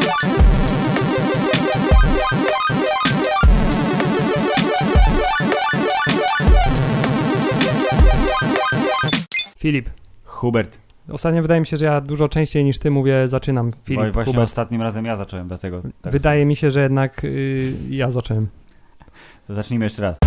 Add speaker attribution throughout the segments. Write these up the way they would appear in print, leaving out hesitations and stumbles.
Speaker 1: Filip.
Speaker 2: Hubert.
Speaker 1: Ostatnio wydaje mi się, że ja dużo częściej niż ty mówię zaczynam. Filip,
Speaker 2: Właśnie
Speaker 1: Hubert.
Speaker 2: ostatnim razem ja zacząłem, dlatego... Tak.
Speaker 1: Wydaje mi się, że jednak ja zacząłem.
Speaker 2: To zacznijmy jeszcze raz.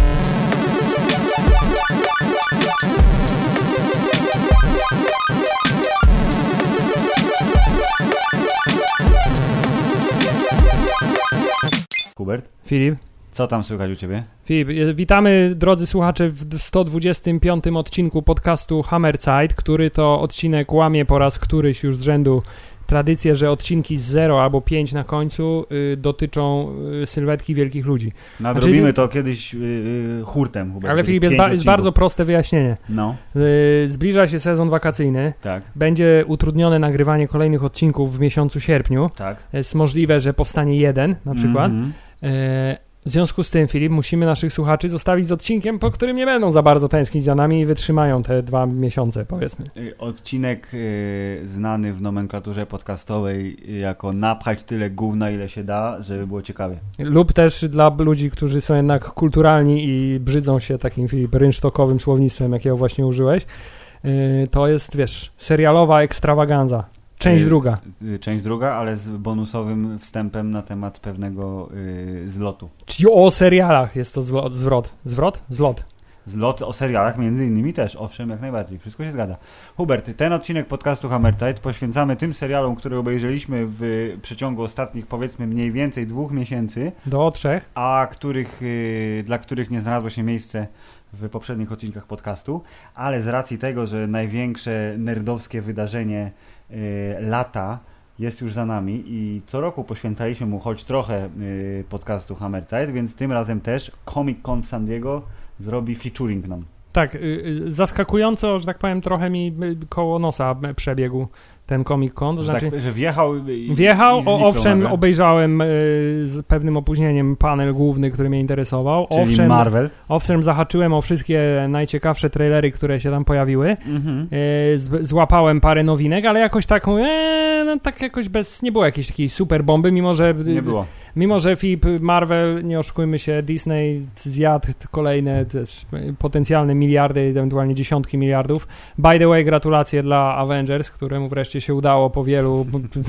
Speaker 2: Hubert?
Speaker 1: Filip.
Speaker 2: Co tam słychać u ciebie?
Speaker 1: Filip, witamy drodzy słuchacze w 125. odcinku podcastu Hammerzeit, który to odcinek łamie po raz któryś już z rzędu tradycję, że odcinki z 0 albo 5 na końcu dotyczą sylwetki wielkich ludzi.
Speaker 2: Nadrobimy to kiedyś hurtem, Hubert.
Speaker 1: Ale Filip, jest bardzo proste wyjaśnienie.
Speaker 2: No.
Speaker 1: Zbliża się sezon wakacyjny.
Speaker 2: Tak.
Speaker 1: Będzie utrudnione nagrywanie kolejnych odcinków w miesiącu sierpniu.
Speaker 2: Tak.
Speaker 1: Jest możliwe, że powstanie jeden na przykład. W związku z tym, Filip, musimy naszych słuchaczy zostawić z odcinkiem, po którym nie będą za bardzo tęsknić za nami i wytrzymają te 2 miesiące, powiedzmy.
Speaker 2: Odcinek znany w nomenklaturze podcastowej jako napchać tyle gówna, ile się da, żeby było ciekawie.
Speaker 1: Lub też dla ludzi, którzy są jednak kulturalni i brzydzą się takim, Filip, rynsztokowym słownictwem, jakiego właśnie użyłeś. To jest, wiesz, serialowa ekstrawaganza. Część druga.
Speaker 2: Część druga, ale z bonusowym wstępem na temat pewnego zlotu.
Speaker 1: Czyli o serialach jest to zwrot. Zwrot? Zlot.
Speaker 2: Zlot o serialach między innymi też, owszem, jak najbardziej. Wszystko się zgadza. Hubert, ten odcinek podcastu Hammerzeit poświęcamy tym serialom, które obejrzeliśmy w przeciągu ostatnich, powiedzmy, mniej więcej 2 miesięcy.
Speaker 1: Do 3.
Speaker 2: A dla których nie znalazło się miejsce w poprzednich odcinkach podcastu, ale z racji tego, że największe nerdowskie wydarzenie lata jest już za nami i co roku poświęcaliśmy mu choć trochę podcastu Hammerzeit, więc tym razem też Comic Con w San Diego zrobi featuring nam.
Speaker 1: Tak, zaskakująco, że tak powiem, trochę mi koło nosa przebiegł ten Comic Con. To znaczy,
Speaker 2: że wjechał
Speaker 1: owszem,
Speaker 2: nagle.
Speaker 1: Obejrzałem z pewnym opóźnieniem panel główny, który mnie interesował.
Speaker 2: Czyli
Speaker 1: owszem,
Speaker 2: Marvel.
Speaker 1: Owszem, zahaczyłem o wszystkie najciekawsze trailery, które się tam pojawiły. Złapałem parę nowinek, ale jakoś tak tak jakoś nie było jakiejś takiej super bomby, mimo że Filip, Marvel, nie oszukujmy się, Disney zjadł kolejne też potencjalne miliardy, ewentualnie dziesiątki miliardów. By the way, gratulacje dla Avengers, któremu wreszcie się udało po wielu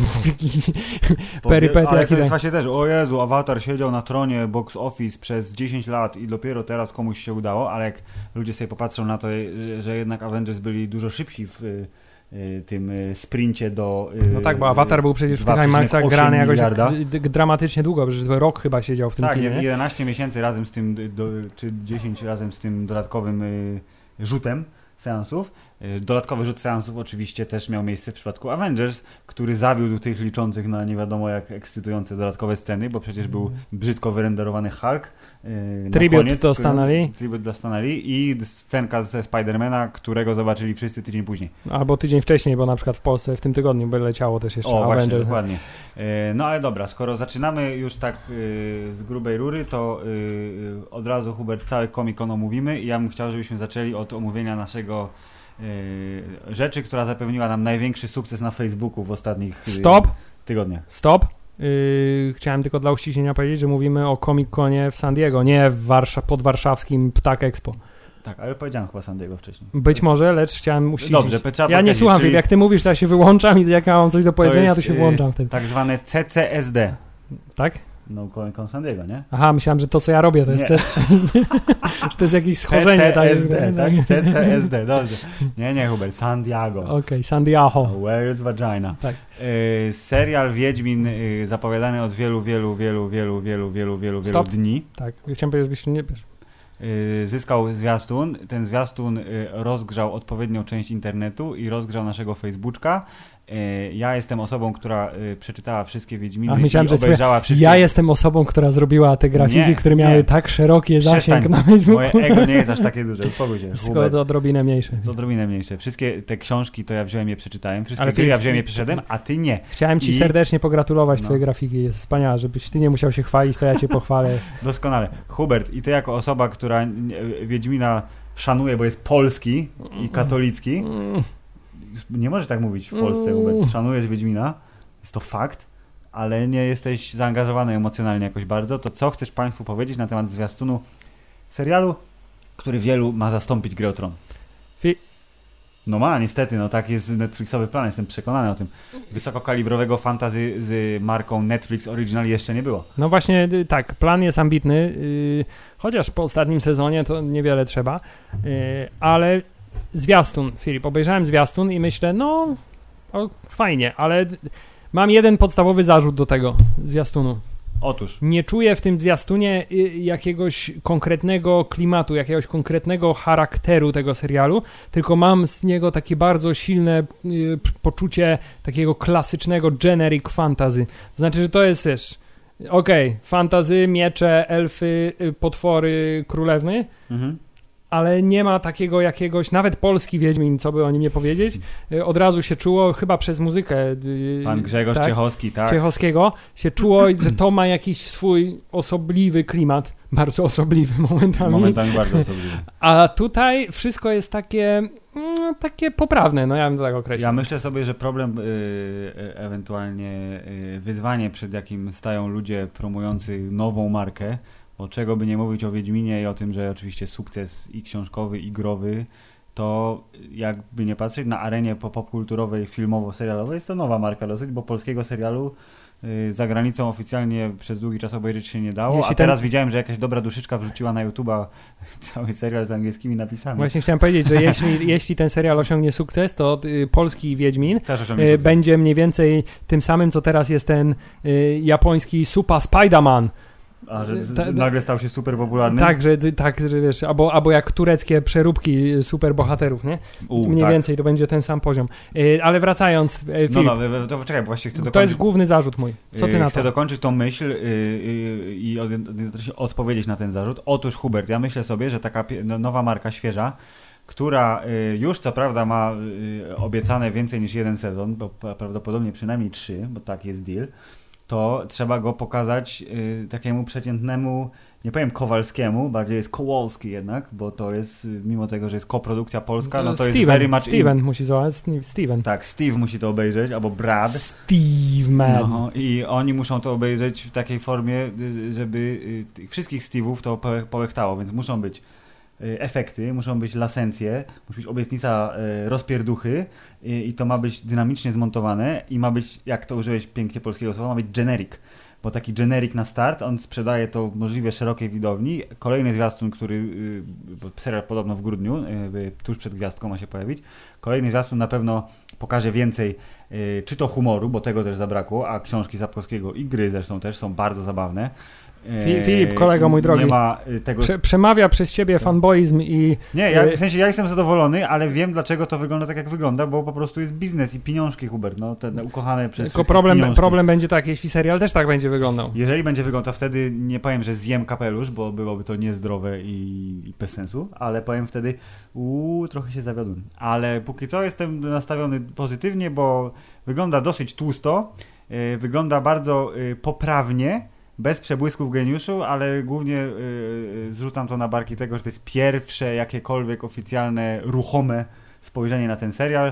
Speaker 1: perypetiach.
Speaker 2: Ale to jest właśnie też, o Jezu, Avatar siedział na tronie box office przez 10 lat i dopiero teraz komuś się udało, ale jak ludzie sobie popatrzą na to, że jednak Avengers byli dużo szybsi w tym sprincie do...
Speaker 1: No tak, bo Avatar był przecież w tych IMAX-ach grany jakoś dramatycznie długo, przecież rok chyba siedział w tym filmie.
Speaker 2: Tak, 11 miesięcy razem z tym, czy 10 razem z tym dodatkowym rzutem seansów. Dodatkowy rzut seansów oczywiście też miał miejsce w przypadku Avengers, który zawiódł tych liczących na nie wiadomo jak ekscytujące dodatkowe sceny, bo przecież był brzydko wyrenderowany Hulk.
Speaker 1: Tribute dla
Speaker 2: Stanley i scenka ze Spidermana, którego zobaczyli wszyscy tydzień później.
Speaker 1: Albo tydzień wcześniej, bo na przykład w Polsce w tym tygodniu by leciało też jeszcze Avengers.
Speaker 2: Właśnie, dokładnie. No ale dobra, skoro zaczynamy już tak z grubej rury, to od razu, Hubert, cały Comic-Con omówimy i ja bym chciał, żebyśmy zaczęli od omówienia naszego rzeczy, która zapewniła nam największy sukces na Facebooku w ostatnich tygodniach.
Speaker 1: Stop! Chciałem tylko dla uściślenia powiedzieć, że mówimy o Comic-Conie w San Diego, nie w podwarszawskim Ptak Expo.
Speaker 2: Tak, ale powiedziałem chyba San Diego wcześniej.
Speaker 1: Być może, lecz chciałem uściślić.
Speaker 2: Dobrze,
Speaker 1: ja nie słucham, czyli... jak ty mówisz, to ja się wyłączam i jak ja mam coś do powiedzenia, to się włączam wtedy.
Speaker 2: Tak zwane CCSD.
Speaker 1: Tak?
Speaker 2: No, Comic-Con San Diego, nie?
Speaker 1: Aha, myślałem, że to, co ja robię, to jest że to jest jakieś schorzenie.
Speaker 2: CCSD, tak? CCSD, dobrze. Nie, Hubert, San Diego.
Speaker 1: Okej, San Diego.
Speaker 2: Where's vagina?
Speaker 1: Tak.
Speaker 2: Serial Wiedźmin zapowiadany od wielu dni.
Speaker 1: Tak, chciałem powiedzieć, żebyś nie...
Speaker 2: Zyskał zwiastun. Ten zwiastun rozgrzał odpowiednią część internetu i rozgrzał naszego Facebooka. Ja jestem osobą, która przeczytała wszystkie Wiedźminy i obejrzała wszystkie...
Speaker 1: Ja jestem osobą, która zrobiła te grafiki, które miały tak szeroki zasięg na Facebooku.
Speaker 2: Moje ego nie jest aż takie duże, uspokój się.
Speaker 1: To odrobinę mniejsze.
Speaker 2: Wszystkie te książki to ja wziąłem je przeczytałem, wszystkie gry ja wziąłem je przeszedłem, a ty nie.
Speaker 1: Chciałem ci serdecznie pogratulować twojej grafiki, jest wspaniała, żebyś ty nie musiał się chwalić, to ja cię pochwalę.
Speaker 2: Doskonale. Hubert, i ty jako osoba, która Wiedźmina szanuje, bo jest polski i katolicki, nie możesz tak mówić w Polsce, Hubert. Szanujesz Wiedźmina, jest to fakt, ale nie jesteś zaangażowany emocjonalnie jakoś bardzo, to co chcesz Państwu powiedzieć na temat zwiastunu serialu, który wielu ma zastąpić Grę o Tron? No ma, niestety, no tak jest Netflixowy plan, jestem przekonany o tym. Wysokokalibrowego fantasy z marką Netflix Original jeszcze nie było.
Speaker 1: No właśnie tak, plan jest ambitny, chociaż po ostatnim sezonie to niewiele trzeba, ale zwiastun, Filip, obejrzałem zwiastun i myślę, no fajnie, ale mam jeden podstawowy zarzut do tego zwiastunu.
Speaker 2: Otóż.
Speaker 1: Nie czuję w tym zwiastunie jakiegoś konkretnego klimatu, jakiegoś konkretnego charakteru tego serialu, tylko mam z niego takie bardzo silne poczucie takiego klasycznego generic fantasy. To znaczy, że to jest też fantasy, miecze, elfy, potwory, królewny, ale nie ma takiego jakiegoś, nawet polski Wiedźmin, co by o nim nie powiedzieć, od razu się czuło, chyba przez muzykę.
Speaker 2: Pan Grzegorz Ciechowski, tak.
Speaker 1: Ciechowskiego, się czuło, że to ma jakiś swój osobliwy klimat, bardzo osobliwy momentami.
Speaker 2: Momentami bardzo osobliwy.
Speaker 1: A tutaj wszystko jest takie poprawne, no ja bym to tak określił.
Speaker 2: Ja myślę sobie, że problem, ewentualnie wyzwanie, przed jakim stają ludzie promujący nową markę, bo czego by nie mówić o Wiedźminie i o tym, że oczywiście sukces i książkowy, i growy, to jakby nie patrzeć na arenie popkulturowej, filmowo-serialowej, jest to nowa marka dosyć, bo polskiego serialu za granicą oficjalnie przez długi czas obejrzeć się nie dało, teraz widziałem, że jakaś dobra duszyczka wrzuciła na YouTube'a cały serial z angielskimi napisami.
Speaker 1: Właśnie chciałem powiedzieć, że jeśli ten serial osiągnie sukces, to polski Wiedźmin będzie mniej więcej tym samym, co teraz jest ten japoński Super Spider-Man.
Speaker 2: A, że nagle stał się super popularny?
Speaker 1: Tak, że wiesz, albo jak tureckie przeróbki superbohaterów, nie? Mniej więcej to będzie ten sam poziom. Ale wracając,
Speaker 2: to poczekaj, bo właśnie chcę dokończyć.
Speaker 1: To jest główny zarzut mój. Co ty na to?
Speaker 2: Chcę dokończyć tą myśl i odpowiedzieć na ten zarzut. Otóż, Hubert, ja myślę sobie, że taka nowa marka, świeża, która już co prawda ma obiecane więcej niż jeden sezon, bo prawdopodobnie przynajmniej 3, bo tak jest deal, to trzeba go pokazać takiemu przeciętnemu, nie powiem Kowalskiemu, bardziej jest Kowalski jednak, bo to jest, mimo tego, że jest koprodukcja polska, no to jest very much...
Speaker 1: Steven musi zobaczyć, Steven.
Speaker 2: Tak, Steve musi to obejrzeć, albo Brad.
Speaker 1: Steve, man.
Speaker 2: No, i oni muszą to obejrzeć w takiej formie, żeby wszystkich Steve'ów to połechtało, więc muszą być efekty, muszą być lasencje, musi być obietnica rozpierduchy i to ma być dynamicznie zmontowane i ma być, jak to użyłeś pięknie polskiego słowa, ma być generic, bo taki generic na start, on sprzedaje to możliwie szerokiej widowni. Kolejny zwiastun, który, bo serial podobno w grudniu, tuż przed gwiazdką ma się pojawić, kolejny zwiastun na pewno pokaże więcej czy to humoru, bo tego też zabrakło, a książki Sapkowskiego i gry zresztą też są bardzo zabawne.
Speaker 1: Filip, kolego mój drogi,
Speaker 2: nie ma tego...
Speaker 1: przemawia przez ciebie fanboizm i...
Speaker 2: Nie, w sensie ja jestem zadowolony, ale wiem, dlaczego to wygląda tak, jak wygląda, bo po prostu jest biznes i pieniążki, Hubert, no te ukochane przez
Speaker 1: tylko problem będzie tak, jeśli serial też tak będzie wyglądał.
Speaker 2: Jeżeli będzie wyglądał, to wtedy nie powiem, że zjem kapelusz, bo byłoby to niezdrowe i bez sensu, ale powiem wtedy, trochę się zawiodłem. Ale póki co jestem nastawiony pozytywnie, bo wygląda dosyć tłusto, wygląda bardzo poprawnie, bez przebłysków geniuszu, ale głównie zrzucam to na barki tego, że to jest pierwsze jakiekolwiek oficjalne, ruchome spojrzenie na ten serial.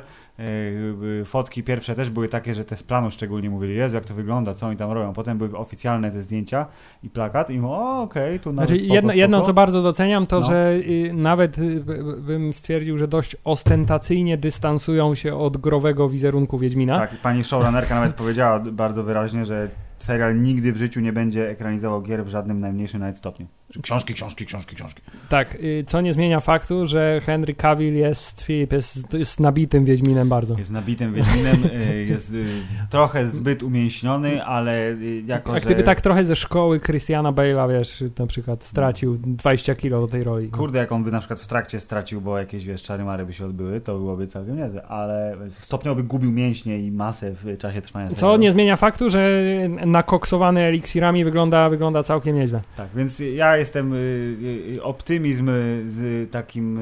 Speaker 2: Fotki pierwsze też były takie, że te z planu szczególnie mówili, Jezu, jak to wygląda, co oni tam robią. Potem były oficjalne te zdjęcia i plakat i mówię, okej, tu nawet spoko.
Speaker 1: Jedno, co bardzo doceniam, to że nawet bym stwierdził, że dość ostentacyjnie dystansują się od growego wizerunku Wiedźmina.
Speaker 2: Tak, pani showrunnerka nawet powiedziała bardzo wyraźnie, że serial nigdy w życiu nie będzie ekranizował gier w żadnym najmniejszym nawet stopniu. Książki.
Speaker 1: Tak, co nie zmienia faktu, że Henry Cavill jest nabitym Wiedźminem bardzo.
Speaker 2: Jest nabitym Wiedźminem, jest trochę zbyt umięśniony, ale jako,
Speaker 1: jak gdyby tak trochę ze szkoły Christiana Bale'a, wiesz, na przykład stracił 20 kilo do tej roli.
Speaker 2: Kurde, jak on by na przykład w trakcie stracił, bo jakieś, wiesz, czary-mary by się odbyły, to byłoby całkiem niezłe, ale stopniowo by gubił mięśnie i masę w czasie trwania serialu.
Speaker 1: Co nie zmienia faktu, że nakoksowany eliksirami wygląda całkiem nieźle.
Speaker 2: Tak, więc ja jestem optymizm z takim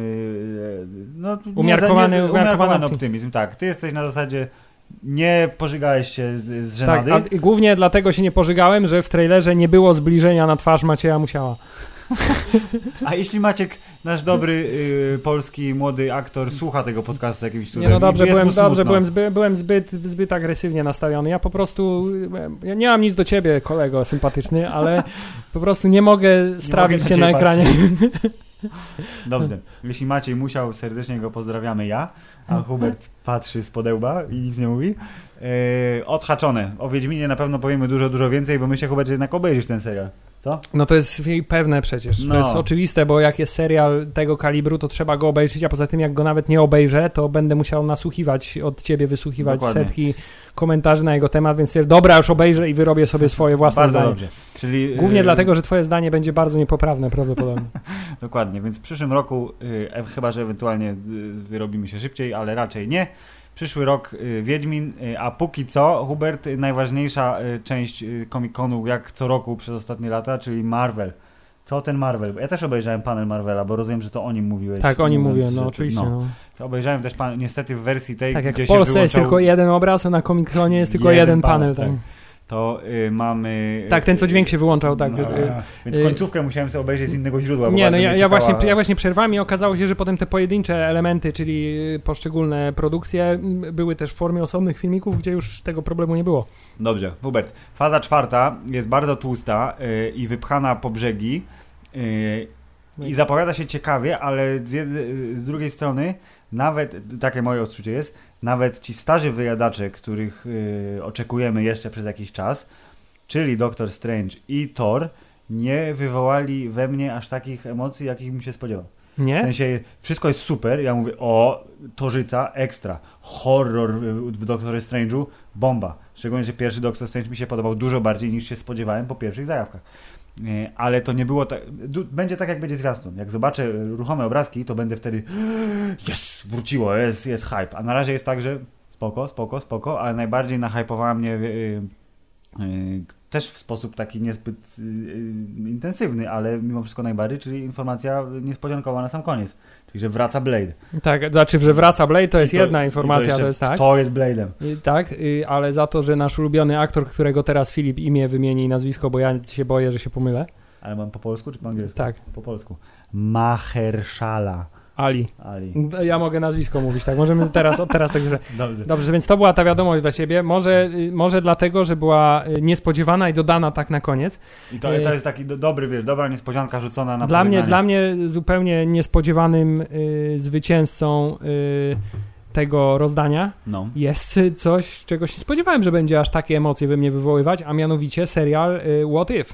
Speaker 2: umiarkowany optymizm, tak. Ty jesteś na zasadzie nie pożygałeś się z żenady.
Speaker 1: Tak, a głównie dlatego się nie pożygałem, że w trailerze nie było zbliżenia na twarz Macieja Musiała.
Speaker 2: A jeśli Maciek nasz dobry polski młody aktor słucha tego podcastu jakimś cudem.
Speaker 1: Nie, no dobrze, byłem zbyt agresywnie nastawiony. Ja po prostu, ja nie mam nic do ciebie, kolego sympatyczny, ale po prostu nie mogę strawić cię na ekranie.
Speaker 2: Dobrze, jeśli Maciej musiał, serdecznie go pozdrawiamy a Hubert patrzy z podełba i nic nie mówi. Odhaczone. O Wiedźminie na pewno powiemy dużo więcej, bo myślę, Hubert, że jednak obejrzysz ten serial. Co?
Speaker 1: No to jest pewne przecież. To jest oczywiste, bo jak jest serial tego kalibru, to trzeba go obejrzeć, a poza tym jak go nawet nie obejrzę, to będę musiał nasłuchiwać od ciebie, wysłuchiwać setki komentarzy na jego temat, więc dobra, już obejrzę i wyrobię sobie swoje własne
Speaker 2: bardzo
Speaker 1: zdanie.
Speaker 2: Dobrze. Czyli,
Speaker 1: głównie dlatego, że twoje zdanie będzie bardzo niepoprawne prawdopodobnie.
Speaker 2: Dokładnie, więc w przyszłym roku, chyba że ewentualnie wyrobimy się szybciej, ale raczej nie. Przyszły rok Wiedźmin, a póki co, Hubert, najważniejsza część Comic-Conu jak co roku przez ostatnie lata, czyli Marvel. Co ten Marvel? Ja też obejrzałem panel Marvela, bo rozumiem, że to o nim mówiłeś.
Speaker 1: Tak, o nim mówiłem, no oczywiście.
Speaker 2: Obejrzałem też niestety w wersji tej,
Speaker 1: tak,
Speaker 2: gdzie
Speaker 1: jak w Polsce jest tylko jeden obraz, a na Comic-Conie jest tylko jeden panel. Tak.
Speaker 2: To mamy...
Speaker 1: Tak, ten co dźwięk się wyłączał, tak.
Speaker 2: Więc końcówkę musiałem sobie obejrzeć z innego źródła.
Speaker 1: Nie, no ja właśnie przerwałem i okazało się, że potem te pojedyncze elementy, czyli poszczególne produkcje były też w formie osobnych filmików, gdzie już tego problemu nie było.
Speaker 2: Dobrze, Hubert. Faza 4 jest bardzo tłusta i wypchana po brzegi i zapowiada się ciekawie, ale z drugiej strony nawet, takie moje odczucie jest, nawet ci starzy wyjadacze, których oczekujemy jeszcze przez jakiś czas, czyli Doctor Strange i Thor, nie wywołali we mnie aż takich emocji, jakich bym się spodziewał.
Speaker 1: Nie?
Speaker 2: W sensie, wszystko jest super, ja mówię, Torzyca, ekstra. Horror w Doctor Strange'u, bomba. Szczególnie, że pierwszy Doctor Strange mi się podobał dużo bardziej niż się spodziewałem po pierwszych zajawkach. Ale to nie było tak. Będzie tak, jak będzie zwiastun. Jak zobaczę ruchome obrazki, to będę wtedy wróciło, jest hype. A na razie jest tak, że spoko, ale najbardziej nahypowała mnie też w sposób taki niezbyt intensywny, ale mimo wszystko najbardziej, czyli informacja niespodziankowa na sam koniec. Czyli, że wraca Blade.
Speaker 1: Tak, znaczy, że wraca Blade, to jest jedna informacja, to jest tak.
Speaker 2: To jest Blade'em.
Speaker 1: Tak, ale za to, że nasz ulubiony aktor, którego teraz Filip imię wymieni i nazwisko, bo ja się boję, że się pomylę.
Speaker 2: Ale mam po polsku czy po angielsku?
Speaker 1: Tak.
Speaker 2: Po polsku. Mahershala
Speaker 1: Ali. Ja mogę nazwisko mówić, tak? Możemy teraz tak, że... Dobrze, więc to była ta wiadomość dla ciebie. Może dlatego, że była niespodziewana i dodana tak na koniec.
Speaker 2: I to jest taki dobra niespodzianka rzucona na
Speaker 1: Dla mnie zupełnie niespodziewanym zwycięzcą tego rozdania jest coś, czego się nie spodziewałem, że będzie aż takie emocje we mnie wywoływać, a mianowicie serial What If.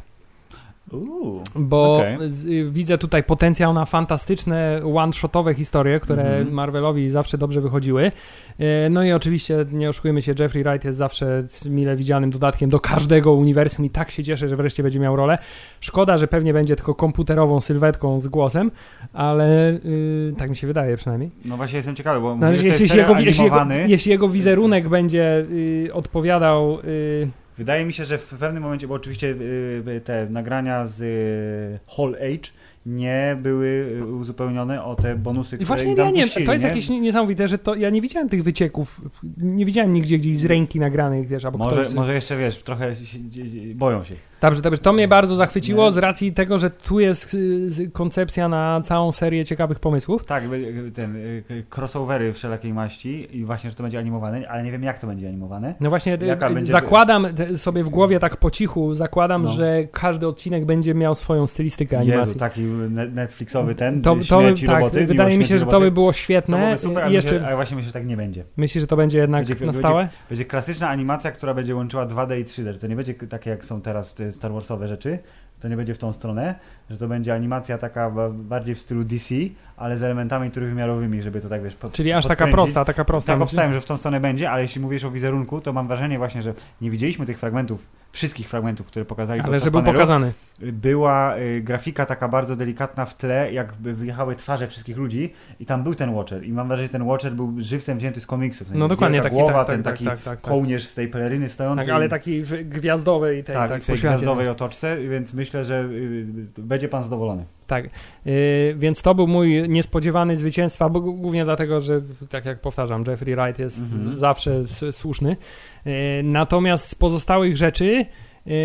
Speaker 1: Bo widzę tutaj potencjał na fantastyczne one-shotowe historie, które Marvelowi zawsze dobrze wychodziły. No i oczywiście, nie oszukujmy się, Jeffrey Wright jest zawsze mile widzianym dodatkiem do każdego uniwersum i tak się cieszę, że wreszcie będzie miał rolę. Szkoda, że pewnie będzie tylko komputerową sylwetką z głosem, ale tak mi się wydaje przynajmniej.
Speaker 2: No właśnie jestem ciekawy, bo
Speaker 1: jeśli jego wizerunek będzie odpowiadał...
Speaker 2: Wydaje mi się, że w pewnym momencie, bo oczywiście te nagrania z Hall H nie były uzupełnione o te bonusy, które
Speaker 1: właśnie
Speaker 2: tam puścili,
Speaker 1: to jest jakieś niesamowite, że ja nie widziałem tych wycieków, nie widziałem nigdzie gdzieś z ręki nagranych, wiesz, albo
Speaker 2: może jeszcze, wiesz, trochę boją się.
Speaker 1: Dobrze, to mnie bardzo zachwyciło z racji tego, że tu jest koncepcja na całą serię ciekawych pomysłów.
Speaker 2: Tak, crossovery wszelakiej maści i właśnie, że to będzie animowane, ale nie wiem, jak to będzie animowane.
Speaker 1: No właśnie, zakładam sobie w głowie tak po cichu, że każdy odcinek będzie miał swoją stylistykę animacji.
Speaker 2: Jezu, taki Netflixowy
Speaker 1: roboty. Wydaje mi się, że to by było świetne. To byłoby
Speaker 2: super, ale właśnie myślę, że tak nie będzie.
Speaker 1: Myślisz, że to będzie jednak na stałe?
Speaker 2: Będzie klasyczna animacja, która będzie łączyła 2D i 3D, że to nie będzie takie, jak są teraz te Star Warsowe rzeczy, to nie będzie w tą stronę, że to będzie animacja taka bardziej w stylu DC, ale z elementami trójwymiarowymi, żeby to tak, wiesz,
Speaker 1: czyli aż taka prosta.
Speaker 2: Tak obstałem, że w tą stronę będzie, ale jeśli mówisz o wizerunku, to mam wrażenie właśnie, że nie widzieliśmy tych wszystkich fragmentów, które pokazali.
Speaker 1: Ale że był pokazany.
Speaker 2: Była grafika taka bardzo delikatna w tle, jakby wyjechały twarze wszystkich ludzi i tam był ten Watcher. I mam wrażenie, że ten Watcher był żywcem wzięty z komiksów.
Speaker 1: No dokładnie, taki
Speaker 2: głowa, taki kołnierz z tej peleryny stojący.
Speaker 1: Tak, ale taki w gwiazdowej
Speaker 2: w tej gwiazdowej otoczce, więc myślę, że będzie pan zadowolony.
Speaker 1: Tak, więc to był mój niespodziewany zwycięstwa, bo głównie dlatego, że tak jak powtarzam, Jeffrey Wright jest zawsze słuszny. Natomiast z pozostałych rzeczy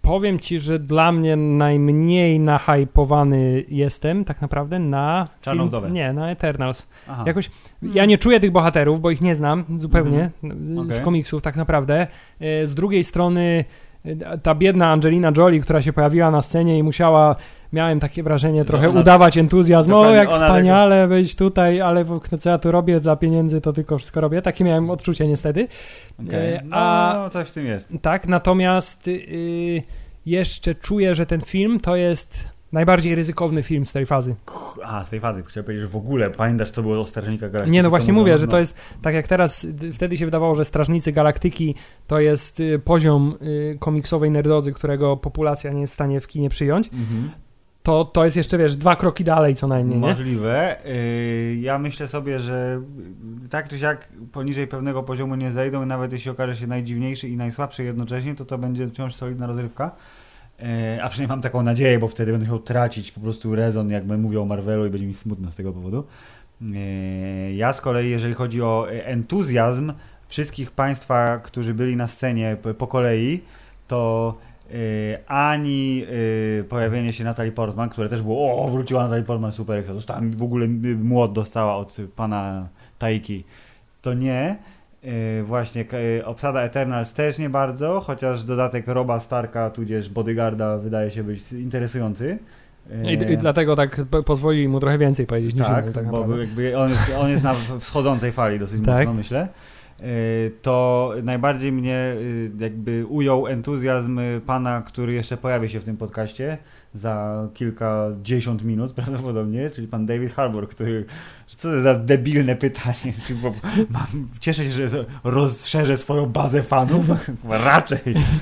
Speaker 1: powiem ci, że dla mnie najmniej nahypowany jestem tak naprawdę na
Speaker 2: Czarną Wdowę.
Speaker 1: Nie, na Eternals. Jakoś ja nie czuję tych bohaterów, bo ich nie znam zupełnie z komiksów tak naprawdę. Z drugiej strony ta biedna Angelina Jolie, która się pojawiła na scenie i miałem takie wrażenie trochę udawać entuzjazm, jak wspaniale być tutaj, ale co ja tu robię dla pieniędzy, to tylko wszystko robię. Takie miałem odczucie niestety.
Speaker 2: Coś w tym jest.
Speaker 1: Tak, natomiast jeszcze czuję, że ten film to jest najbardziej ryzykowny film z tej fazy.
Speaker 2: Z tej fazy. Chciałem powiedzieć, że w ogóle pamiętasz, co było o Strażnikach Galaktyki?
Speaker 1: Nie, no właśnie mówię, że to jest tak jak teraz, wtedy się wydawało, że Strażnicy Galaktyki to jest poziom komiksowej nerdozy, którego populacja nie jest w stanie w kinie przyjąć. To jest jeszcze, 2 kroki dalej co najmniej.
Speaker 2: Możliwe. Ja myślę sobie, że tak czy siak poniżej pewnego poziomu nie zejdą i nawet jeśli okaże się najdziwniejszy i najsłabszy jednocześnie, to będzie wciąż solidna rozrywka. A przynajmniej mam taką nadzieję, bo wtedy będę chciał tracić po prostu rezon, jak mówię o Marvelu i będzie mi smutno z tego powodu. Ja z kolei, jeżeli chodzi o entuzjazm wszystkich Państwa, którzy byli na scenie po kolei, to ani pojawienie się Natalie Portman, które też było, wróciła Natalie Portman, super, dostała w ogóle młot dostała od pana Taiki, to nie. Właśnie obsada Eternals też nie bardzo, chociaż dodatek Roba Starka tudzież Bodyguarda wydaje się być interesujący.
Speaker 1: I dlatego tak pozwolili mu trochę więcej powiedzieć niż
Speaker 2: innym. Tak, bo jakby on jest na wschodzącej fali dosyć mocno, myślę. To najbardziej mnie jakby ujął entuzjazm pana, który jeszcze pojawi się w tym podcaście za kilkadziesiąt minut prawdopodobnie, czyli pan David Harbour, który... Co to za debilne pytanie? Cieszę się, że rozszerzę swoją bazę fanów. Raczej.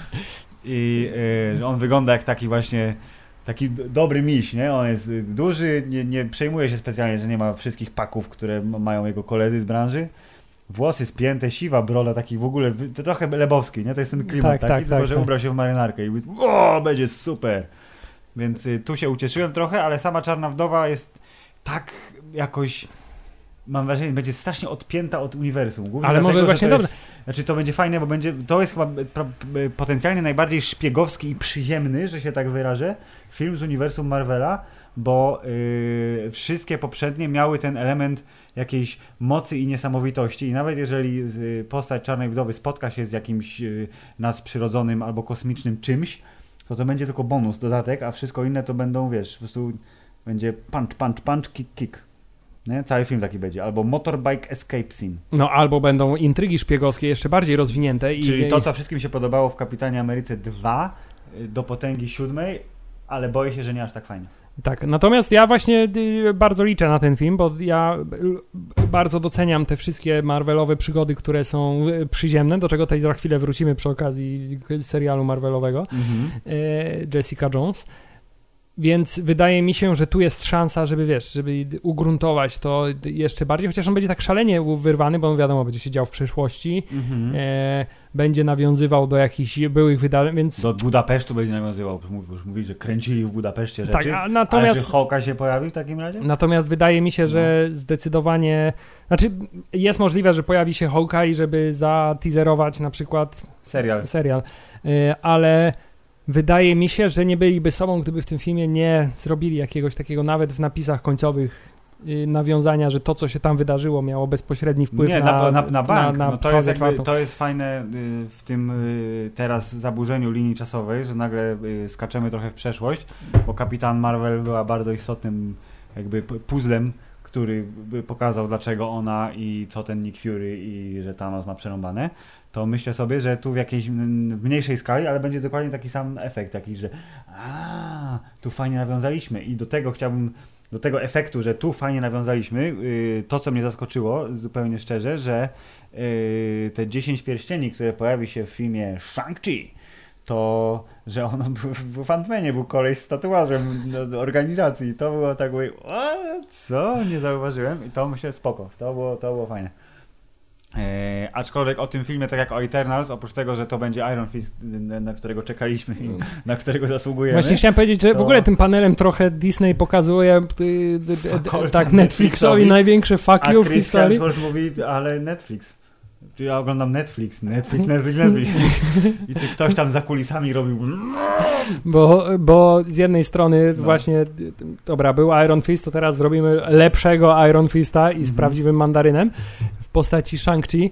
Speaker 2: I on wygląda jak taki właśnie taki dobry miś, nie? On jest duży, nie przejmuje się specjalnie, że nie ma wszystkich paków, które mają jego koledzy z branży. Włosy spięte, siwa broda, taki w ogóle, to trochę Lebowski, nie? To jest ten klimat tylko że ubrał się w marynarkę i będzie super. Więc tu się ucieszyłem trochę, ale sama Czarna Wdowa jest tak jakoś, mam wrażenie, będzie strasznie odpięta od uniwersum. Głównie
Speaker 1: ale
Speaker 2: dlatego,
Speaker 1: może właśnie dobrze.
Speaker 2: To będzie fajne, bo to jest chyba potencjalnie najbardziej szpiegowski i przyziemny, że się tak wyrażę, film z uniwersum Marvela, bo wszystkie poprzednie miały ten element jakiejś mocy i niesamowitości i nawet jeżeli postać Czarnej Wdowy spotka się z jakimś nadprzyrodzonym albo kosmicznym czymś, to będzie tylko bonus, dodatek, a wszystko inne to będą, po prostu będzie punch, kick. Nie? Cały film taki będzie. Albo Motorbike Escape Scene.
Speaker 1: No, albo będą intrygi szpiegowskie jeszcze bardziej rozwinięte.
Speaker 2: Czyli to, co wszystkim się podobało w Kapitanie Ameryce 2 do potęgi 7, ale boję się, że nie aż tak fajnie.
Speaker 1: Tak, natomiast ja właśnie bardzo liczę na ten film, bo ja bardzo doceniam te wszystkie Marvelowe przygody, które są przyziemne, do czego tutaj za chwilę wrócimy przy okazji serialu Marvelowego, Jessica Jones. Więc wydaje mi się, że tu jest szansa, żeby ugruntować to jeszcze bardziej, chociaż on będzie tak szalenie wyrwany, bo wiadomo, będzie się działo w przeszłości, będzie nawiązywał do jakichś byłych wydarzeń, więc...
Speaker 2: Do Budapesztu będzie nawiązywał, już mówili, że kręcili w Budapeszcie rzeczy,
Speaker 1: tak, natomiast...
Speaker 2: ale czy Hawkeye się pojawi w takim razie?
Speaker 1: Natomiast wydaje mi się, że zdecydowanie... Znaczy, jest możliwe, że pojawi się Hawkeye, żeby zateaserować na przykład... Serial. Ale... Wydaje mi się, że nie byliby sobą, gdyby w tym filmie nie zrobili jakiegoś takiego, nawet w napisach końcowych, nawiązania, że to, co się tam wydarzyło, miało bezpośredni wpływ
Speaker 2: na bank. To jest fajne w tym teraz zaburzeniu linii czasowej, że nagle skaczemy trochę w przeszłość, bo Kapitan Marvel była bardzo istotnym jakby puzzlem, który by pokazał, dlaczego ona i co ten Nick Fury i że Thanos ma przerąbane. To myślę sobie, że tu w jakiejś mniejszej skali, ale będzie dokładnie taki sam efekt, taki, że tu fajnie nawiązaliśmy i do tego efektu, że tu fajnie nawiązaliśmy, to co mnie zaskoczyło zupełnie szczerze, że te 10 pierścieni, które pojawi się w filmie Shang-Chi, to, że ono w Ant-Manie był koleś z tatuażem do organizacji. To było tak, co? Nie zauważyłem i to myślę spoko. To było fajne. Aczkolwiek o tym filmie, tak jak o Eternals, oprócz tego, że to będzie Iron Fist, na którego czekaliśmy i na którego zasługujemy.
Speaker 1: Właśnie chciałem powiedzieć, że w ogóle tym panelem trochę Disney pokazuje tak Netflixowi największe fuck you w historii.
Speaker 2: A Chris Hemsworth mówi, ale Netflix. Ja oglądam Netflix. I czy ktoś tam za kulisami robił...
Speaker 1: Bo z jednej strony właśnie, dobra, był Iron Fist, to teraz zrobimy lepszego Iron Fista i z prawdziwym mandarynem w postaci Shang-Chi,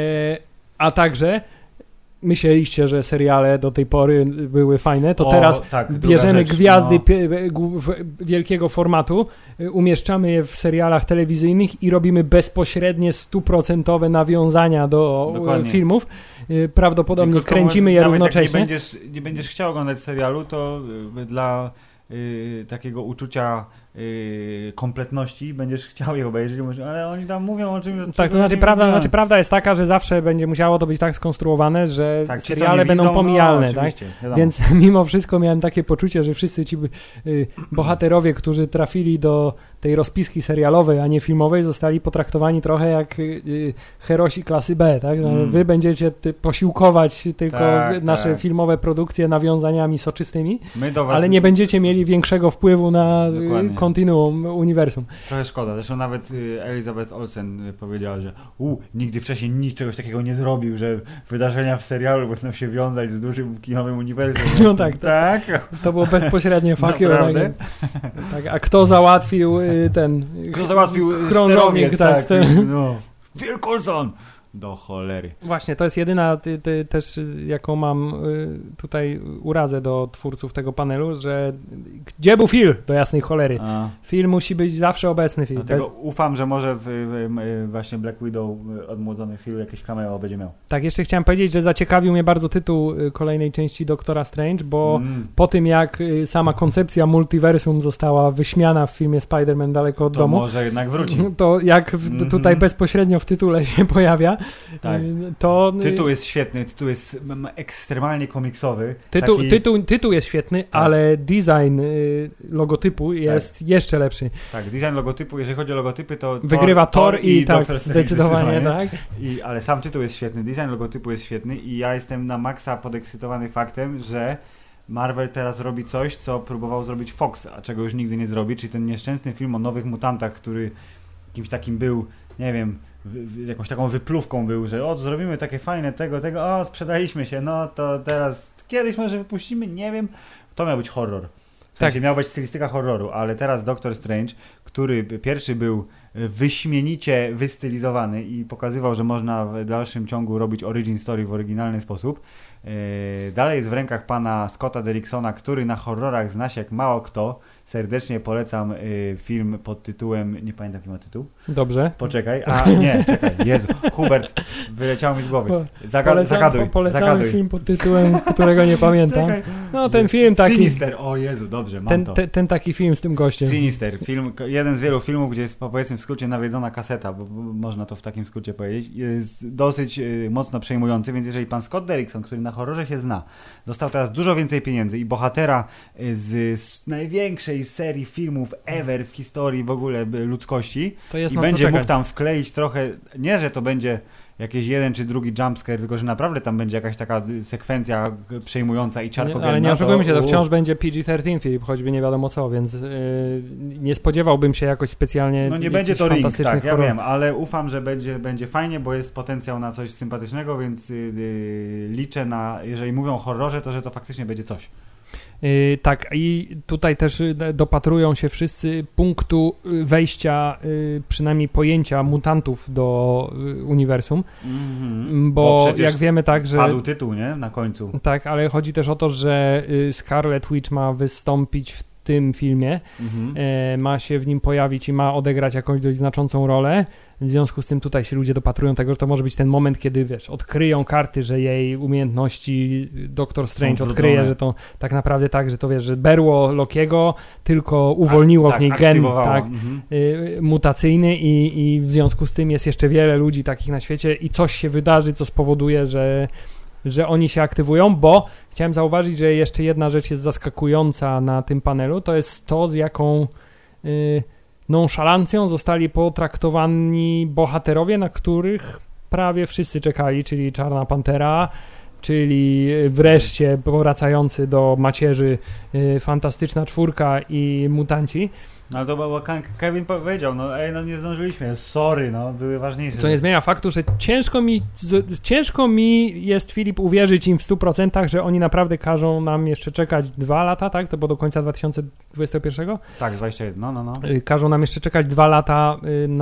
Speaker 1: a także myśleliście, że seriale do tej pory były fajne, to teraz bierzemy gwiazdy wielkiego formatu, umieszczamy je w serialach telewizyjnych i robimy bezpośrednie 100% nawiązania do filmów. Prawdopodobnie kręcimy je równocześnie.
Speaker 2: Jak nie będziesz chciał oglądać serialu, to dla takiego uczucia kompletności będziesz chciał je obejrzeć, ale oni tam mówią o czym...
Speaker 1: Tak, to prawda jest taka, że zawsze będzie musiało to być tak skonstruowane, że seriale będą pomijalne, tak? Więc mimo wszystko miałem takie poczucie, że wszyscy ci bohaterowie, którzy trafili do tej rozpiski serialowej, a nie filmowej, zostali potraktowani trochę jak herosi klasy B, tak? Wy będziecie posiłkować tylko nasze filmowe produkcje nawiązaniami soczystymi, ale nie będziecie mieli większego wpływu na kontinuum uniwersum.
Speaker 2: Trochę szkoda, zresztą nawet Elizabeth Olsen powiedziała, że nigdy wcześniej nikt czegoś takiego nie zrobił, że wydarzenia w serialu będą się wiązać z dużym kinowym uniwersum.
Speaker 1: No tak. To było bezpośrednie fuck you. Tak, a kto załatwił
Speaker 2: Kto załatwił
Speaker 1: krążownik,
Speaker 2: Phil Coulson! Do cholery.
Speaker 1: Właśnie, to jest jedyna też, jaką mam tutaj urazę do twórców tego panelu, że gdzie był Phil do jasnej cholery? Phil musi być zawsze obecny.
Speaker 2: Dlatego ufam, że może właśnie Black Widow odmłodzony Phil jakieś cameo będzie miał.
Speaker 1: Tak, jeszcze chciałem powiedzieć, że zaciekawił mnie bardzo tytuł kolejnej części Doktora Strange, bo po tym jak sama koncepcja multiversum została wyśmiana w filmie Spider-Man Daleko od domu,
Speaker 2: może jednak wróci.
Speaker 1: To jak tutaj bezpośrednio w tytule się pojawia,
Speaker 2: tak. Tytuł jest świetny, tytuł jest ekstremalnie komiksowy.
Speaker 1: Tytuł jest świetny, ale design logotypu jest jeszcze lepszy.
Speaker 2: Tak, design logotypu, jeżeli chodzi o logotypy, to
Speaker 1: wygrywa Thor i Doctor Strange, zdecydowanie, tak.
Speaker 2: Ale sam tytuł jest świetny, design logotypu jest świetny i ja jestem na maksa podekscytowany faktem, że Marvel teraz robi coś, co próbował zrobić Fox, a czego już nigdy nie zrobi, czyli ten nieszczęsny film o nowych mutantach, który kimś takim był, nie wiem, jakąś taką wypluwką był, że zrobimy takie fajne tego, sprzedaliśmy się, no to teraz kiedyś może wypuścimy, nie wiem. To miał być horror. W sensie miała być stylistyka horroru, ale teraz Doctor Strange, który pierwszy był wyśmienicie wystylizowany i pokazywał, że można w dalszym ciągu robić origin story w oryginalny sposób. Dalej jest w rękach pana Scotta Derricksona, który na horrorach zna się jak mało kto. Serdecznie polecam film pod tytułem, nie pamiętam jaki ma tytuł.
Speaker 1: Dobrze.
Speaker 2: Poczekaj, czekaj, Jezu, Hubert, wyleciało mi z głowy.
Speaker 1: Polecamy film pod tytułem, którego nie pamiętam. Czekaj. No ten film taki...
Speaker 2: Sinister, o Jezu, dobrze, mam to.
Speaker 1: Ten taki film z tym gościem.
Speaker 2: Sinister, film, jeden z wielu filmów, gdzie jest powiedzmy w skrócie nawiedzona kaseta, bo można to w takim skrócie powiedzieć, jest dosyć mocno przejmujący, więc jeżeli pan Scott Derrickson, który na horrorze się zna, dostał teraz dużo więcej pieniędzy i bohatera z największej serii filmów ever w historii w ogóle ludzkości i będzie mógł tam wkleić trochę, nie że to będzie jakiś jeden czy drugi jumpscare, tylko że naprawdę tam będzie jakaś taka sekwencja przejmująca i ciarkowienna.
Speaker 1: Ale nie oszukujmy się, to wciąż będzie PG-13 film, choćby nie wiadomo co, więc nie spodziewałbym się jakoś specjalnie
Speaker 2: nie będzie to Ring, tak, ja wiem, ale ufam, że będzie fajnie, bo jest potencjał na coś sympatycznego, więc liczę na, jeżeli mówią o horrorze, to że to faktycznie będzie coś.
Speaker 1: Tak, i tutaj też dopatrują się wszyscy punktu wejścia, przynajmniej pojęcia mutantów do uniwersum, bo jak wiemy tak, że...
Speaker 2: Padł tytuł, nie? Na końcu.
Speaker 1: Tak, ale chodzi też o to, że Scarlet Witch ma wystąpić w tym filmie, ma się w nim pojawić i ma odegrać jakąś dość znaczącą rolę. W związku z tym tutaj się ludzie dopatrują tego, że to może być ten moment, kiedy odkryją karty, że jej umiejętności Doctor Strange odkryje, że to tak naprawdę tak, że to że berło Lokiego tylko uwolniło w niej gen mutacyjny i w związku z tym jest jeszcze wiele ludzi takich na świecie i coś się wydarzy, co spowoduje, że oni się aktywują, bo chciałem zauważyć, że jeszcze jedna rzecz jest zaskakująca na tym panelu, to jest to, z jaką nonszalancją zostali potraktowani bohaterowie, na których prawie wszyscy czekali, czyli Czarna Pantera, czyli wreszcie powracający do macierzy Fantastyczna Czwórka i Mutanci.
Speaker 2: No to bo Kevin powiedział, nie zdążyliśmy, sorry, były ważniejsze.
Speaker 1: Co nie zmienia faktu, że ciężko mi jest, Filip, uwierzyć im w 100%, że oni naprawdę każą nam jeszcze czekać 2 lata, tak? To było do końca 2021?
Speaker 2: Tak, 21, no.
Speaker 1: Każą nam jeszcze czekać 2 lata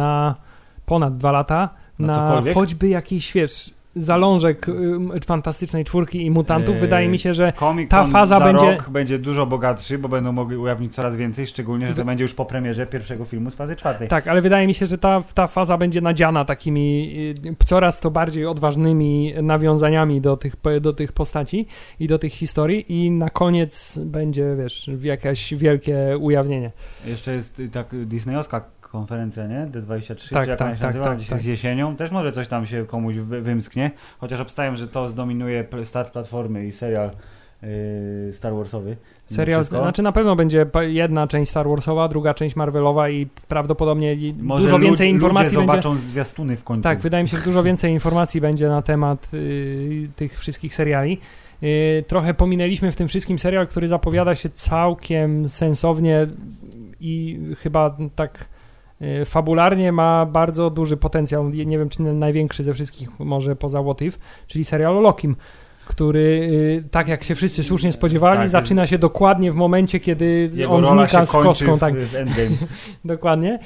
Speaker 1: ponad 2 lata na choćby jakiś, zalążek Fantastycznej Czwórki i Mutantów. Wydaje mi się, że ta faza
Speaker 2: będzie dużo bogatszy, bo będą mogli ujawnić coraz więcej, szczególnie, że to będzie już po premierze pierwszego filmu z fazy 4.
Speaker 1: Tak, ale wydaje mi się, że ta faza będzie nadziana takimi coraz to bardziej odważnymi nawiązaniami do tych postaci i do tych historii i na koniec będzie, jakieś wielkie ujawnienie.
Speaker 2: Jeszcze jest tak disneyowska konferencja, nie? D23,
Speaker 1: tak,
Speaker 2: czy jak ona się nazywa, dzisiaj
Speaker 1: z
Speaker 2: jesienią. Też może coś tam się komuś wymsknie, chociaż obstawiam, że to zdominuje start platformy i serial Star Warsowy.
Speaker 1: Znaczy na pewno będzie jedna część Star Warsowa, druga część Marvelowa i prawdopodobnie może dużo więcej informacji
Speaker 2: ludzie zobaczą zwiastuny w końcu.
Speaker 1: Tak, wydaje mi się, że dużo więcej informacji będzie na temat tych wszystkich seriali. Trochę pominęliśmy w tym wszystkim serial, który zapowiada się całkiem sensownie i chyba tak fabularnie ma bardzo duży potencjał, nie wiem czy największy ze wszystkich, może poza What If, czyli serial o Lokim, który, tak jak się wszyscy słusznie spodziewali, zaczyna się dokładnie w momencie, kiedy on znika z kostką.
Speaker 2: W Endgame.
Speaker 1: Dokładnie.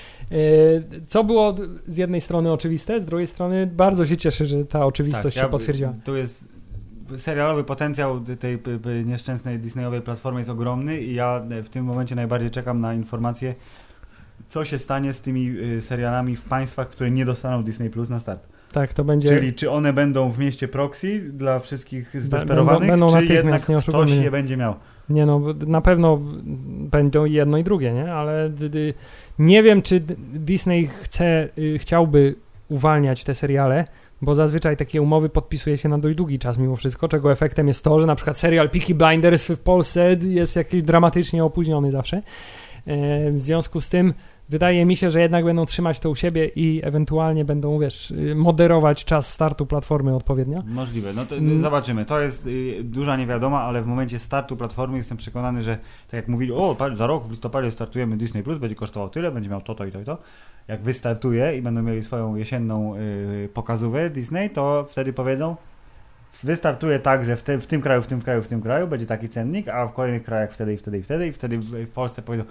Speaker 1: Co było z jednej strony oczywiste, z drugiej strony bardzo się cieszę, że ta oczywistość się potwierdziła.
Speaker 2: Tu jest serialowy potencjał tej nieszczęsnej Disneyowej platformy jest ogromny i ja w tym momencie najbardziej czekam na informacje, co się stanie z tymi serialami w państwach, które nie dostaną Disney Plus na start.
Speaker 1: Tak, to będzie...
Speaker 2: Czyli czy one będą w mieście proxy dla wszystkich zdesperowanych, czy jednak ktoś je będzie miał?
Speaker 1: Nie na pewno będą jedno i drugie, nie? Ale nie wiem, czy Disney chciałby uwalniać te seriale, bo zazwyczaj takie umowy podpisuje się na dość długi czas mimo wszystko, czego efektem jest to, że na przykład serial Peaky Blinders w Polsce jest jakiś dramatycznie opóźniony zawsze. W związku z tym wydaje mi się, że jednak będą trzymać to u siebie i ewentualnie będą, moderować czas startu platformy odpowiednio.
Speaker 2: Możliwe, to zobaczymy. To jest duża niewiadoma, ale w momencie startu platformy jestem przekonany, że tak jak mówili, za rok w listopadzie startujemy Disney Plus, będzie kosztował tyle, będzie miał to i to. Jak wystartuje i będą mieli swoją jesienną pokazówę Disney, to wtedy powiedzą, wystartuje tak, że w tym kraju będzie taki cennik, a w kolejnych krajach wtedy i wtedy w Polsce powiedzą,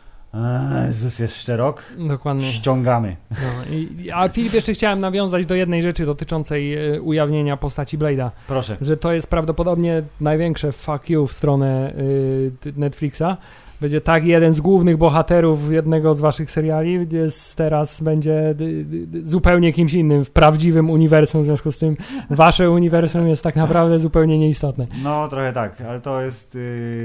Speaker 2: Jezus, jeszcze rok.
Speaker 1: Dokładnie.
Speaker 2: Ściągamy.
Speaker 1: A Filip, jeszcze chciałem nawiązać do jednej rzeczy dotyczącej ujawnienia postaci Blade'a.
Speaker 2: Proszę.
Speaker 1: Że to jest prawdopodobnie największe fuck you w stronę Netflixa. Będzie jeden z głównych bohaterów jednego z waszych seriali będzie zupełnie kimś innym w prawdziwym uniwersum, w związku z tym wasze uniwersum jest tak naprawdę zupełnie nieistotne.
Speaker 2: No, trochę tak, ale to jest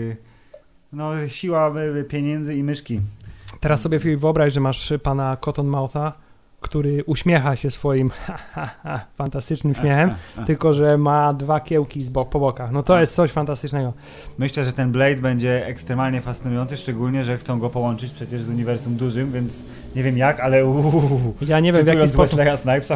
Speaker 2: siła pieniędzy i myszki.
Speaker 1: Teraz sobie, Filip, wyobraź, że masz pana Cottonmoutha, który uśmiecha się swoim fantastycznym śmiechem, tylko że ma 2 kiełki po bokach. To jest coś fantastycznego.
Speaker 2: Myślę, że ten Blade będzie ekstremalnie fascynujący, szczególnie, że chcą go połączyć przecież z uniwersum dużym, więc nie wiem jak, ale
Speaker 1: ja nie wiem w jaki sposób.
Speaker 2: Snipesa,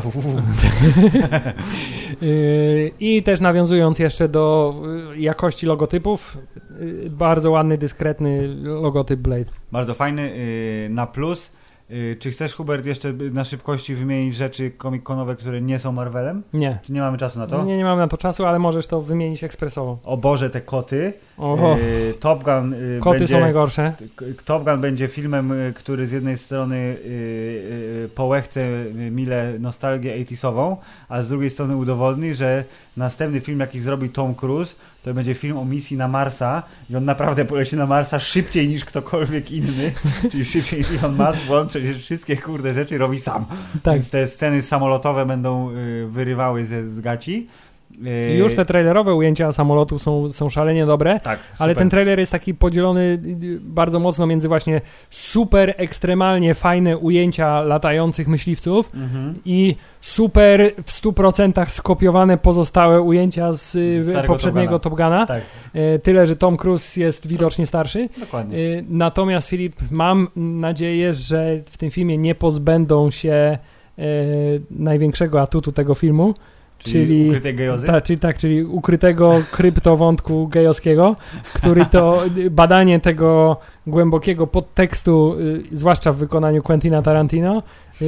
Speaker 1: I też nawiązując jeszcze do jakości logotypów, bardzo ładny, dyskretny logotyp Blade.
Speaker 2: Bardzo fajny, na plus. Czy chcesz, Hubert, jeszcze na szybkości wymienić rzeczy comic-conowe, które nie są Marvelem?
Speaker 1: Nie.
Speaker 2: Czy nie mamy czasu na to?
Speaker 1: Nie mamy na to czasu, ale możesz to wymienić ekspresowo.
Speaker 2: O Boże, te koty. Top Gun
Speaker 1: koty są najgorsze.
Speaker 2: Top Gun będzie filmem, który z jednej strony połechce mile nostalgię 80'sową, a z drugiej strony udowodni, że następny film, jaki zrobi Tom Cruise, to będzie film o misji na Marsa i on naprawdę poleci na Marsa szybciej niż ktokolwiek inny, czyli szybciej niż Elon Musk, bo on przecież wszystkie rzeczy robi sam. Tak. Więc te sceny samolotowe będą wyrywały z gaci.
Speaker 1: Już te trailerowe ujęcia samolotu są szalenie dobre,
Speaker 2: tak,
Speaker 1: ale ten trailer jest taki podzielony bardzo mocno między właśnie super ekstremalnie fajne ujęcia latających myśliwców i super w 100% skopiowane pozostałe ujęcia z poprzedniego Top Guna. Tak. Tyle, że Tom Cruise jest widocznie starszy.
Speaker 2: Dokładnie.
Speaker 1: Natomiast, Filip, mam nadzieję, że w tym filmie nie pozbędą się największego atutu tego filmu,
Speaker 2: Czyli ukrytej gejozy?
Speaker 1: Czyli ukrytego kryptowątku gejowskiego, który to badanie tego głębokiego podtekstu, zwłaszcza w wykonaniu Quentina Tarantino,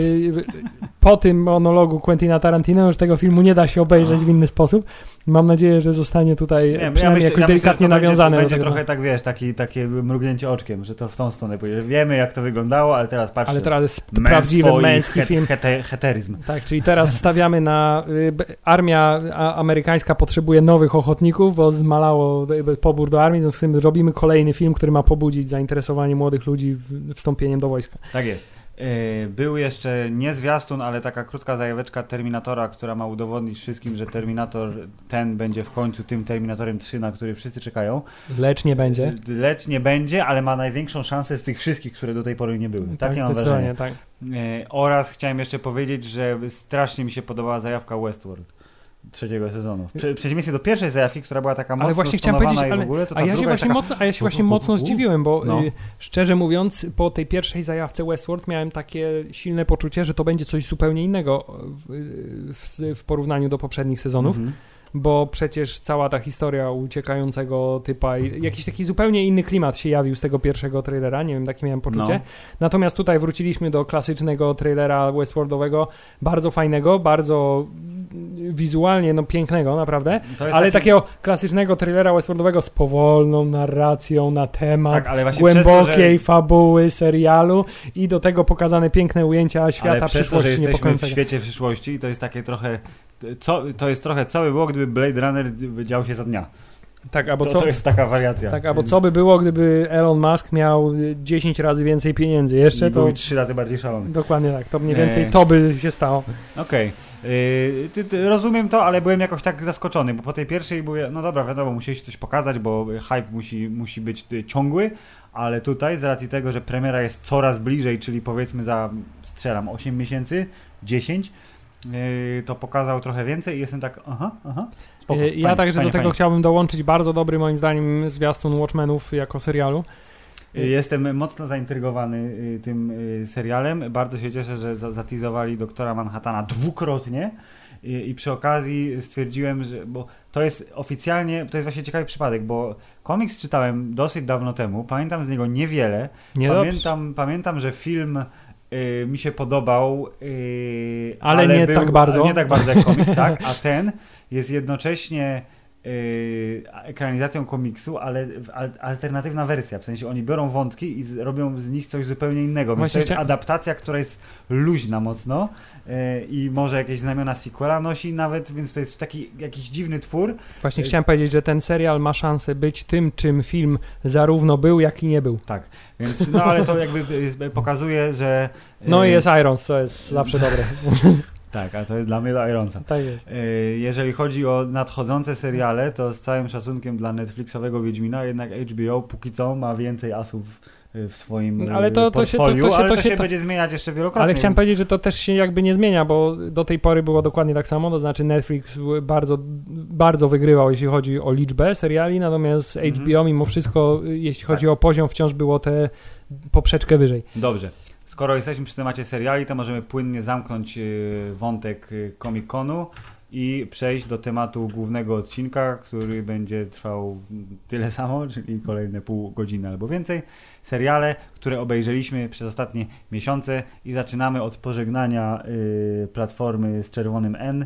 Speaker 1: po tym monologu Quentina Tarantino już tego filmu nie da się obejrzeć w inny sposób. Mam nadzieję, że zostanie tutaj przynajmniej jakoś delikatnie nawiązane.
Speaker 2: Będzie trochę tak, wiesz, takie mrugnięcie oczkiem, że to w tą stronę pójdzie. Wiemy, jak to wyglądało, ale teraz patrzcie.
Speaker 1: Ale teraz jest prawdziwy męski film.
Speaker 2: Heteryzm.
Speaker 1: Tak, czyli teraz stawiamy na... Armia amerykańska potrzebuje nowych ochotników, bo zmalało pobór do armii, w związku z tym robimy kolejny film, który ma pobudzić zainteresowanie młodych ludzi wstąpieniem do wojska.
Speaker 2: Tak jest. Był jeszcze nie zwiastun, ale taka krótka zajaweczka Terminatora, która ma udowodnić wszystkim, że Terminator ten będzie w końcu tym Terminatorem 3, na który wszyscy czekają.
Speaker 1: Lecz nie będzie, ale ma największą szansę z tych wszystkich, które do tej pory nie były. Tak,
Speaker 2: mam wrażenie.
Speaker 1: Tak.
Speaker 2: Oraz chciałem jeszcze powiedzieć, że strasznie mi się podobała zajawka Westworld. 3. sezonu. W przeciwieństwie do pierwszej zajawki, która była taka mocno stonowana i w ogóle, to ta
Speaker 1: ja się właśnie mocno zdziwiłem, bo szczerze mówiąc, po tej pierwszej zajawce Westworld miałem takie silne poczucie, że to będzie coś zupełnie innego w porównaniu do poprzednich sezonów. Bo przecież cała ta historia uciekającego typa, jakiś taki zupełnie inny klimat się jawił z tego pierwszego trailera, nie wiem, takie miałem poczucie. Natomiast tutaj wróciliśmy do klasycznego trailera Westworldowego, bardzo fajnego, bardzo wizualnie pięknego, naprawdę, ale takiego klasycznego trailera Westworldowego z powolną narracją na temat głębokiej fabuły serialu i do tego pokazane piękne ujęcia świata przyszłości.
Speaker 2: Ale jesteśmy w świecie przyszłości i to jest takie trochę co by było, gdyby Blade Runner dział się za dnia.
Speaker 1: Tak, albo
Speaker 2: to jest taka wariacja.
Speaker 1: Tak, albo co by było, gdyby Elon Musk miał 10 razy więcej pieniędzy jeszcze,
Speaker 2: to... Był 3 razy bardziej szalony.
Speaker 1: Dokładnie tak, to mniej więcej to by się stało.
Speaker 2: Okej. Rozumiem to, ale byłem jakoś tak zaskoczony, bo po tej pierwszej byłem, no dobra, wiadomo, musieli coś pokazać, bo hype musi być ciągły, ale tutaj z racji tego, że premiera jest coraz bliżej, czyli powiedzmy strzelam 8 miesięcy, 10, to pokazał trochę więcej i jestem tak, spoko,
Speaker 1: ja także do tego chciałbym dołączyć bardzo dobry moim zdaniem zwiastun Watchmenów jako serialu.
Speaker 2: Jestem mocno zaintrygowany tym serialem. Bardzo się cieszę, że zateasowali Doktora Manhattana dwukrotnie i przy okazji stwierdziłem, że bo to jest oficjalnie, to jest właśnie ciekawy przypadek, bo komiks czytałem dosyć dawno temu, pamiętam z niego niewiele. Pamiętam, że film mi się podobał, ale nie tak bardzo. Nie tak bardzo jak komiks, tak? A ten jest jednocześnie ekranizacją komiksu, ale alternatywna wersja, w sensie oni biorą wątki i robią z nich coś zupełnie innego, więc to jest adaptacja, która jest luźna mocno i może jakieś znamiona sequela nosi nawet, więc to jest taki jakiś dziwny twór.
Speaker 1: Właśnie chciałem powiedzieć, że ten serial ma szansę być tym, czym film zarówno był, jak i nie był.
Speaker 2: Tak, więc ale to jakby pokazuje, że...
Speaker 1: No i jest Irons, co jest zawsze dobre.
Speaker 2: Tak, a to jest dla mnie do Ironsa.
Speaker 1: Tak jest.
Speaker 2: Jeżeli chodzi o nadchodzące seriale, to z całym szacunkiem dla Netflixowego Wiedźmina, jednak HBO póki co ma więcej asów w swoim portfoliu, ale to się będzie zmieniać jeszcze wielokrotnie.
Speaker 1: Ale chciałem powiedzieć, że to też się jakby nie zmienia, bo do tej pory było dokładnie tak samo, to znaczy Netflix bardzo, bardzo wygrywał, jeśli chodzi o liczbę seriali, natomiast HBO mimo wszystko, jeśli chodzi o poziom, wciąż było tę poprzeczkę wyżej.
Speaker 2: Dobrze. Skoro jesteśmy przy temacie seriali, to możemy płynnie zamknąć wątek Comic-Conu i przejść do tematu głównego odcinka, który będzie trwał tyle samo, czyli kolejne pół godziny albo więcej. Seriale, które obejrzeliśmy przez ostatnie miesiące i zaczynamy od pożegnania platformy z czerwonym N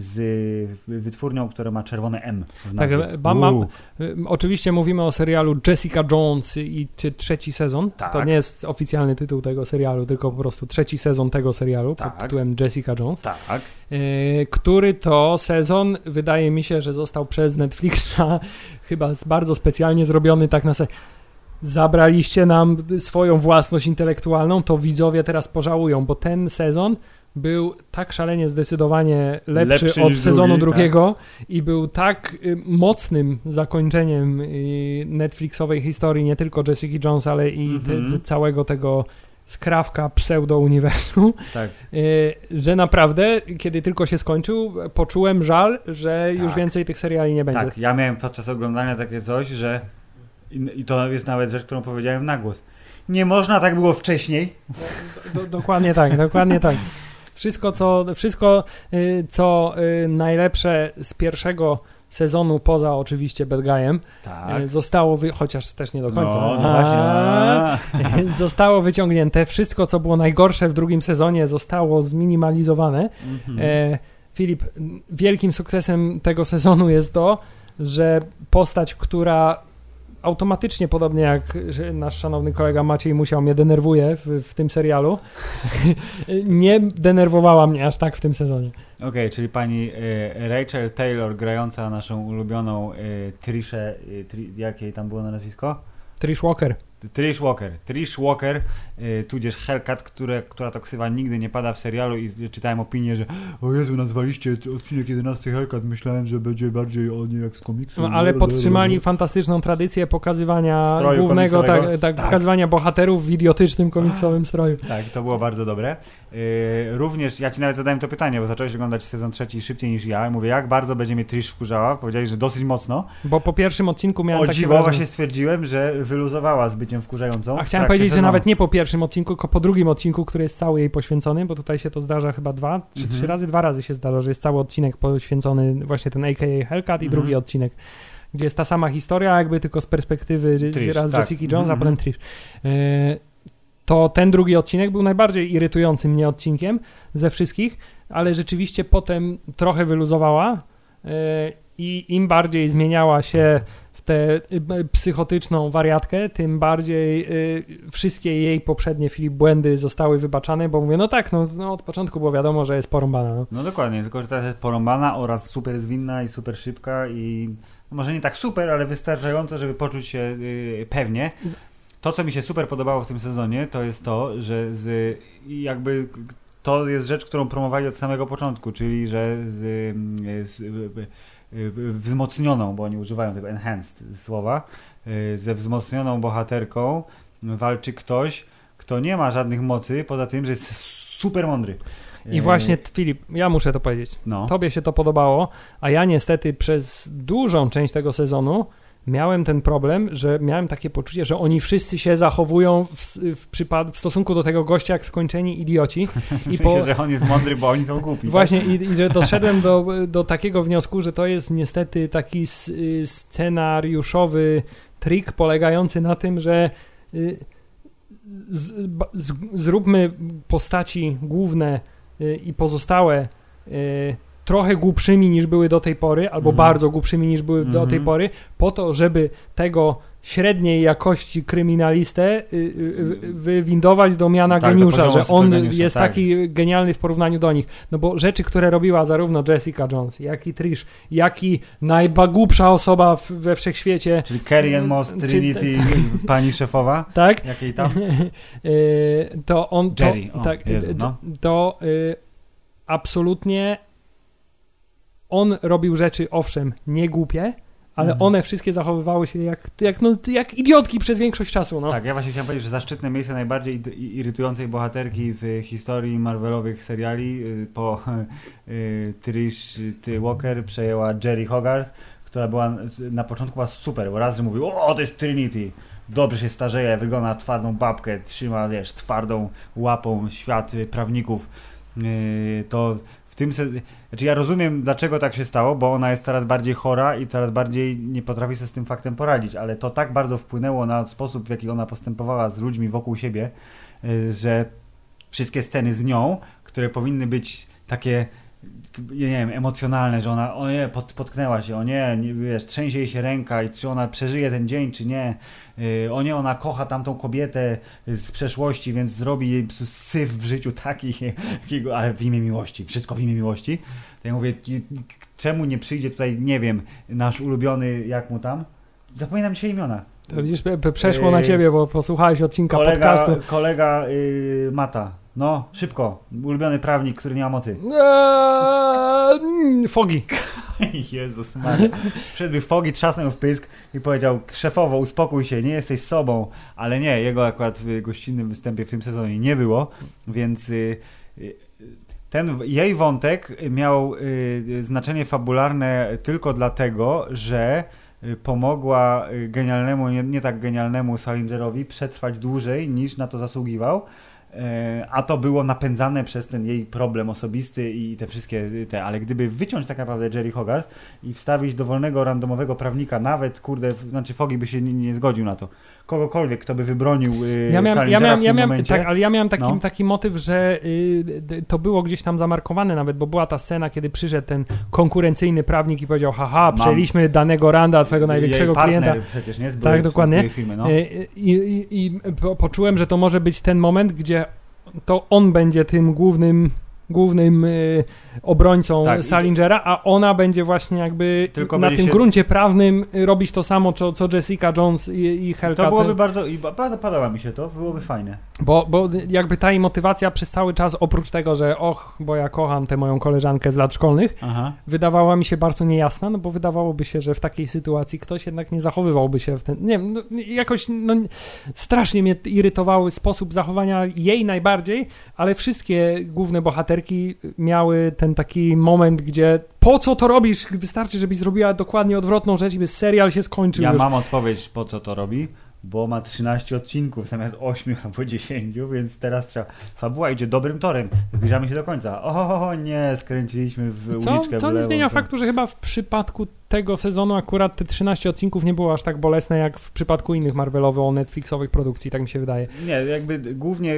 Speaker 2: z wytwórnią, która ma czerwone M w nazwie.
Speaker 1: Tak, oczywiście mówimy o serialu Jessica Jones i trzeci sezon. Tak. To nie jest oficjalny tytuł tego serialu, tylko po prostu trzeci sezon tego serialu pod tytułem Jessica Jones.
Speaker 2: Tak.
Speaker 1: Który to sezon, wydaje mi się, że został przez Netflixa chyba bardzo specjalnie zrobiony tak na zabraliście nam swoją własność intelektualną, to widzowie teraz pożałują, bo ten sezon był tak szalenie zdecydowanie lepszy od sezonu drugiego i był tak mocnym zakończeniem Netflixowej historii, nie tylko Jessica Jones, ale i całego tego skrawka pseudo-uniwersum, że naprawdę, kiedy tylko się skończył, poczułem żal, że już więcej tych seriali nie będzie.
Speaker 2: Tak, ja miałem podczas oglądania takie coś, że i to jest nawet rzecz, którą powiedziałem na głos. Nie można tak było wcześniej.
Speaker 1: Dokładnie tak, dokładnie tak. Wszystko, co najlepsze z pierwszego sezonu, poza oczywiście Bad Guyem, zostało, chociaż też nie do końca, zostało wyciągnięte. Wszystko, co było najgorsze w drugim sezonie, zostało zminimalizowane. Filip, wielkim sukcesem tego sezonu jest to, że postać, która automatycznie, podobnie jak nasz szanowny kolega Maciej Musiał mnie denerwuje w tym serialu, nie denerwowała mnie aż tak w tym sezonie.
Speaker 2: Okej, czyli pani Rachel Taylor, grająca naszą ulubioną Trishę, jakie tam było na nazwisko?
Speaker 1: Trish Walker.
Speaker 2: Trish Walker, tudzież Hellcat, która to ksywa nigdy nie pada w serialu i czytałem opinię, że o Jezu, nazwaliście odcinek 11 Hellcat, myślałem, że będzie bardziej o nie jak z komiksu.
Speaker 1: No, ale podtrzymali fantastyczną tradycję pokazywania stroju głównego, pokazywania bohaterów w idiotycznym komiksowym stroju.
Speaker 2: Tak, to było bardzo dobre. Również, ja ci nawet zadałem to pytanie, bo zacząłeś oglądać sezon 3 szybciej niż ja. Mówię, jak bardzo będzie mnie Trish wkurzała? Powiedziałeś, że dosyć mocno.
Speaker 1: Bo po pierwszym odcinku miałem takie
Speaker 2: wrażenie. Właśnie stwierdziłem, że wyluzowała z byciem wkurzającą.
Speaker 1: A chciałem powiedzieć, że nawet nie po pierwszym odcinku, tylko po drugim odcinku, który jest cały jej poświęcony, bo tutaj się to zdarza chyba 2 czy 3 razy. 2 razy się zdarza, że jest cały odcinek poświęcony właśnie ten a.k.a. Hellcat i drugi odcinek, gdzie jest ta sama historia, jakby tylko z perspektywy Trish, raz Jessica Jones, a potem Trish. To ten drugi odcinek był najbardziej irytującym mnie odcinkiem ze wszystkich, ale rzeczywiście potem trochę wyluzowała i im bardziej zmieniała się w tę psychotyczną wariatkę, tym bardziej wszystkie jej poprzednie błędy zostały wybaczane, bo mówię, od początku było wiadomo, że jest porąbana.
Speaker 2: No dokładnie, tylko że teraz jest porąbana oraz super zwinna i super szybka i może nie tak super, ale wystarczająco, żeby poczuć się pewnie. To, co mi się super podobało w tym sezonie, to jest to, że to jest rzecz, którą promowali od samego początku, czyli że wzmocnioną, bo oni używają tego enhanced słowa, ze wzmocnioną bohaterką walczy ktoś, kto nie ma żadnych mocy, poza tym, że jest super mądry.
Speaker 1: I właśnie, Filip, ja muszę to powiedzieć. Tobie się to podobało, a ja niestety przez dużą część tego sezonu miałem ten problem, że miałem takie poczucie, że oni wszyscy się zachowują w stosunku do tego gościa jak skończeni idioci.
Speaker 2: Myślę, że on jest mądry, bo oni są głupi.
Speaker 1: Właśnie, tak? i że doszedłem do takiego wniosku, że to jest niestety taki scenariuszowy trik polegający na tym, że zróbmy postaci główne i pozostałe trochę głupszymi niż były do tej pory, albo bardzo głupszymi niż były do tej pory, po to, żeby tego średniej jakości kryminalistę wywindować do miana geniusza, że on jest taki genialny w porównaniu do nich. No bo rzeczy, które robiła zarówno Jessica Jones, jak i Trish, jak i najbagłupsza osoba we wszechświecie.
Speaker 2: Czyli Carrie Ann Moss, Trinity, pani szefowa.
Speaker 1: Tak.
Speaker 2: Jakiej tam?
Speaker 1: To on...
Speaker 2: Jerry.
Speaker 1: To absolutnie on robił rzeczy, owszem, nie głupie, ale one wszystkie zachowywały się jak idiotki przez większość czasu. No.
Speaker 2: Tak, ja właśnie chciałem powiedzieć, że zaszczytne miejsce najbardziej irytującej bohaterki w historii Marvelowych seriali po Trish Walker przejęła Jerry Hogarth, która była na początku super, bo raz, że mówił, to jest Trinity, dobrze się starzeje, wygląda na twardą babkę, trzyma, twardą łapą świat prawników. To w tym znaczy ja rozumiem, dlaczego tak się stało, bo ona jest coraz bardziej chora i coraz bardziej nie potrafi sobie z tym faktem poradzić, ale to tak bardzo wpłynęło na sposób, w jaki ona postępowała z ludźmi wokół siebie, że wszystkie sceny z nią, które powinny być takie, nie wiem, emocjonalne, że ona potknęła się, trzęsie jej się ręka i czy ona przeżyje ten dzień, czy nie, ona kocha tamtą kobietę z przeszłości, więc zrobi jej syf w życiu takiego, ale w imię miłości, wszystko w imię miłości. To ja mówię, czemu nie przyjdzie tutaj, nie wiem, nasz ulubiony, jak mu tam? Zapominam dzisiaj imiona.
Speaker 1: To widzisz, przeszło na ciebie, bo posłuchałeś odcinka podcastu.
Speaker 2: Kolega Mata. No, szybko. Ulubiony prawnik, który nie ma mocy.
Speaker 1: Foggy.
Speaker 2: Jezus Maria. Wszedłby Foggy, trzasnął w pysk i powiedział, szefowo, uspokój się, nie jesteś sobą. Ale nie, jego akurat w gościnnym występie w tym sezonie nie było, więc ten jej wątek miał znaczenie fabularne tylko dlatego, że pomogła genialnemu, nie tak genialnemu Salingerowi przetrwać dłużej niż na to zasługiwał. a to było napędzane przez ten jej problem osobisty i te wszystkie ale gdyby wyciąć tak naprawdę Jerry Hogarth i wstawić dowolnego randomowego prawnika, nawet znaczy Foggy by się nie zgodził na to, kogokolwiek, kto by wybronił Salingera w tym momencie.
Speaker 1: Tak, ale ja miałem taki motyw, że to było gdzieś tam zamarkowane nawet, bo była ta scena, kiedy przyszedł ten konkurencyjny prawnik i powiedział, przejęliśmy danego Randa, twojego największego klienta.
Speaker 2: Przecież nie?
Speaker 1: Tak, dokładnie.
Speaker 2: Firmy,
Speaker 1: I poczułem, że to może być ten moment, gdzie to on będzie tym głównym obrońcą Salingera, a ona będzie właśnie jakby na tym gruncie prawnym robić to samo, co Jessica Jones i Hellcat.
Speaker 2: To byłoby bardzo podoba mi się to, byłoby fajne.
Speaker 1: Bo jakby ta jej motywacja przez cały czas, oprócz tego, że bo ja kocham tę moją koleżankę z lat szkolnych, wydawała mi się bardzo niejasna, no bo wydawałoby się, że w takiej sytuacji ktoś jednak nie zachowywałby się nie wiem, jakoś strasznie mnie irytowały sposób zachowania jej najbardziej, ale wszystkie główne bohaterki miały ten taki moment, gdzie po co to robisz? Wystarczy, żebyś zrobiła dokładnie odwrotną rzecz i by serial się skończył.
Speaker 2: Ja mam odpowiedź, po co to robi, bo ma 13 odcinków zamiast 8 albo 10, więc teraz fabuła idzie dobrym torem. Zbliżamy się do końca. Nie, skręciliśmy w uliczkę.
Speaker 1: Co nie zmienia faktu, że chyba w przypadku tego sezonu akurat te 13 odcinków nie było aż tak bolesne jak w przypadku innych Marvelowo-Netflixowych produkcji, tak mi się wydaje.
Speaker 2: Nie, jakby głównie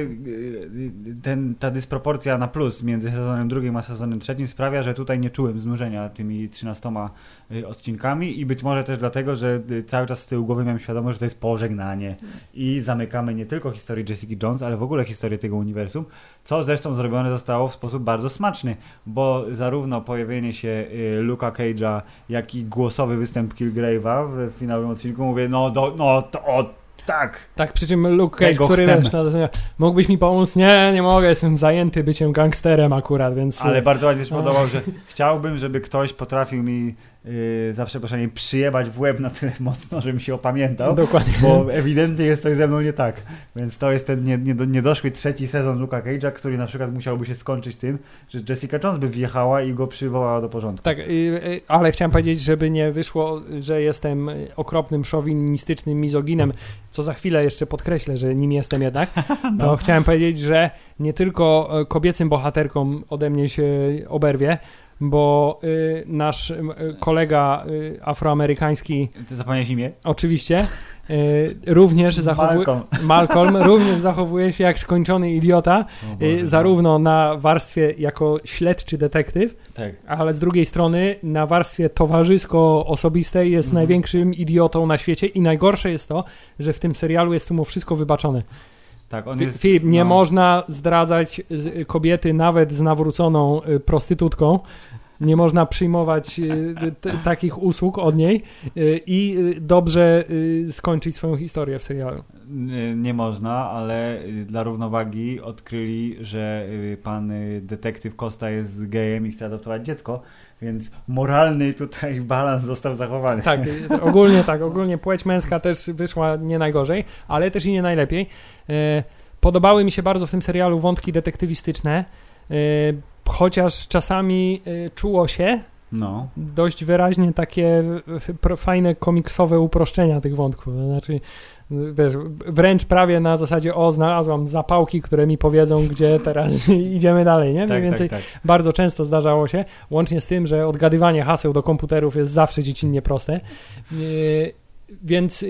Speaker 2: ta dysproporcja na plus między sezonem drugim a sezonem trzecim sprawia, że tutaj nie czułem znużenia tymi 13 odcinkami i być może też dlatego, że cały czas z tyłu głowy miałem świadomość, że to jest pożegnanie i zamykamy nie tylko historię Jessica Jones, ale w ogóle historię tego uniwersum, co zresztą zrobione zostało w sposób bardzo smaczny, bo zarówno pojawienie się Luke'a Cage'a, jak i głosowy występ Kilgrave'a w finałowym odcinku, mówię, tak.
Speaker 1: Tak, przy czym Luke Cage, który mógłbyś mi pomóc? Nie mogę, jestem zajęty byciem gangsterem akurat, więc...
Speaker 2: Ale bardzo ładnie się podobał, że chciałbym, żeby ktoś potrafił mi za przeproszeniem przyjebać w łeb na tyle mocno, żebym się opamiętał.
Speaker 1: Dokładnie.
Speaker 2: Bo ewidentnie jest coś ze mną nie tak. Więc to jest ten niedoszły trzeci sezon Luke'a Cage'a, który na przykład musiałby się skończyć tym, że Jessica Jones by wjechała i go przywołała do porządku.
Speaker 1: Tak, ale chciałem powiedzieć, żeby nie wyszło, że jestem okropnym, szowinistycznym mizoginem, co za chwilę jeszcze podkreślę, że nim jestem jednak, to chciałem powiedzieć, że nie tylko kobiecym bohaterkom ode mnie się oberwie, bo nasz kolega afroamerykański...
Speaker 2: Ty zapomniałeś imię?
Speaker 1: Oczywiście. Również Malcolm również zachowuje się jak skończony idiota, zarówno na warstwie jako śledczy detektyw, ale z drugiej strony na warstwie towarzysko-osobistej jest największym idiotą na świecie i najgorsze jest to, że w tym serialu jest mu wszystko wybaczone.
Speaker 2: Tak,
Speaker 1: Filip, nie można zdradzać kobiety nawet z nawróconą prostytutką. Nie można przyjmować takich usług od niej i dobrze skończyć swoją historię w serialu.
Speaker 2: Nie można, ale dla równowagi odkryli, że pan detektyw Costa jest gejem i chce adoptować dziecko, więc moralny tutaj balans został zachowany.
Speaker 1: Tak, ogólnie płeć męska też wyszła nie najgorzej, ale też i nie najlepiej. Podobały mi się bardzo w tym serialu wątki detektywistyczne, chociaż czasami czuło się dość wyraźnie takie fajne komiksowe uproszczenia tych wątków. To znaczy, wiesz, wręcz prawie na zasadzie znalazłam zapałki, które mi powiedzą, gdzie teraz idziemy dalej, nie? Mniej więcej bardzo często zdarzało się, łącznie z tym, że odgadywanie haseł do komputerów jest zawsze dziecinnie proste. Więc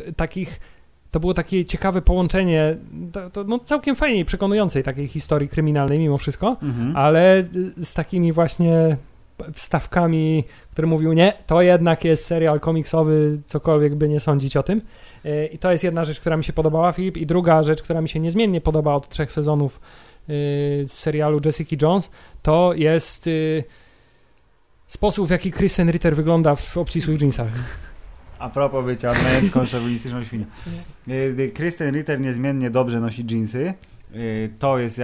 Speaker 1: to było takie ciekawe połączenie, całkiem fajnie i przekonującej takiej historii kryminalnej mimo wszystko, ale z takimi właśnie wstawkami, które mówił, nie, to jednak jest serial komiksowy, cokolwiek by nie sądzić o tym. I to jest jedna rzecz, która mi się podobała, Filip, i druga rzecz, która mi się niezmiennie podoba od 3 sezonów serialu Jessica Jones, to jest sposób, w jaki Kristen Ritter wygląda w obcisłych jeansach.
Speaker 2: A propos bycia męską, szowinistyczną świnią. Kristen Ritter niezmiennie dobrze nosi dżinsy. To jest,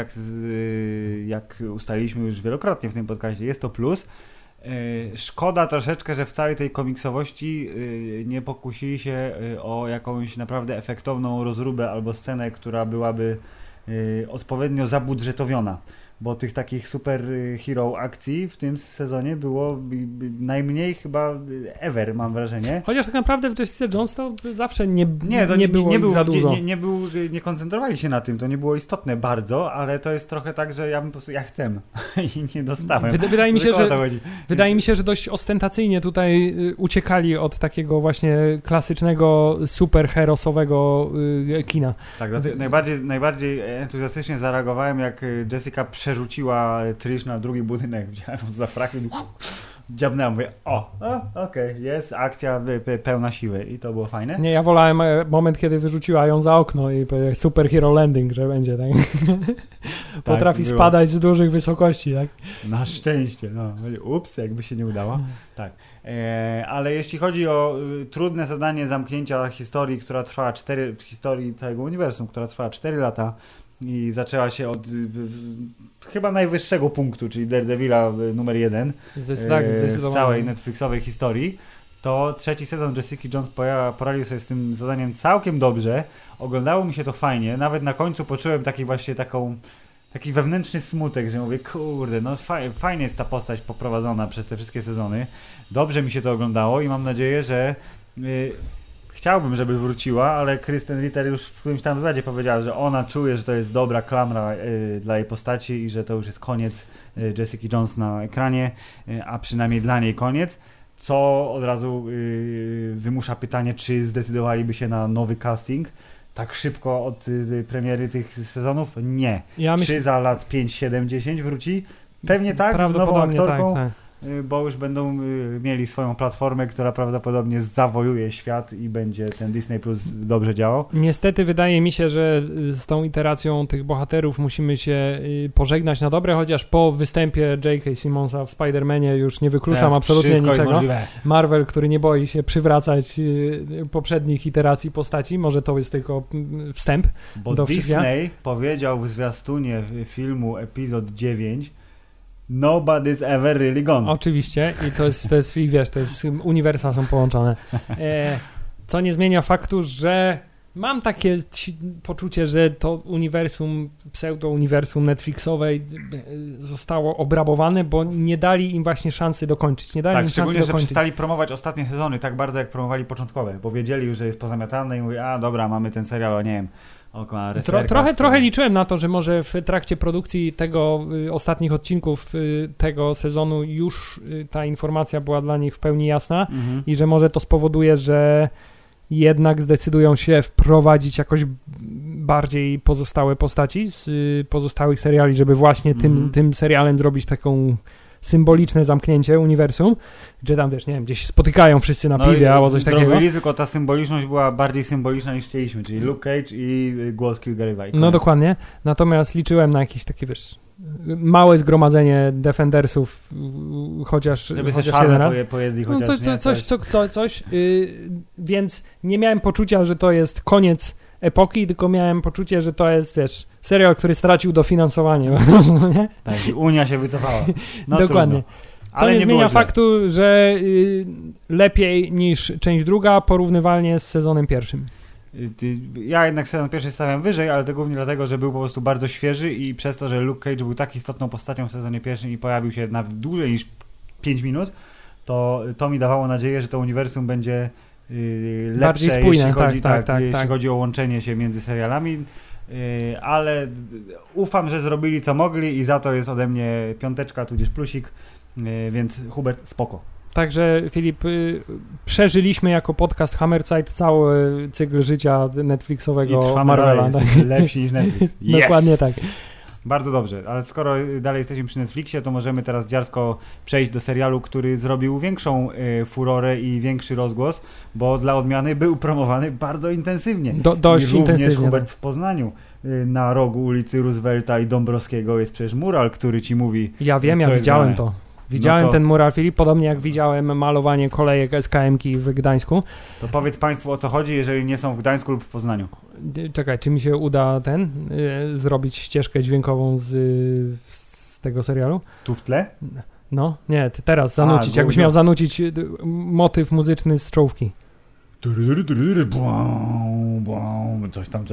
Speaker 2: jak ustaliliśmy już wielokrotnie w tym podcaście, jest to plus. Szkoda troszeczkę, że w całej tej komiksowości nie pokusili się o jakąś naprawdę efektowną rozróbę albo scenę, która byłaby odpowiednio zabudżetowiona. bo tych takich super hero akcji w tym sezonie było najmniej chyba ever, mam wrażenie.
Speaker 1: Chociaż tak naprawdę w Jessica Jones to zawsze nie było za dużo.
Speaker 2: Nie koncentrowali się na tym, to nie było istotne bardzo, ale to jest trochę tak, że ja po prostu chcę i nie dostałem.
Speaker 1: Wydaje mi się, że dość ostentacyjnie tutaj uciekali od takiego właśnie klasycznego superherosowego kina.
Speaker 2: Tak, najbardziej entuzjastycznie zareagowałem, jak Jessica przerzuciła Trish na drugi budynek, wziąłem za frakiem, dziabnęłam, mówię, okej, jest akcja pełna siły i to było fajne.
Speaker 1: Nie, ja wolałem moment, kiedy wyrzuciła ją za okno i superhero landing, że będzie, tak? Potrafi spadać z dużych wysokości, tak?
Speaker 2: Na szczęście, ups, jakby się nie udało. Tak. Ale jeśli chodzi o trudne zadanie zamknięcia historii, która trwała historii całego uniwersum, która trwała 4 lata i zaczęła się od chyba najwyższego punktu, czyli Daredevila numer 1 w całej Netflixowej historii, to trzeci sezon Jessica Jones poradził sobie z tym zadaniem całkiem dobrze. Oglądało mi się to fajnie. Nawet na końcu poczułem taki wewnętrzny smutek, że mówię, kurde, fajnie jest ta postać poprowadzona przez te wszystkie sezony. Dobrze mi się to oglądało i mam nadzieję, że chciałbym, żeby wróciła, ale Kristen Ritter już w którymś tam wywiadzie powiedziała, że ona czuje, że to jest dobra klamra dla jej postaci i że to już jest koniec Jessica Jones na ekranie, a przynajmniej dla niej koniec, co od razu wymusza pytanie, czy zdecydowaliby się na nowy casting tak szybko od premiery tych sezonów? Nie. Czy za lat 5, 7, 10 wróci? Pewnie tak, z nową aktorką. Tak. Bo już będą mieli swoją platformę, która prawdopodobnie zawojuje świat i będzie ten Disney Plus dobrze działał.
Speaker 1: Niestety wydaje mi się, że z tą iteracją tych bohaterów musimy się pożegnać na dobre, chociaż po występie J.K. Simmonsa w Spider-Manie już nie wykluczam absolutnie niczego. Marvel, który nie boi się przywracać poprzednich iteracji postaci, może to jest tylko wstęp.
Speaker 2: Bo do Disney powiedział w zwiastunie filmu epizod 9, nobody's ever really gone.
Speaker 1: Oczywiście i to jest wiesz, to jest uniwersa są połączone. Co nie zmienia faktu, że mam takie poczucie, że to uniwersum, pseudo-uniwersum Netflixowe zostało obrabowane, bo nie dali im właśnie szansy dokończyć. Nie dali im
Speaker 2: szczególnie,
Speaker 1: szansy dokończyć.
Speaker 2: że przestali promować ostatnie sezony tak bardzo, jak promowali początkowe, bo wiedzieli już, że jest pozamiatane i mówili, dobra, mamy ten serial, nie wiem,
Speaker 1: Trochę liczyłem na to, że może w trakcie produkcji tego ostatnich odcinków tego sezonu już ta informacja była dla nich w pełni jasna i że może to spowoduje, że jednak zdecydują się wprowadzić jakoś bardziej pozostałe postaci z pozostałych seriali, żeby właśnie tym serialem zrobić taką symboliczne zamknięcie uniwersum, gdzie tam, wiesz, nie wiem, gdzieś się spotykają wszyscy na piwie albo coś takiego.
Speaker 2: Tylko ta symboliczność była bardziej symboliczna niż chcieliśmy, czyli Luke Cage i głos Kilgarywa.
Speaker 1: No dokładnie, natomiast liczyłem na jakieś takie, wiesz, małe zgromadzenie Defendersów, chociaż
Speaker 2: żeby się szarne pojedli chociaż,
Speaker 1: coś, więc nie miałem poczucia, że to jest koniec epoki, tylko miałem poczucie, że to jest, wiesz, serial, który stracił dofinansowanie. Nie?
Speaker 2: Tak, i Unia się wycofała. No
Speaker 1: dokładnie. Co nie zmienia faktu, że lepiej niż część druga, porównywalnie z sezonem pierwszym.
Speaker 2: Ja jednak sezon pierwszy stawiam wyżej, ale to głównie dlatego, że był po prostu bardzo świeży i przez to, że Luke Cage był tak istotną postacią w sezonie pierwszym i pojawił się na dłużej niż 5 minut, to mi dawało nadzieję, że to uniwersum będzie lepsze,
Speaker 1: spójne,
Speaker 2: jeśli chodzi o łączenie się między serialami, ale ufam, że zrobili co mogli i za to jest ode mnie 5, tudzież plusik, więc Hubert, spoko.
Speaker 1: Także Filip, przeżyliśmy jako podcast Hammerzeit cały cykl życia Netflixowego Marvela.
Speaker 2: Jest lepsi niż Netflix.
Speaker 1: Yes! Dokładnie tak.
Speaker 2: Bardzo dobrze, ale skoro dalej jesteśmy przy Netflixie, to możemy teraz dziarsko przejść do serialu, który zrobił większą furorę i większy rozgłos, bo dla odmiany był promowany bardzo intensywnie.
Speaker 1: Dość intensywnie.
Speaker 2: Również Hubert w Poznaniu na rogu ulicy Roosevelta i Dąbrowskiego jest przecież mural, który ci mówi...
Speaker 1: Ja wiem, ja widziałem to. Widziałem ten mural, Filip, podobnie jak widziałem malowanie kolejek SKM-ki w Gdańsku.
Speaker 2: To powiedz Państwu, o co chodzi, jeżeli nie są w Gdańsku lub w Poznaniu.
Speaker 1: Czekaj, czy mi się uda zrobić ścieżkę dźwiękową z tego serialu?
Speaker 2: Tu w tle?
Speaker 1: No, nie, teraz zanucić. Jakbyś miał zanucić motyw muzyczny z czołówki.
Speaker 2: coś tam.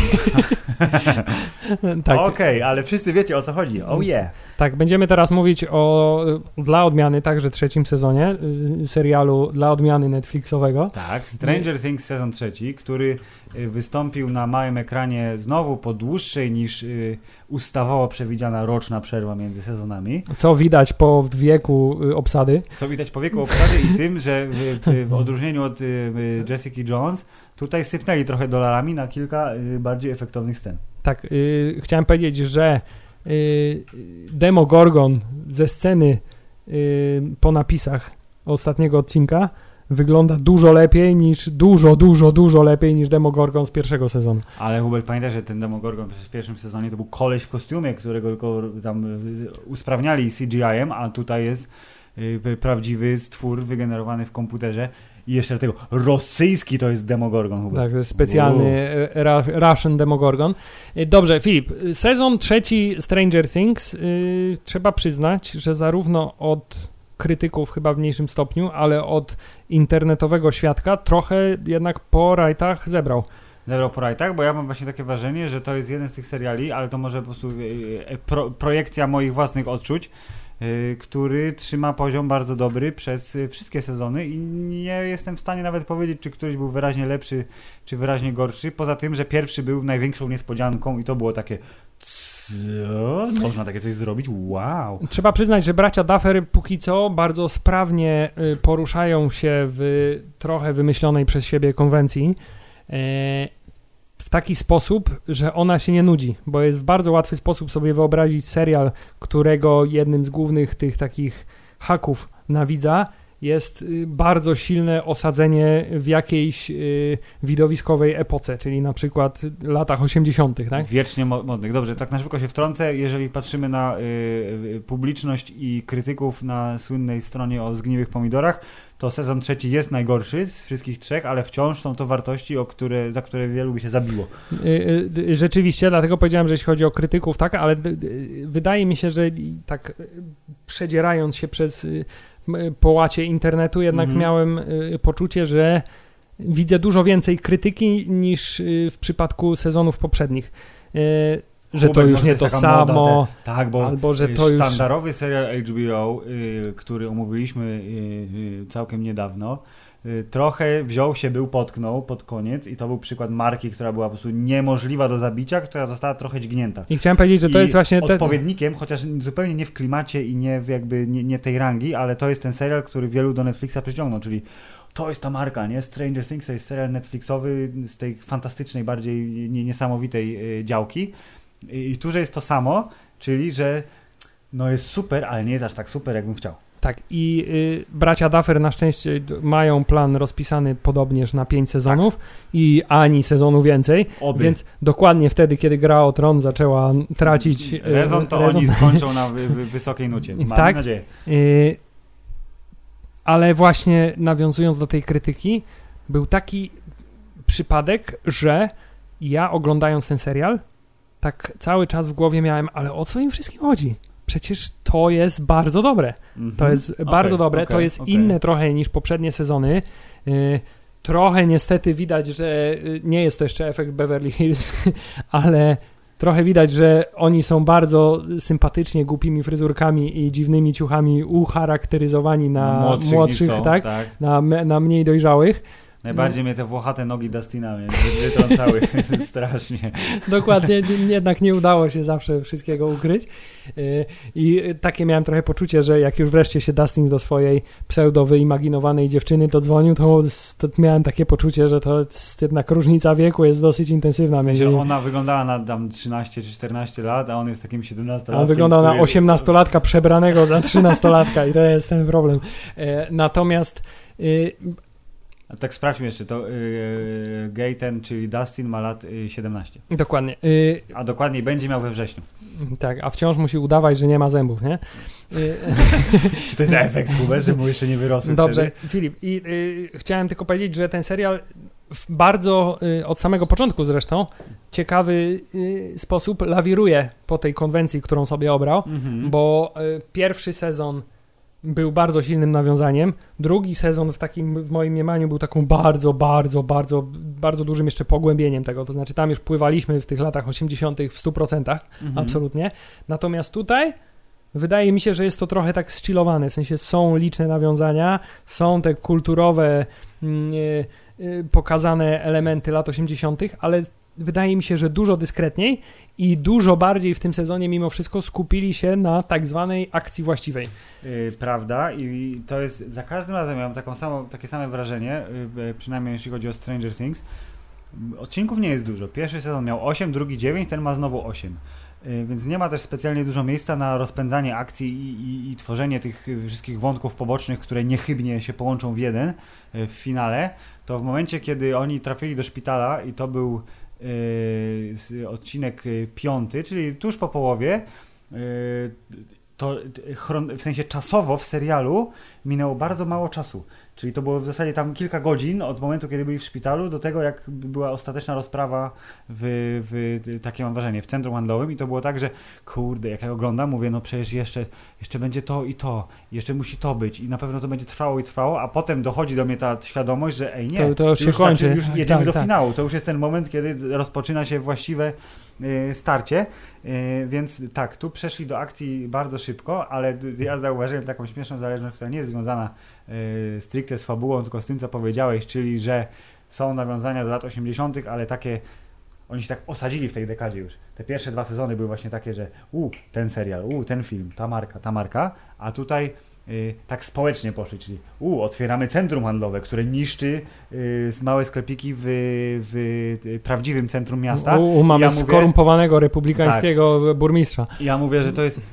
Speaker 1: Tak.
Speaker 2: Okej, ale wszyscy wiecie, o co chodzi. Oh yeah.
Speaker 1: Tak, będziemy teraz mówić dla odmiany, także trzecim sezonie serialu dla odmiany Netflixowego.
Speaker 2: Tak, Stranger Things sezon 3, który wystąpił na małym ekranie znowu po dłuższej niż ustawowo przewidziana roczna przerwa między sezonami.
Speaker 1: Co widać po wieku obsady.
Speaker 2: I tym, że w odróżnieniu od Jessica Jones tutaj sypnęli trochę dolarami na kilka bardziej efektownych scen.
Speaker 1: Tak, chciałem powiedzieć, że Demogorgon ze sceny po napisach ostatniego odcinka wygląda dużo lepiej niż dużo lepiej niż Demogorgon z pierwszego sezonu.
Speaker 2: Ale Hubert, pamiętaj, że ten Demogorgon w pierwszym sezonie to był koleś w kostiumie, którego tylko tam usprawniali CGI-em, a tutaj jest prawdziwy stwór wygenerowany w komputerze. I jeszcze do tego rosyjski to jest Demogorgon. Hubert.
Speaker 1: Tak, to jest specjalny Russian Demogorgon. Dobrze, Filip, sezon 3 Stranger Things trzeba przyznać, że zarówno od krytyków chyba w mniejszym stopniu, ale od internetowego świadka trochę jednak po rajtach zebrał po rajtach,
Speaker 2: bo ja mam właśnie takie wrażenie, że to jest jeden z tych seriali, ale to może po prostu projekcja moich własnych odczuć, który trzyma poziom bardzo dobry przez wszystkie sezony i nie jestem w stanie nawet powiedzieć, czy któryś był wyraźnie lepszy, czy wyraźnie gorszy, poza tym, że pierwszy był największą niespodzianką i to było takie co? Można takie coś zrobić? Wow!
Speaker 1: Trzeba przyznać, że bracia Duffer póki co bardzo sprawnie poruszają się w trochę wymyślonej przez siebie konwencji w taki sposób, że ona się nie nudzi, bo jest w bardzo łatwy sposób sobie wyobrazić serial, którego jednym z głównych tych takich haków na widza jest bardzo silne osadzenie w jakiejś widowiskowej epoce, czyli na przykład latach 80., tak?
Speaker 2: Wiecznie modnych. Dobrze, tak na szybko się wtrącę. Jeżeli patrzymy na publiczność i krytyków na słynnej stronie o zgniłych pomidorach, to sezon 3 jest najgorszy z wszystkich trzech, ale wciąż są to wartości, za które wielu by się zabiło.
Speaker 1: Rzeczywiście, dlatego powiedziałem, że jeśli chodzi o krytyków, tak, ale wydaje mi się, że tak przedzierając się przez połacie internetu, jednak miałem poczucie, że widzę dużo więcej krytyki niż w przypadku sezonów poprzednich. Że to już nie to samo,
Speaker 2: tak, bo
Speaker 1: albo że to już...
Speaker 2: Sztandarowy serial HBO, który omówiliśmy całkiem niedawno, trochę potknął pod koniec i to był przykład marki, która była po prostu niemożliwa do zabicia, która została trochę dźgnięta.
Speaker 1: I chciałem powiedzieć, że to jest właśnie...
Speaker 2: odpowiednikiem, chociaż zupełnie nie w klimacie i nie tej rangi, ale to jest ten serial, który wielu do Netflixa przyciągnął, czyli to jest ta marka, nie? Stranger Things to jest serial Netflixowy z tej fantastycznej, bardziej niesamowitej działki. I tu, że jest to samo, czyli, że jest super, ale nie jest aż tak super, jakbym chciał.
Speaker 1: Tak, i bracia Duffer na szczęście mają plan rozpisany podobnież na 5 sezonów i ani sezonu więcej, więc dokładnie wtedy, kiedy Gra o Tron zaczęła tracić
Speaker 2: rezon, oni skończą na wysokiej nucie. Mam nadzieję.
Speaker 1: Ale właśnie nawiązując do tej krytyki, był taki przypadek, że ja oglądając ten serial, tak cały czas w głowie miałem, ale o co im wszystkim chodzi? Przecież to jest bardzo dobre. To jest bardzo dobre, to jest inne trochę niż poprzednie sezony. Trochę niestety widać, że nie jest to jeszcze efekt Beverly Hills, ale trochę widać, że oni są bardzo sympatycznie głupimi fryzurkami i dziwnymi ciuchami ucharakteryzowani na młodszych, tak? Na mniej dojrzałych.
Speaker 2: Najbardziej mnie te włochate nogi Dustina wytrącały strasznie.
Speaker 1: Dokładnie, jednak nie udało się zawsze wszystkiego ukryć. I takie miałem trochę poczucie, że jak już wreszcie się Dustin do swojej pseudo-wyimaginowanej dziewczyny dodzwonił, to miałem takie poczucie, że to jest jednak różnica wieku jest dosyć intensywna.
Speaker 2: Ona wyglądała na tam 13 czy 14 lat, a on jest takim 17-latkiem.
Speaker 1: On wyglądał na 18-latka przebranego za 13-latka i to jest ten problem. Natomiast...
Speaker 2: Tak sprawdźmy jeszcze, to gay ten, czyli Dustin ma lat 17.
Speaker 1: Dokładnie.
Speaker 2: A dokładniej będzie miał we wrześniu.
Speaker 1: Tak, a wciąż musi udawać, że nie ma zębów, nie?
Speaker 2: Czy to jest efekt, Hubert, że mu jeszcze nie wyrosły
Speaker 1: Dobrze,
Speaker 2: wtedy?
Speaker 1: Filip, i chciałem tylko powiedzieć, że ten serial w bardzo, od samego początku zresztą, ciekawy sposób lawiruje po tej konwencji, którą sobie obrał, bo pierwszy sezon był bardzo silnym nawiązaniem. Drugi sezon w moim mniemaniu był taką bardzo bardzo dużym jeszcze pogłębieniem tego, to znaczy tam już pływaliśmy w tych latach 80. w 100%, absolutnie. Natomiast tutaj wydaje mi się, że jest to trochę tak zchillowane, w sensie są liczne nawiązania, są te kulturowe pokazane elementy lat 80., ale wydaje mi się, że dużo dyskretniej i dużo bardziej w tym sezonie mimo wszystko skupili się na tak zwanej akcji właściwej.
Speaker 2: Prawda, i to jest, za każdym razem miałem takie same wrażenie, przynajmniej jeśli chodzi o Stranger Things. Odcinków nie jest dużo. Pierwszy sezon miał 8, drugi 9, ten ma znowu 8. Więc nie ma też specjalnie dużo miejsca na rozpędzanie akcji i tworzenie tych wszystkich wątków pobocznych, które niechybnie się połączą w jeden w finale. To w momencie, kiedy oni trafili do szpitala i to był odcinek 5, czyli tuż po połowie, to w sensie czasowo w serialu minęło bardzo mało czasu. Czyli to było w zasadzie tam kilka godzin od momentu, kiedy byli w szpitalu, do tego, jak była ostateczna rozprawa takie mam wrażenie, w centrum handlowym. I to było tak, że kurde, jak ja oglądam, mówię, no przecież jeszcze będzie to i to, jeszcze musi to być i na pewno to będzie trwało i trwało, a potem dochodzi do mnie ta świadomość, że nie,
Speaker 1: to już się kończy.
Speaker 2: Już jedziemy do finału. To już jest ten moment, kiedy rozpoczyna się właściwe starcie, więc tak, tu przeszli do akcji bardzo szybko, ale ja zauważyłem taką śmieszną zależność, która nie jest związana stricte z fabułą, tylko z tym, co powiedziałeś, czyli że są nawiązania do lat 80., ale takie, oni się tak osadzili w tej dekadzie już. Te pierwsze 2 sezony były właśnie takie, że ten serial, ten film, ta marka, a tutaj tak społecznie poszli, czyli otwieramy centrum handlowe, które niszczy małe sklepiki w prawdziwym centrum miasta.
Speaker 1: Mamy skorumpowanego republikańskiego burmistrza.
Speaker 2: Ja mówię, że to jest,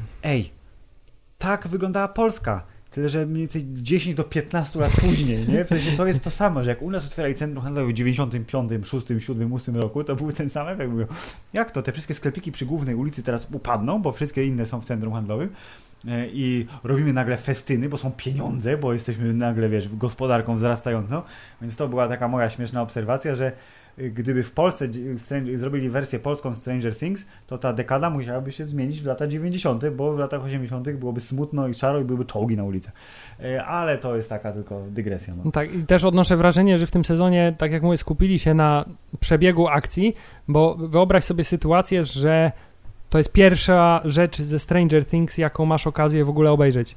Speaker 2: tak wyglądała Polska. Tyle, że mniej więcej 10 do 15 lat później, nie? W sensie to jest to samo, że jak u nas otwierali centrum handlowe w 95, 6, 7, 8 roku, to był ten sam efekt. Mówią, jak to? Te wszystkie sklepiki przy głównej ulicy teraz upadną, bo wszystkie inne są w centrum handlowym i robimy nagle festyny, bo są pieniądze, bo jesteśmy nagle, gospodarką wzrastającą. Więc to była taka moja śmieszna obserwacja, że gdyby w Polsce zrobili wersję polską Stranger Things, to ta dekada musiałaby się zmienić w lata 90., bo w latach 80. byłoby smutno i szaro i byłyby czołgi na ulicach. Ale to jest taka tylko dygresja. No.
Speaker 1: Tak, i też odnoszę wrażenie, że w tym sezonie, tak jak mówię, skupili się na przebiegu akcji, bo wyobraź sobie sytuację, że to jest pierwsza rzecz ze Stranger Things, jaką masz okazję w ogóle obejrzeć.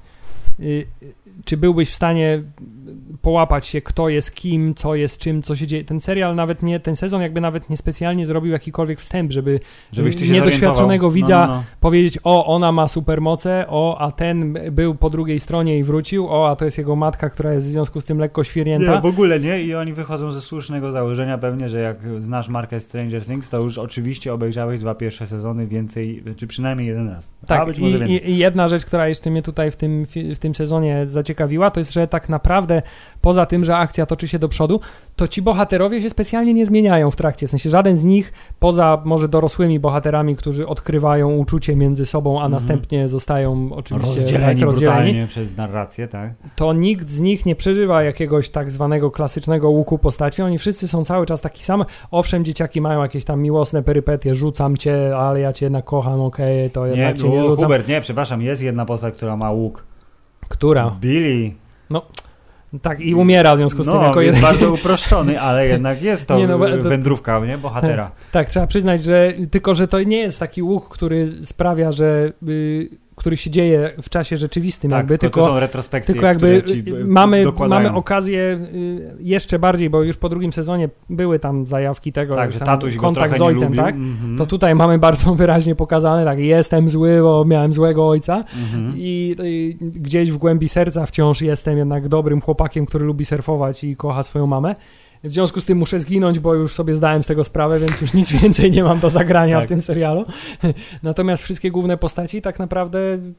Speaker 1: Czy byłbyś w stanie połapać się, kto jest kim, co jest czym, co się dzieje. Ten serial ten sezon jakby nawet niespecjalnie zrobił jakikolwiek wstęp, żebyś niedoświadczonego widza powiedzieć, ona ma supermoce, a ten był po drugiej stronie i wrócił, a to jest jego matka, która jest w związku z tym lekko świrnięta.
Speaker 2: Nie, w ogóle nie i oni wychodzą ze słusznego założenia pewnie, że jak znasz markę Stranger Things, to już oczywiście obejrzałeś 2 pierwsze sezony więcej, czy przynajmniej jeden raz.
Speaker 1: Tak, i jedna rzecz, która jeszcze mnie tutaj w tym sezonie zaciekawiła, to jest, że tak naprawdę poza tym, że akcja toczy się do przodu, to ci bohaterowie się specjalnie nie zmieniają w trakcie. W sensie żaden z nich, poza może dorosłymi bohaterami, którzy odkrywają uczucie między sobą, a następnie zostają oczywiście
Speaker 2: rozdzieleni brutalnie przez narrację, tak?
Speaker 1: To nikt z nich nie przeżywa jakiegoś tak zwanego klasycznego łuku postaci. Oni wszyscy są cały czas taki sam. Owszem, dzieciaki mają jakieś tam miłosne perypetie, rzucam cię, ale ja cię jednak kocham, okej, to jednak cię nie rzucam.
Speaker 2: Hubert, nie, przepraszam, jest jedna postać, która ma łuk.
Speaker 1: Która?
Speaker 2: Billy.
Speaker 1: No, tak, i umiera w związku z tym jako
Speaker 2: jest bardzo uproszczony, ale jednak jest to wędrówka, nie? Bohatera.
Speaker 1: Tak, trzeba przyznać, że to nie jest taki łuk, który sprawia, że który się dzieje w czasie rzeczywistym,
Speaker 2: tak,
Speaker 1: tylko
Speaker 2: to są retrospekcje,
Speaker 1: tylko jakby mamy okazję jeszcze bardziej, bo już po drugim sezonie były tam zajawki tego,
Speaker 2: tak, że tatuś
Speaker 1: kontakt
Speaker 2: go
Speaker 1: z ojcem, tak? To tutaj mamy bardzo wyraźnie pokazane, tak, jestem zły, bo miałem złego ojca i gdzieś w głębi serca wciąż jestem jednak dobrym chłopakiem, który lubi surfować i kocha swoją mamę. W związku z tym muszę zginąć, bo już sobie zdałem z tego sprawę, więc już nic więcej nie mam do zagrania tak w tym serialu. Natomiast wszystkie główne postaci tak naprawdę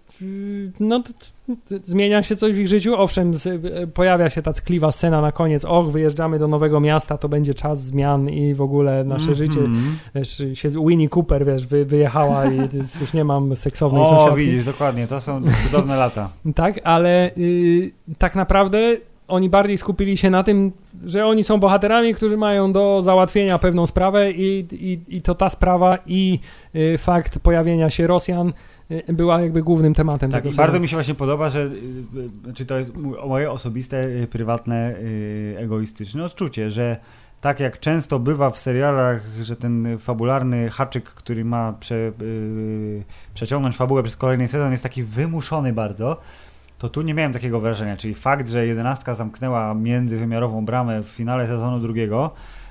Speaker 1: zmienia się coś w ich życiu. Owszem, pojawia się ta ckliwa scena na koniec. Wyjeżdżamy do nowego miasta, to będzie czas zmian i w ogóle nasze życie. Wiesz, Winnie Cooper, wyjechała i już nie mam seksownej sąsiadki.
Speaker 2: Widzisz, dokładnie, to są cudowne lata.
Speaker 1: Tak, ale tak naprawdę oni bardziej skupili się na tym, że oni są bohaterami, którzy mają do załatwienia pewną sprawę i to ta sprawa i fakt pojawienia się Rosjan była jakby głównym tematem tego sezonu.
Speaker 2: Bardzo mi się właśnie podoba, że to jest moje osobiste, prywatne, egoistyczne odczucie, że tak jak często bywa w serialach, że ten fabularny haczyk, który ma przeciągnąć fabułę przez kolejny sezon, jest taki wymuszony bardzo, to tu nie miałem takiego wrażenia, czyli fakt, że 11 zamknęła międzywymiarową bramę w finale sezonu drugiego,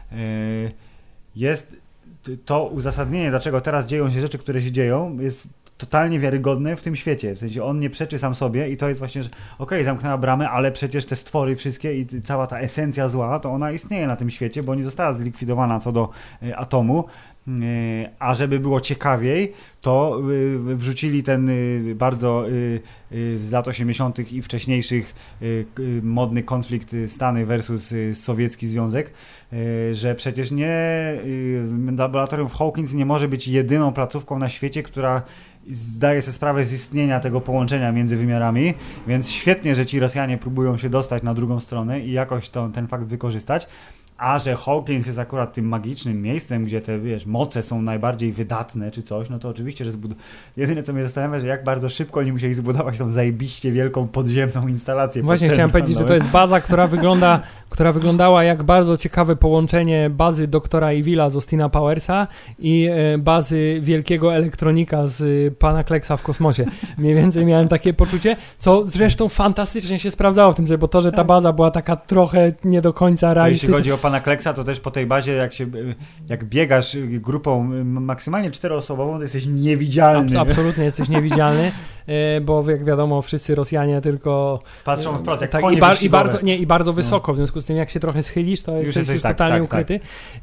Speaker 2: jest to uzasadnienie, dlaczego teraz dzieją się rzeczy, które się dzieją, jest totalnie wiarygodne w tym świecie. W sensie on nie przeczy sam sobie i to jest właśnie, że okej, zamknęła bramę, ale przecież te stwory wszystkie i cała ta esencja zła, to ona istnieje na tym świecie, bo nie została zlikwidowana co do atomu. A żeby było ciekawiej, to wrzucili ten bardzo z lat 80. i wcześniejszych modny konflikt Stany versus Sowiecki Związek, że przecież laboratorium w Hawkins nie może być jedyną placówką na świecie, która zdaje sobie sprawę z istnienia tego połączenia między wymiarami, więc świetnie, że ci Rosjanie próbują się dostać na drugą stronę i jakoś ten fakt wykorzystać. A że Hawkins jest akurat tym magicznym miejscem, gdzie te, moce są najbardziej wydatne czy coś, no to oczywiście, że jedyne co mnie zastanawia, że jak bardzo szybko oni musieli zbudować tą zajebiście wielką podziemną instalację.
Speaker 1: Właśnie chciałem powiedzieć, że to jest baza, która wyglądała jak bardzo ciekawe połączenie bazy doktora Evila z Austina Powersa i bazy wielkiego elektronika z pana Kleksa w kosmosie. Mniej więcej miałem takie poczucie, co zresztą fantastycznie się sprawdzało w tym, bo to, że ta baza była taka trochę nie do końca realistyczna.
Speaker 2: Jeśli chodzi o pana Kleksa, to też po tej bazie, jak biegasz grupą maksymalnie 4-osobową, to jesteś niewidzialny.
Speaker 1: Absolutnie jesteś niewidzialny, bo jak wiadomo, wszyscy Rosjanie tylko
Speaker 2: patrzą wprost, jak
Speaker 1: tak,
Speaker 2: konie
Speaker 1: i bardzo wysoko, w związku z tym jak się trochę schylisz, to jesteś już totalnie ukryty.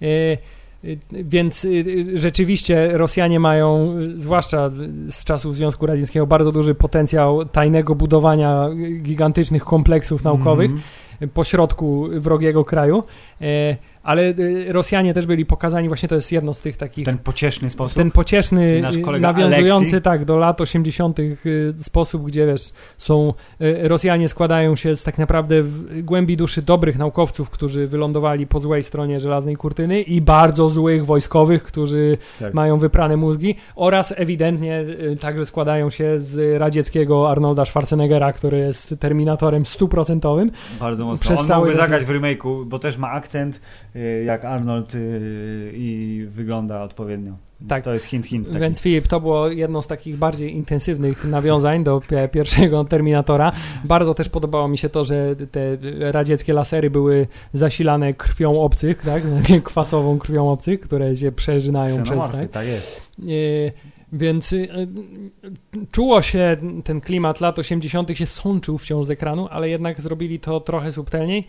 Speaker 1: Więc rzeczywiście Rosjanie mają, zwłaszcza z czasów Związku Radzieckiego, bardzo duży potencjał tajnego budowania gigantycznych kompleksów naukowych pośrodku wrogiego kraju, ale Rosjanie też byli pokazani, właśnie to jest jedno z tych takich...
Speaker 2: Ten pocieszny sposób?
Speaker 1: Ten pocieszny, nawiązujący
Speaker 2: Aleksij.
Speaker 1: do lat 80. sposób, gdzie Rosjanie składają się z tak naprawdę w głębi duszy dobrych naukowców, którzy wylądowali po złej stronie żelaznej kurtyny i bardzo złych wojskowych, którzy mają wyprane mózgi, oraz ewidentnie także składają się z radzieckiego Arnolda Schwarzeneggera, który jest Terminatorem 100%.
Speaker 2: Bardzo mocno. On mógłby zagrać w remake'u, bo też ma akcent jak Arnold i wygląda odpowiednio. Tak. To jest hint. Taki.
Speaker 1: Więc Filip, to było jedno z takich bardziej intensywnych nawiązań do pierwszego Terminatora. Bardzo też podobało mi się to, że te radzieckie lasery były zasilane krwią obcych, tak? Kwasową krwią obcych, które się przeżynają przez...
Speaker 2: Tak jest.
Speaker 1: Więc czuło się, ten klimat lat 80. się sączył wciąż z ekranu, ale jednak zrobili to trochę subtelniej.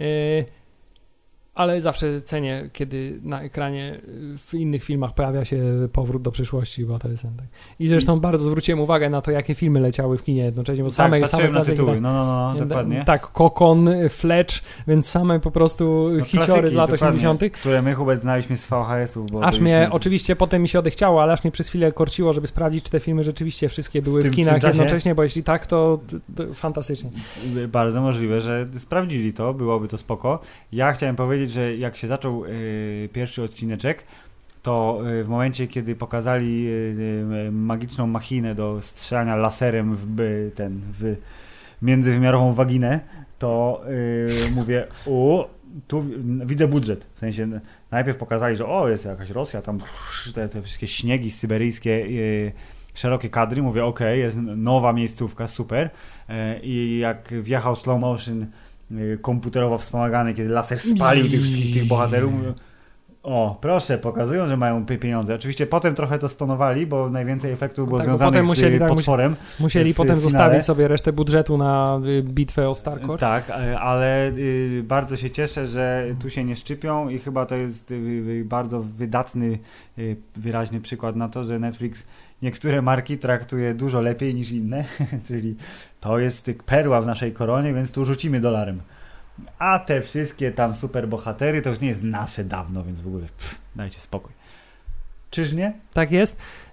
Speaker 1: Ale zawsze cenię, kiedy na ekranie w innych filmach pojawia się Powrót do przyszłości, bo to jest tak. I zresztą bardzo zwróciłem uwagę na to, jakie filmy leciały w kinie jednocześnie, bo same
Speaker 2: na tytuły, no, dokładnie.
Speaker 1: Tak, Kokon, Fletch, więc same po prostu hiciory z lat 80.
Speaker 2: Które my, Hubert, znaliśmy z VHS-ów. Bo
Speaker 1: oczywiście potem mi się odechciało, ale aż mnie przez chwilę korciło, żeby sprawdzić, czy te filmy rzeczywiście wszystkie były w kinach jednocześnie, bo jeśli tak, to fantastycznie.
Speaker 2: Bardzo możliwe, że sprawdzili to, byłoby to spoko. Ja chciałem powiedzieć, że jak się zaczął pierwszy odcineczek, to w momencie, kiedy pokazali magiczną machinę do strzelania laserem w międzywymiarową waginę, to mówię, tu widzę budżet. W sensie najpierw pokazali, że jest jakaś Rosja, tam te wszystkie śniegi syberyjskie, szerokie kadry. Mówię, jest nowa miejscówka, super. I jak wjechał slow motion komputerowo wspomagany, kiedy laser spalił tych wszystkich bohaterów, mówię, proszę, pokazują, że mają pieniądze. Oczywiście potem trochę to stonowali, bo najwięcej efektów było związanych z potworem.
Speaker 1: Musieli potem zostawić sobie resztę budżetu na bitwę o Starkor.
Speaker 2: Tak, ale bardzo się cieszę, że tu się nie szczypią i chyba to jest bardzo wydatny, wyraźny przykład na to, że Netflix niektóre marki traktuje dużo lepiej niż inne, czyli to jest perła w naszej koronie, więc tu rzucimy dolarem. A te wszystkie tam super bohatery to już nie jest nasze dawno, więc w ogóle dajcie spokój. Czyż nie?
Speaker 1: Tak jest.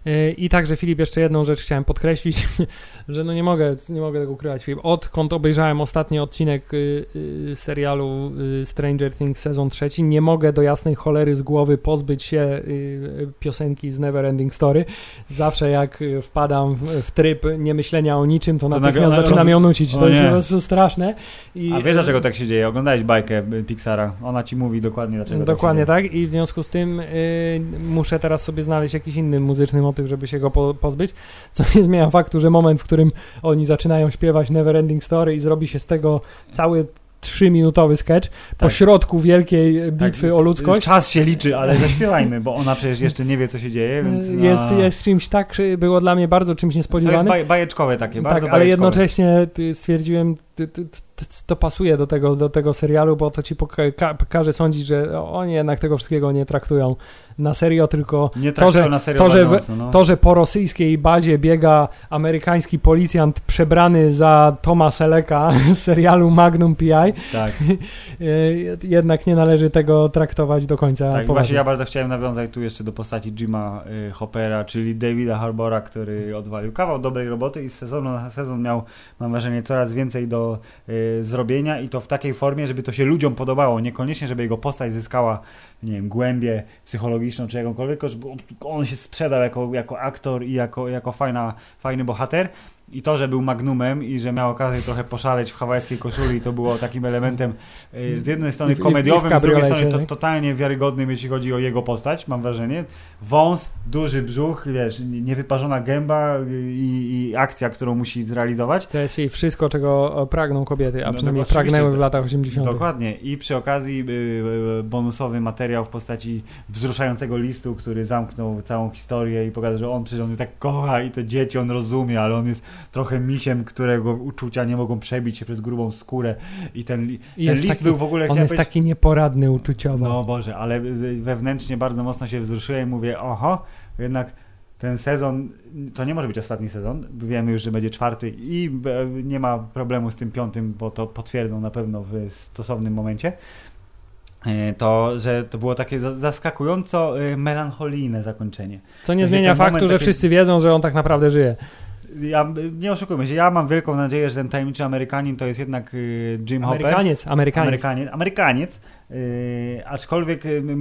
Speaker 1: I także, Filip, jeszcze jedną rzecz chciałem podkreślić, że no nie mogę tego ukrywać, Filip. Odkąd obejrzałem ostatni odcinek serialu Stranger Things sezon 3, nie mogę do jasnej cholery z głowy pozbyć się piosenki z Neverending Story. Zawsze jak wpadam w tryb niemyślenia o niczym, to natychmiast zaczynam ją nucić. To jest po prostu straszne.
Speaker 2: A wiesz, dlaczego tak się dzieje? Oglądałeś bajkę Pixara. Ona ci mówi dokładnie, dlaczego
Speaker 1: dokładnie tak i w związku z tym muszę teraz sobie znaleźć jakiś inny muzyczny motyw, żeby się go pozbyć, co nie zmienia faktu, że moment, w którym oni zaczynają śpiewać Neverending Story i zrobi się z tego cały 3-minutowy sketch po środku wielkiej bitwy o ludzkość.
Speaker 2: Czas się liczy, ale zaśpiewajmy, bo ona przecież jeszcze nie wie, co się dzieje, więc...
Speaker 1: Jest czymś tak, było dla mnie bardzo czymś niespodziewanym.
Speaker 2: To jest bajeczkowe takie, bardzo bajeczkowe.
Speaker 1: Ale jednocześnie stwierdziłem, to pasuje do tego serialu, bo to ci każe sądzić, że oni jednak tego wszystkiego nie traktują na serio, tylko to, że po rosyjskiej bazie biega amerykański policjant przebrany za Toma Sellecka z serialu Magnum P.I.
Speaker 2: Tak.
Speaker 1: Jednak nie należy tego traktować do końca.
Speaker 2: Tak, właśnie ja bardzo chciałem nawiązać tu jeszcze do postaci Jima Hoppera, czyli Davida Harbora, który odwalił kawał dobrej roboty i z sezonu na sezon miał, mam wrażenie, coraz więcej do zrobienia i to w takiej formie, żeby to się ludziom podobało. Niekoniecznie, żeby jego postać zyskała, nie wiem, głębię psychologiczną czy jakąkolwiek, tylko żeby on się sprzedał jako aktor i jako fajny bohater. I to, że był Magnumem i że miał okazję trochę poszaleć w hawajskiej koszuli, to było takim elementem z jednej strony komediowym, z drugiej strony totalnie wiarygodnym, jeśli chodzi o jego postać, mam wrażenie. Wąs, duży brzuch, wiesz, niewyparzona gęba i akcja, którą musi zrealizować.
Speaker 1: To jest wszystko, czego pragną kobiety, a przynajmniej pragnęły w latach 80.
Speaker 2: Dokładnie. I przy okazji bonusowy materiał w postaci wzruszającego listu, który zamknął całą historię i pokazał, że on tak kocha i te dzieci on rozumie, ale on jest trochę misiem, którego uczucia nie mogą przebić się przez grubą skórę i ten list był w ogóle...
Speaker 1: On jest taki nieporadny uczuciowo.
Speaker 2: No Boże, ale wewnętrznie bardzo mocno się wzruszyłem i mówię, jednak ten sezon, to nie może być ostatni sezon, wiemy już, że będzie 4 i nie ma problemu z tym 5, bo to potwierdzą na pewno w stosownym momencie. Że to było takie zaskakująco melancholijne zakończenie.
Speaker 1: Co nie zmienia faktu, że wszyscy wiedzą, że on tak naprawdę żyje.
Speaker 2: Nie oszukujmy się, ja mam wielką nadzieję, że ten tajemniczy Amerykanin to jest jednak Jim Hopper. Amerykaniec. Aczkolwiek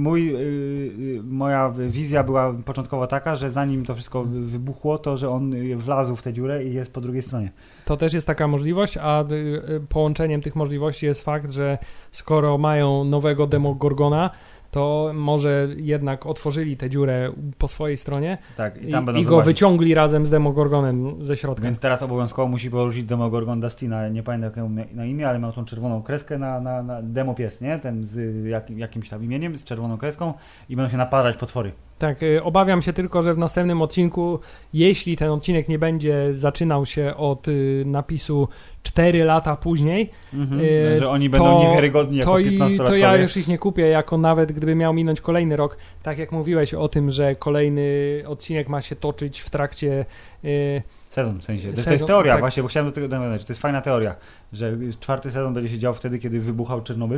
Speaker 2: moja wizja była początkowo taka, że zanim to wszystko wybuchło, to że on wlazł w tę dziurę i jest po drugiej stronie.
Speaker 1: To też jest taka możliwość, a połączeniem tych możliwości jest fakt, że skoro mają nowego Demogorgona, to może jednak otworzyli tę dziurę po swojej stronie i go wyciągli razem z Demogorgonem ze środka.
Speaker 2: Więc teraz obowiązkowo musi poruszyć Demogorgon Dustina. Nie pamiętam jak na imię, ale miał tą czerwoną kreskę na Demopies, nie? Ten z jakimś tam imieniem, z czerwoną kreską i będą się napadać potwory.
Speaker 1: Tak, obawiam się tylko, że w następnym odcinku, jeśli ten odcinek nie będzie zaczynał się od napisu 4 lata później,
Speaker 2: że oni będą niewiarygodni jako 15-latkowie.
Speaker 1: To ja już ich nie kupię, jako nawet gdyby miał minąć kolejny rok. Tak jak mówiłeś o tym, że kolejny odcinek ma się toczyć w trakcie...
Speaker 2: Sezon w sensie. To jest teoria tak. Właśnie, bo chciałem do tego nawiązać. To jest fajna teoria, że 4 sezon będzie się dział wtedy, kiedy wybuchał Czarnobyl.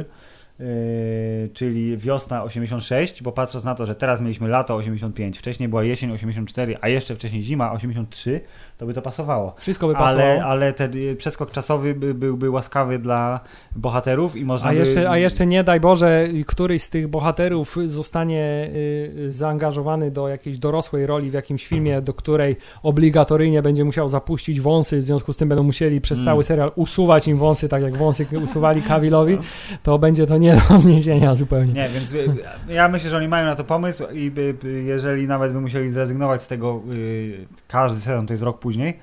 Speaker 2: Czyli wiosna 86, bo patrząc na to, że teraz mieliśmy lato 85, wcześniej była jesień 84, a jeszcze wcześniej zima 83, to by to pasowało.
Speaker 1: Wszystko by pasowało.
Speaker 2: Ale ten przeskok czasowy byłby łaskawy dla bohaterów i można
Speaker 1: A jeszcze nie daj Boże, któryś z tych bohaterów zostanie zaangażowany do jakiejś dorosłej roli w jakimś filmie, do której obligatoryjnie będzie musiał zapuścić wąsy, w związku z tym będą musieli przez cały serial usuwać im wąsy, tak jak wąsy usuwali Cavillowi, to będzie to nie do zniesienia zupełnie. Nie,
Speaker 2: więc ja myślę, że oni mają na to pomysł i jeżeli nawet by musieli zrezygnować z tego, każdy sezon to jest rok później,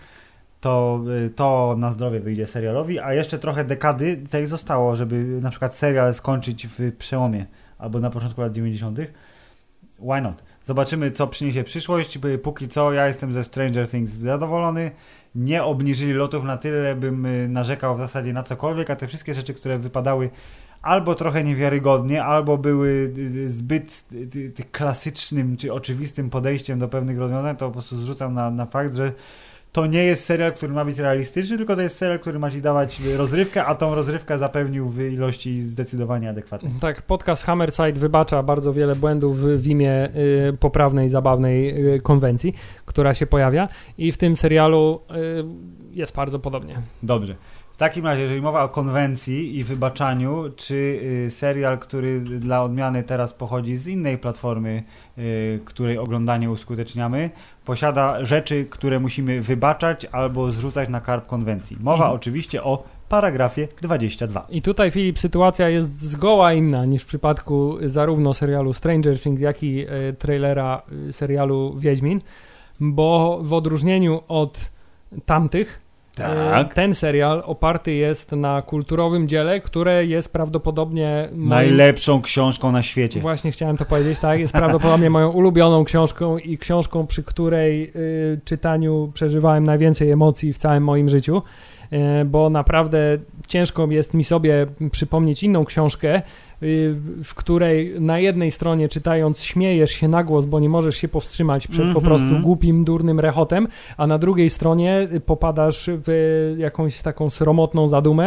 Speaker 2: to na zdrowie wyjdzie serialowi, a jeszcze trochę dekady tej zostało, żeby na przykład serial skończyć w przełomie albo na początku lat 90. Why not? Zobaczymy, co przyniesie przyszłość. Póki co ja jestem ze Stranger Things zadowolony. Nie obniżyli lotów na tyle, bym narzekał w zasadzie na cokolwiek, a te wszystkie rzeczy, które wypadały albo trochę niewiarygodnie, albo były zbyt klasycznym czy oczywistym podejściem do pewnych rozwiązań, to po prostu zrzucam na fakt, że to nie jest serial, który ma być realistyczny, tylko to jest serial, który ma ci dawać rozrywkę, a tą rozrywkę zapewnił w ilości zdecydowanie adekwatnej.
Speaker 1: Tak, podcast Hammerside wybacza bardzo wiele błędów w imię poprawnej, zabawnej konwencji, która się pojawia i w tym serialu jest bardzo podobnie.
Speaker 2: Dobrze. W takim razie, jeżeli mowa o konwencji i wybaczaniu, czy serial, który dla odmiany teraz pochodzi z innej platformy, której oglądanie uskuteczniamy, posiada rzeczy, które musimy wybaczać albo zrzucać na karb konwencji. Mowa oczywiście o paragrafie 22.
Speaker 1: I tutaj, Filip, sytuacja jest zgoła inna niż w przypadku zarówno serialu Stranger Things, jak i trailera serialu Wiedźmin, bo w odróżnieniu od tamtych
Speaker 2: tak.
Speaker 1: Ten serial oparty jest na kulturowym dziele, które jest prawdopodobnie
Speaker 2: najlepszą książką na świecie.
Speaker 1: Właśnie chciałem to powiedzieć, tak? Jest prawdopodobnie moją ulubioną książką i książką, przy której czytaniu przeżywałem najwięcej emocji w całym moim życiu, bo naprawdę ciężko jest mi sobie przypomnieć inną książkę, w której na jednej stronie czytając śmiejesz się na głos, bo nie możesz się powstrzymać przed po prostu głupim, durnym rechotem, a na drugiej stronie popadasz w jakąś taką sromotną zadumę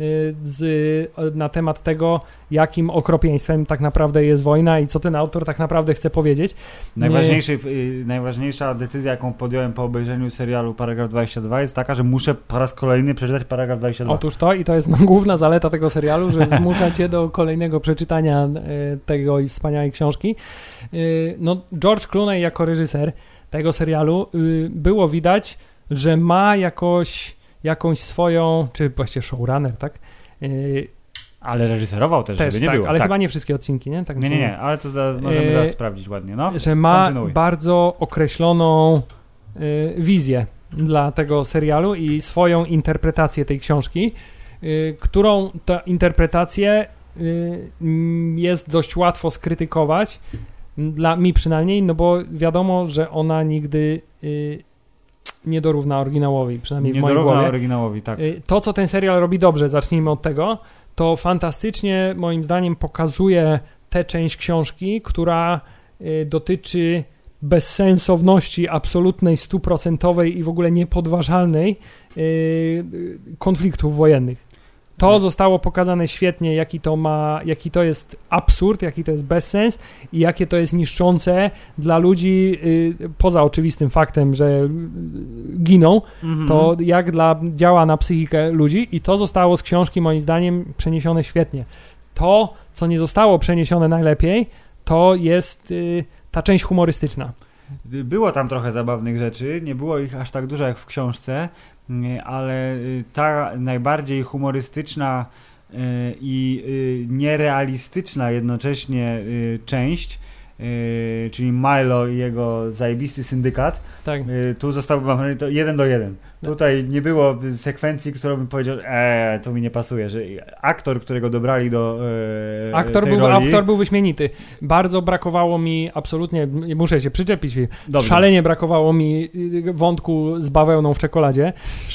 Speaker 1: na temat tego, jakim okropieństwem tak naprawdę jest wojna i co ten autor tak naprawdę chce powiedzieć.
Speaker 2: Najważniejsza decyzja, jaką podjąłem po obejrzeniu serialu Paragraf 22 jest taka, że muszę po raz kolejny przeczytać Paragraf 22.
Speaker 1: Otóż i to jest główna zaleta tego serialu, że zmusza cię do kolejnego przeczytania tego i wspaniałej książki. No, George Clooney jako reżyser tego serialu było widać, że ma jakąś swoją, czy właściwie showrunner, tak?
Speaker 2: Ale reżyserował też, żeby nie
Speaker 1: tak,
Speaker 2: było.
Speaker 1: Ale
Speaker 2: tak.
Speaker 1: chyba nie wszystkie odcinki, nie? Tak
Speaker 2: nie, ale to możemy zaraz sprawdzić ładnie. No,
Speaker 1: że ma bardzo określoną wizję dla tego serialu i swoją interpretację tej książki, którą ta interpretację jest dość łatwo skrytykować, dla mi przynajmniej, no bo wiadomo, że ona nigdy nie dorówna oryginałowi, przynajmniej w mojej głowie. Nie dorówna
Speaker 2: oryginałowi, tak.
Speaker 1: To, co ten serial robi dobrze, zacznijmy od tego, to fantastycznie moim zdaniem pokazuje tę część książki, która dotyczy bezsensowności absolutnej, 100% i w ogóle niepodważalnej konfliktów wojennych. To zostało pokazane świetnie, jaki to jest absurd, jaki to jest bezsens i jakie to jest niszczące dla ludzi, poza oczywistym faktem, że giną, to jak działa na psychikę ludzi i to zostało z książki moim zdaniem przeniesione świetnie. To, co nie zostało przeniesione najlepiej, to jest ta część humorystyczna.
Speaker 2: Było tam trochę zabawnych rzeczy, nie było ich aż tak dużo jak w książce, ale ta najbardziej humorystyczna i nierealistyczna jednocześnie część, czyli Milo i jego zajebisty syndykat, tak. Tu został 1:1. Tutaj nie było sekwencji, którą bym powiedział, to mi nie pasuje, że aktor, którego dobrali do
Speaker 1: Aktor był wyśmienity. Bardzo brakowało mi, absolutnie, muszę się przyczepić, szalenie brakowało mi wątku z bawełną w czekoladzie.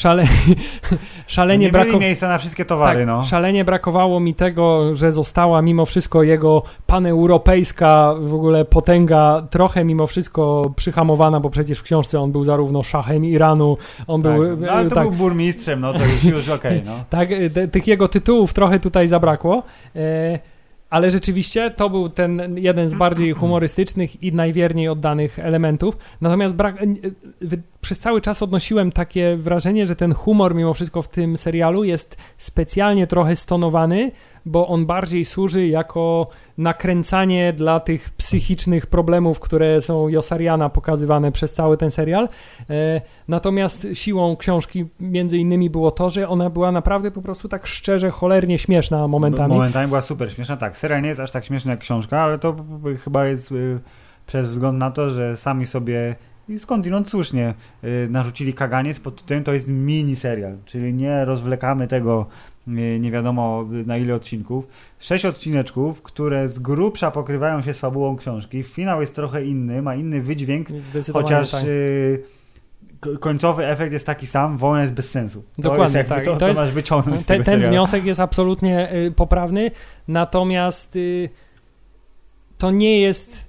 Speaker 2: Nie mieli miejsca na wszystkie towary,
Speaker 1: tak,
Speaker 2: no.
Speaker 1: Szalenie brakowało mi tego, że została mimo wszystko jego paneuropejska w ogóle potęga trochę mimo wszystko przyhamowana, bo przecież w książce on był zarówno szachem Iranu, on był...
Speaker 2: No, ale to był burmistrzem, no to już okej, no.
Speaker 1: Tak, tych jego tytułów trochę tutaj zabrakło, ale rzeczywiście to był ten jeden z bardziej humorystycznych i najwierniej oddanych elementów. Natomiast przez cały czas odnosiłem takie wrażenie, że ten humor mimo wszystko w tym serialu jest specjalnie trochę stonowany, bo on bardziej służy jako nakręcanie dla tych psychicznych problemów, które są Yossariana pokazywane przez cały ten serial. Natomiast siłą książki między innymi było to, że ona była naprawdę po prostu tak szczerze, cholernie śmieszna momentami.
Speaker 2: Momentami była super śmieszna, tak. Serial nie jest aż tak śmieszny jak książka, ale to chyba jest przez wzgląd na to, że sami sobie i skądinąd słusznie narzucili kaganiec pod tytułem to jest mini serial, czyli nie rozwlekamy tego nie wiadomo na ile odcinków. 6 odcineczków, które z grubsza pokrywają się z fabułą książki. Finał jest trochę inny, ma inny wydźwięk, chociaż tak. Końcowy efekt jest taki sam, wojna jest bez sensu.
Speaker 1: Dokładnie,
Speaker 2: jest
Speaker 1: tak.
Speaker 2: To, co masz wyciągnąć z tego serialu.
Speaker 1: Ten wniosek jest absolutnie poprawny, natomiast to nie jest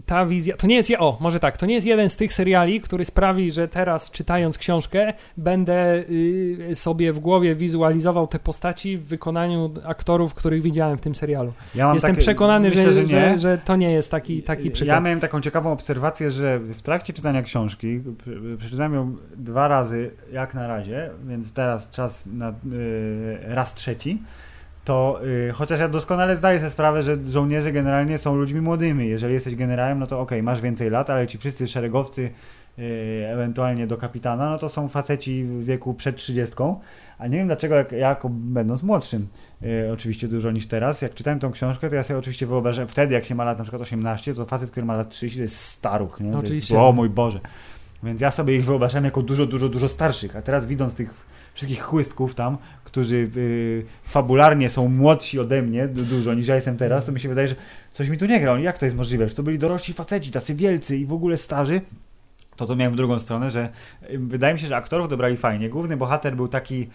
Speaker 1: ta wizja, to nie jest, może tak, to nie jest jeden z tych seriali, który sprawi, że teraz czytając książkę będę sobie w głowie wizualizował te postaci w wykonaniu aktorów, których widziałem w tym serialu. Jestem przekonany, że to nie jest taki przykład.
Speaker 2: Ja miałem taką ciekawą obserwację, że w trakcie czytania książki, przeczytałem ją 2 razy jak na razie, więc teraz czas na raz trzeci, to chociaż ja doskonale zdaję sobie sprawę, że żołnierze generalnie są ludźmi młodymi. Jeżeli jesteś generałem, no to okej, masz więcej lat, ale ci wszyscy szeregowcy, ewentualnie do kapitana, no to są faceci w wieku przed 30. A nie wiem dlaczego, jako będąc młodszym, oczywiście dużo niż teraz, jak czytałem tą książkę, to ja sobie oczywiście wyobrażałem, wtedy jak się ma lat na przykład 18, to facet, który ma lat 30, to jest staruch, nie?
Speaker 1: Oczywiście.
Speaker 2: O mój Boże. Więc ja sobie ich wyobrażałem jako dużo starszych, a teraz widząc tych wszystkich chłystków tam, którzy fabularnie są młodsi ode mnie dużo niż ja jestem teraz, to mi się wydaje, że coś mi tu nie gra. Jak to jest możliwe? Że to byli dorośli faceci, tacy wielcy i w ogóle starzy. To miałem w drugą stronę, że wydaje mi się, że aktorów dobrali fajnie. Główny bohater był taki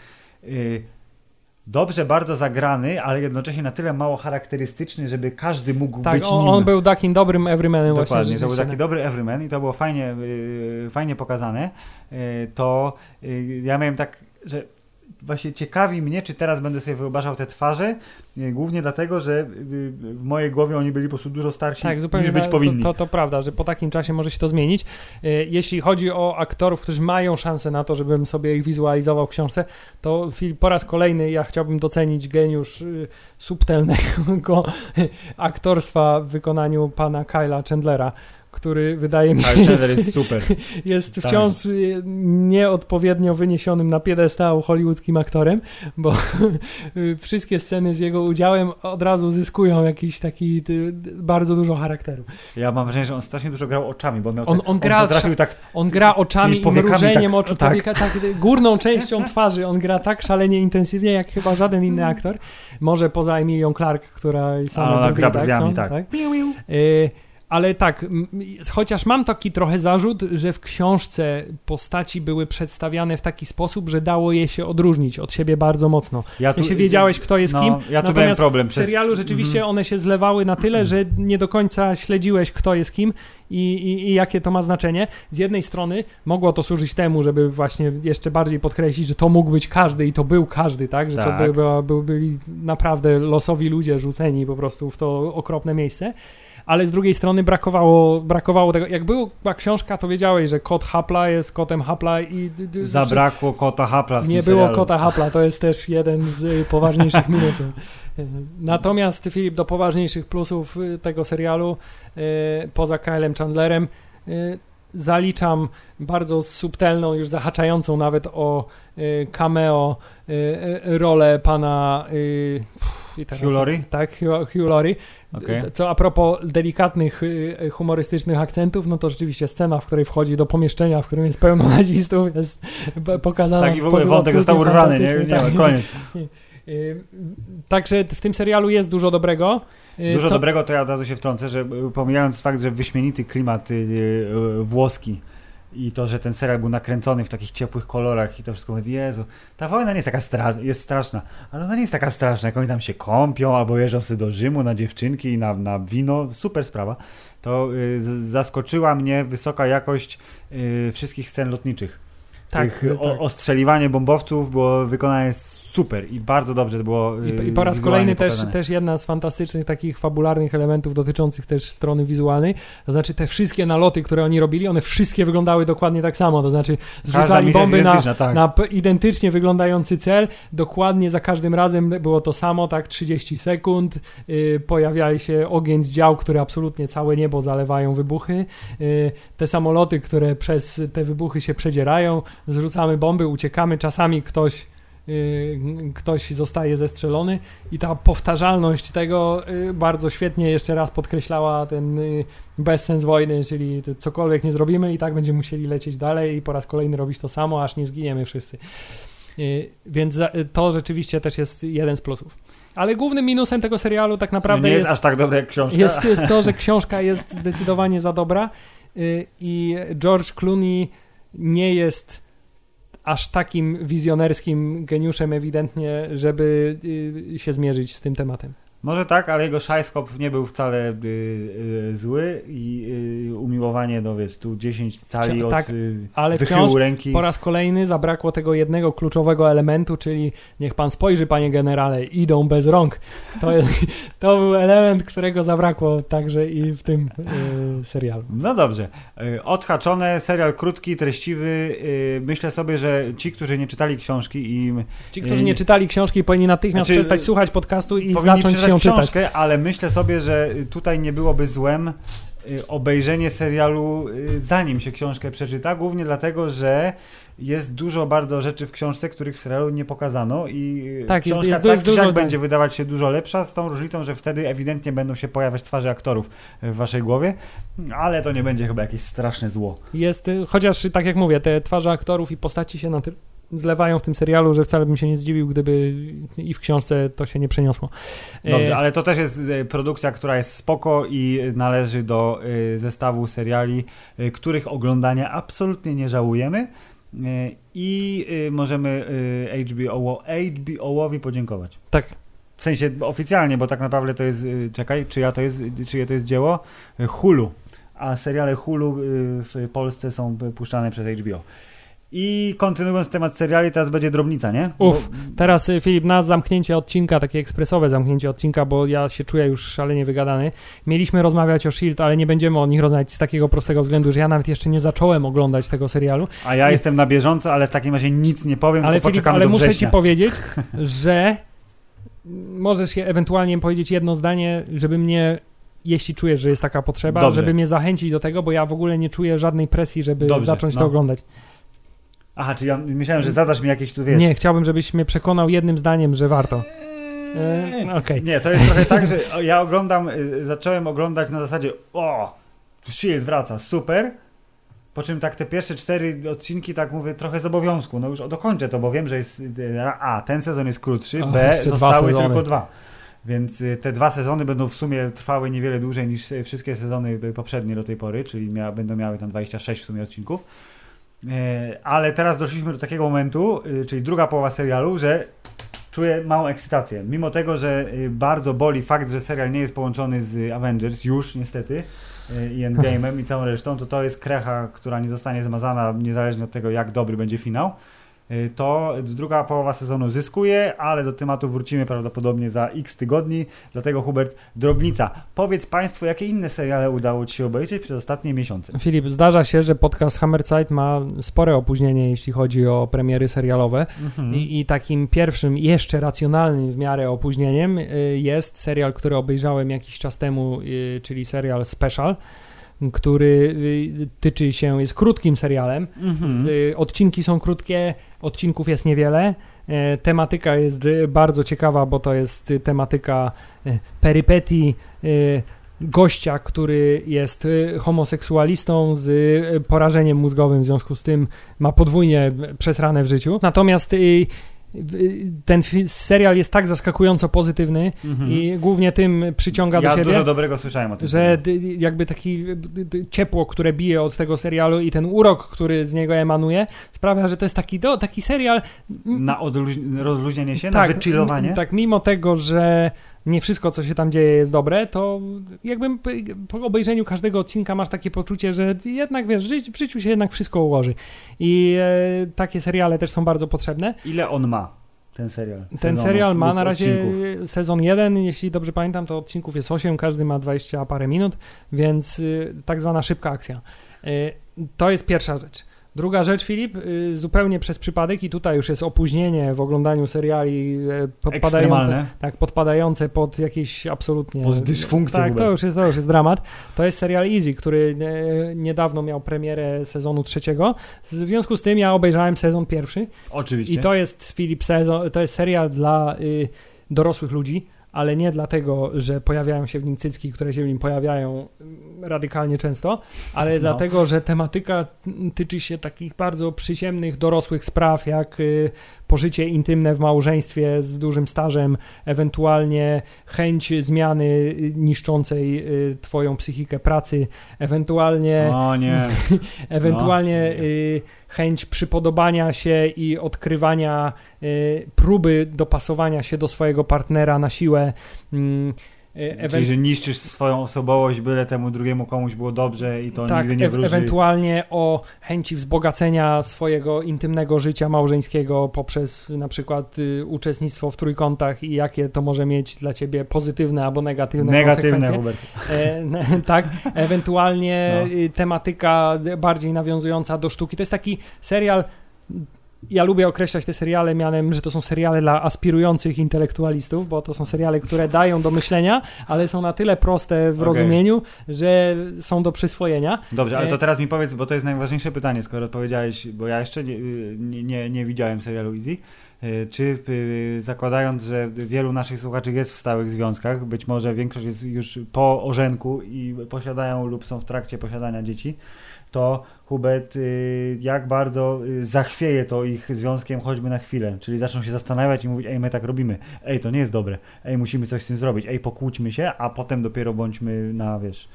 Speaker 2: dobrze bardzo zagrany, ale jednocześnie na tyle mało charakterystyczny, żeby każdy mógł być nim.
Speaker 1: On był takim dobrym everymanem.
Speaker 2: Dokładnie,
Speaker 1: właśnie.
Speaker 2: To był taki dobry everyman i to było fajnie pokazane. To ja miałem tak, że właśnie ciekawi mnie, czy teraz będę sobie wyobrażał te twarze, głównie dlatego, że w mojej głowie oni byli po prostu dużo starsi niż być powinni.
Speaker 1: To prawda, że po takim czasie może się to zmienić. Jeśli chodzi o aktorów, którzy mają szansę na to, żebym sobie ich wizualizował w książce, to po raz kolejny ja chciałbym docenić geniusz subtelnego aktorstwa w wykonaniu pana Kyla Chandlera, który wydaje mi się
Speaker 2: jest super.
Speaker 1: Jest wciąż nieodpowiednio wyniesionym na piedestał hollywoodzkim aktorem, bo wszystkie sceny z jego udziałem od razu zyskują jakiś taki bardzo dużo charakteru.
Speaker 2: Ja mam wrażenie, że on strasznie dużo grał oczami, bo miał
Speaker 1: on gra oczami i mrużeniem oczu człowieka, górną częścią twarzy on gra tak szalenie intensywnie, jak chyba żaden inny aktor. Może poza Emilią Clarke, która sama
Speaker 2: gra brwiami, tak.
Speaker 1: Ale tak, chociaż mam taki trochę zarzut, że w książce postaci były przedstawiane w taki sposób, że dało je się odróżnić od siebie bardzo mocno. W sensie wiedziałeś, kto jest kim,
Speaker 2: natomiast problem
Speaker 1: w serialu rzeczywiście one się zlewały na tyle, że nie do końca śledziłeś, kto jest kim i jakie to ma znaczenie. Z jednej strony mogło to służyć temu, żeby właśnie jeszcze bardziej podkreślić, że to mógł być każdy i to był każdy, tak? Że to byli naprawdę losowi ludzie rzuceni po prostu w to okropne miejsce. Ale z drugiej strony brakowało tego. Jak była książka, to wiedziałeś, że kot Hapla jest kotem Hapla i...
Speaker 2: Zabrakło kota Hapla w tym
Speaker 1: Nie było kota Hapla, to jest też jeden z poważniejszych minusów. Natomiast, Filip, do poważniejszych plusów tego serialu, poza Kylem Chandlerem, zaliczam bardzo subtelną, już zahaczającą nawet o cameo rolę pana...
Speaker 2: Hugh Laurie?
Speaker 1: Tak, Hugh Laurie.
Speaker 2: Okay.
Speaker 1: Co a propos delikatnych, humorystycznych akcentów, no to rzeczywiście scena, w której wchodzi do pomieszczenia, w którym jest pełno nazistów, jest pokazana
Speaker 2: tak, w sposób wątek został urwany, nie? Koniec.
Speaker 1: Także w tym serialu jest dużo dobrego.
Speaker 2: Dobrego, to ja od razu się wtrącę, że pomijając fakt, że wyśmienity klimat włoski i to, że ten serial był nakręcony w takich ciepłych kolorach i to wszystko, Jezu, ta wojna nie jest taka jest straszna, ale ona nie jest taka straszna, jak oni tam się kąpią albo jeżdżą sobie do Rzymu na dziewczynki i na wino, super sprawa. To zaskoczyła mnie wysoka jakość wszystkich scen lotniczych. Tak. Ostrzeliwanie bombowców było wykonane super i bardzo dobrze to było.
Speaker 1: I po raz kolejny też jedna z fantastycznych takich fabularnych elementów dotyczących też strony wizualnej, to znaczy te wszystkie naloty, które oni robili, one wszystkie wyglądały dokładnie tak samo, to znaczy zrzucali bomby na identycznie wyglądający cel, dokładnie za każdym razem było to samo, tak 30 sekund, pojawiali się ogień z dział, które absolutnie całe niebo zalewają wybuchy, te samoloty, które przez te wybuchy się przedzierają, zrzucamy bomby, uciekamy, czasami ktoś zostaje zestrzelony i ta powtarzalność tego bardzo świetnie jeszcze raz podkreślała ten bezsens wojny, czyli cokolwiek nie zrobimy i tak będziemy musieli lecieć dalej i po raz kolejny robić to samo, aż nie zginiemy wszyscy. Więc to rzeczywiście też jest jeden z plusów. Ale głównym minusem tego serialu tak naprawdę
Speaker 2: nie jest aż tak dobra jak książka.
Speaker 1: Jest to, że książka jest zdecydowanie za dobra i George Clooney nie jest aż takim wizjonerskim geniuszem ewidentnie, żeby się zmierzyć z tym tematem.
Speaker 2: Może tak, ale jego szajskop nie był wcale zły i umiłowanie, no wiesz, tu 10 cali od
Speaker 1: ale
Speaker 2: wychyłu
Speaker 1: wciąż
Speaker 2: ręki.
Speaker 1: Po raz kolejny zabrakło tego jednego kluczowego elementu, czyli niech pan spojrzy, panie generale, idą bez rąk. To był element, którego zabrakło także i w tym serialu.
Speaker 2: No dobrze. Odhaczone, serial krótki, treściwy. Myślę sobie, że ci, którzy nie czytali książki
Speaker 1: Ci, którzy nie czytali książki, powinni natychmiast przestać słuchać podcastu i zacząć się
Speaker 2: książkę,
Speaker 1: czytać.
Speaker 2: Ale myślę sobie, że tutaj nie byłoby złem obejrzenie serialu, zanim się książkę przeczyta, głównie dlatego, że jest dużo bardzo rzeczy w książce, których w serialu nie pokazano i książka jest dużo, będzie wydawać się dużo lepsza, z tą różnicą, że wtedy ewidentnie będą się pojawiać twarze aktorów w waszej głowie, ale to nie będzie chyba jakieś straszne zło.
Speaker 1: Chociaż tak jak mówię, te twarze aktorów i postaci się zlewają w tym serialu, że wcale bym się nie zdziwił, gdyby i w książce to się nie przeniosło.
Speaker 2: Dobrze, ale to też jest produkcja, która jest spoko i należy do zestawu seriali, których oglądania absolutnie nie żałujemy i możemy HBO-owi podziękować.
Speaker 1: Tak.
Speaker 2: W sensie oficjalnie, bo tak naprawdę to jest, czyje to jest dzieło? Hulu, a seriale Hulu w Polsce są puszczane przez HBO. I kontynuując temat seriali, teraz będzie drobnica, nie?
Speaker 1: Teraz Filip, na zamknięcie odcinka, takie ekspresowe zamknięcie odcinka, bo ja się czuję już szalenie wygadany. Mieliśmy rozmawiać o S.H.I.E.L.D., ale nie będziemy o nich rozmawiać z takiego prostego względu, że ja nawet jeszcze nie zacząłem oglądać tego serialu.
Speaker 2: A ja jestem na bieżąco, ale w takim razie nic nie powiem,
Speaker 1: ale
Speaker 2: tylko
Speaker 1: Filip,
Speaker 2: poczekamy
Speaker 1: ale
Speaker 2: do września.
Speaker 1: muszę ci powiedzieć, że możesz się ewentualnie powiedzieć jedno zdanie, żeby mnie... Jeśli czujesz, że jest taka potrzeba, żeby mnie zachęcić do tego, bo ja w ogóle nie czuję żadnej presji, żeby zacząć to oglądać.
Speaker 2: Aha, czyli ja myślałem, że zadasz mi jakieś tu, wiesz...
Speaker 1: Nie, chciałbym, żebyś mnie przekonał jednym zdaniem, że warto. Okay.
Speaker 2: Nie, to jest trochę tak, że ja zacząłem oglądać na zasadzie S.H.I.E.L.D. wraca, super, po czym tak te pierwsze 4 odcinki tak mówię trochę z obowiązku, no już dokończę to, bo wiem, że jest ten sezon jest krótszy, zostały tylko 2. Więc te 2 sezony będą w sumie trwały niewiele dłużej niż wszystkie sezony poprzednie do tej pory, czyli będą miały tam 26 w sumie odcinków. Ale teraz doszliśmy do takiego momentu, czyli druga połowa serialu, że czuję małą ekscytację. Mimo tego, że bardzo boli fakt, że serial nie jest połączony z Avengers, już niestety, i Endgame'em i całą resztą, to jest krecha, która nie zostanie zmazana niezależnie od tego, jak dobry będzie finał. To druga połowa sezonu zyskuje, ale do tematu wrócimy prawdopodobnie za x tygodni. Dlatego Hubert, drobnica. Powiedz Państwu, jakie inne seriale udało Ci się obejrzeć przez ostatnie miesiące?
Speaker 1: Filip, zdarza się, że podcast Hammerzeit ma spore opóźnienie, jeśli chodzi o premiery serialowe. I takim pierwszym, jeszcze racjonalnym w miarę opóźnieniem jest serial, który obejrzałem jakiś czas temu, czyli serial Special, który jest krótkim serialem. Odcinki są krótkie, odcinków jest niewiele. Tematyka jest bardzo ciekawa, bo to jest tematyka perypetii gościa, który jest homoseksualistą z porażeniem mózgowym, w związku z tym ma podwójnie przesrane w życiu. Natomiast ten serial jest tak zaskakująco pozytywny i głównie tym przyciąga do siebie.
Speaker 2: Ja dużo dobrego słyszałem o tym.
Speaker 1: Że jakby taki ciepło, które bije od tego serialu i ten urok, który z niego emanuje, sprawia, że to jest taki serial...
Speaker 2: Na rozluźnienie się, na wychillowanie? Tak,
Speaker 1: mimo tego, że nie wszystko, co się tam dzieje, jest dobre, to jakby po obejrzeniu każdego odcinka masz takie poczucie, że jednak wiesz, w życiu się jednak wszystko ułoży. I takie seriale też są bardzo potrzebne.
Speaker 2: Ile on ma, ten serial?
Speaker 1: Ten serial ma na razie sezon 1, jeśli dobrze pamiętam, to odcinków jest 8, każdy ma 20 parę minut, więc tak zwana szybka akcja. To jest pierwsza rzecz. Druga rzecz, Filip, zupełnie przez przypadek i tutaj już jest opóźnienie w oglądaniu seriali podpadające pod jakieś absolutnie...
Speaker 2: dysfunkcję.
Speaker 1: Tak, to już jest dramat. To jest serial Easy, który niedawno miał premierę sezonu 3. W związku z tym ja obejrzałem sezon 1.
Speaker 2: Oczywiście.
Speaker 1: I to jest, Filip, to jest serial dla dorosłych ludzi, ale nie dlatego, że pojawiają się w nim cycki, które się w nim pojawiają radykalnie często, ale dlatego, że tematyka tyczy się takich bardzo przyziemnych, dorosłych spraw, jak pożycie intymne w małżeństwie z dużym stażem, ewentualnie chęć zmiany niszczącej twoją psychikę pracy, ewentualnie chęć przypodobania się i odkrywania próby dopasowania się do swojego partnera na siłę.
Speaker 2: Czyli, że niszczysz swoją osobowość, byle temu drugiemu komuś było dobrze i to nigdy nie wróży.
Speaker 1: Ewentualnie o chęci wzbogacenia swojego intymnego życia małżeńskiego poprzez na przykład uczestnictwo w trójkątach i jakie to może mieć dla ciebie pozytywne albo negatywne konsekwencje.
Speaker 2: Hubert.
Speaker 1: Tak, ewentualnie tematyka bardziej nawiązująca do sztuki. To jest taki serial. Ja lubię określać te seriale mianem, że to są seriale dla aspirujących intelektualistów, bo to są seriale, które dają do myślenia, ale są na tyle proste w rozumieniu, że są do przyswojenia.
Speaker 2: Dobrze, ale to teraz mi powiedz, bo to jest najważniejsze pytanie, skoro odpowiedziałeś, bo ja jeszcze nie widziałem serialu Easy. Czy zakładając, że wielu naszych słuchaczy jest w stałych związkach, być może większość jest już po ożenku i posiadają lub są w trakcie posiadania dzieci, to Hubert, jak bardzo zachwieje to ich związkiem choćby na chwilę, czyli zaczną się zastanawiać i mówić, my tak robimy, to nie jest dobre, musimy coś z tym zrobić, pokłóćmy się, a potem dopiero bądźmy na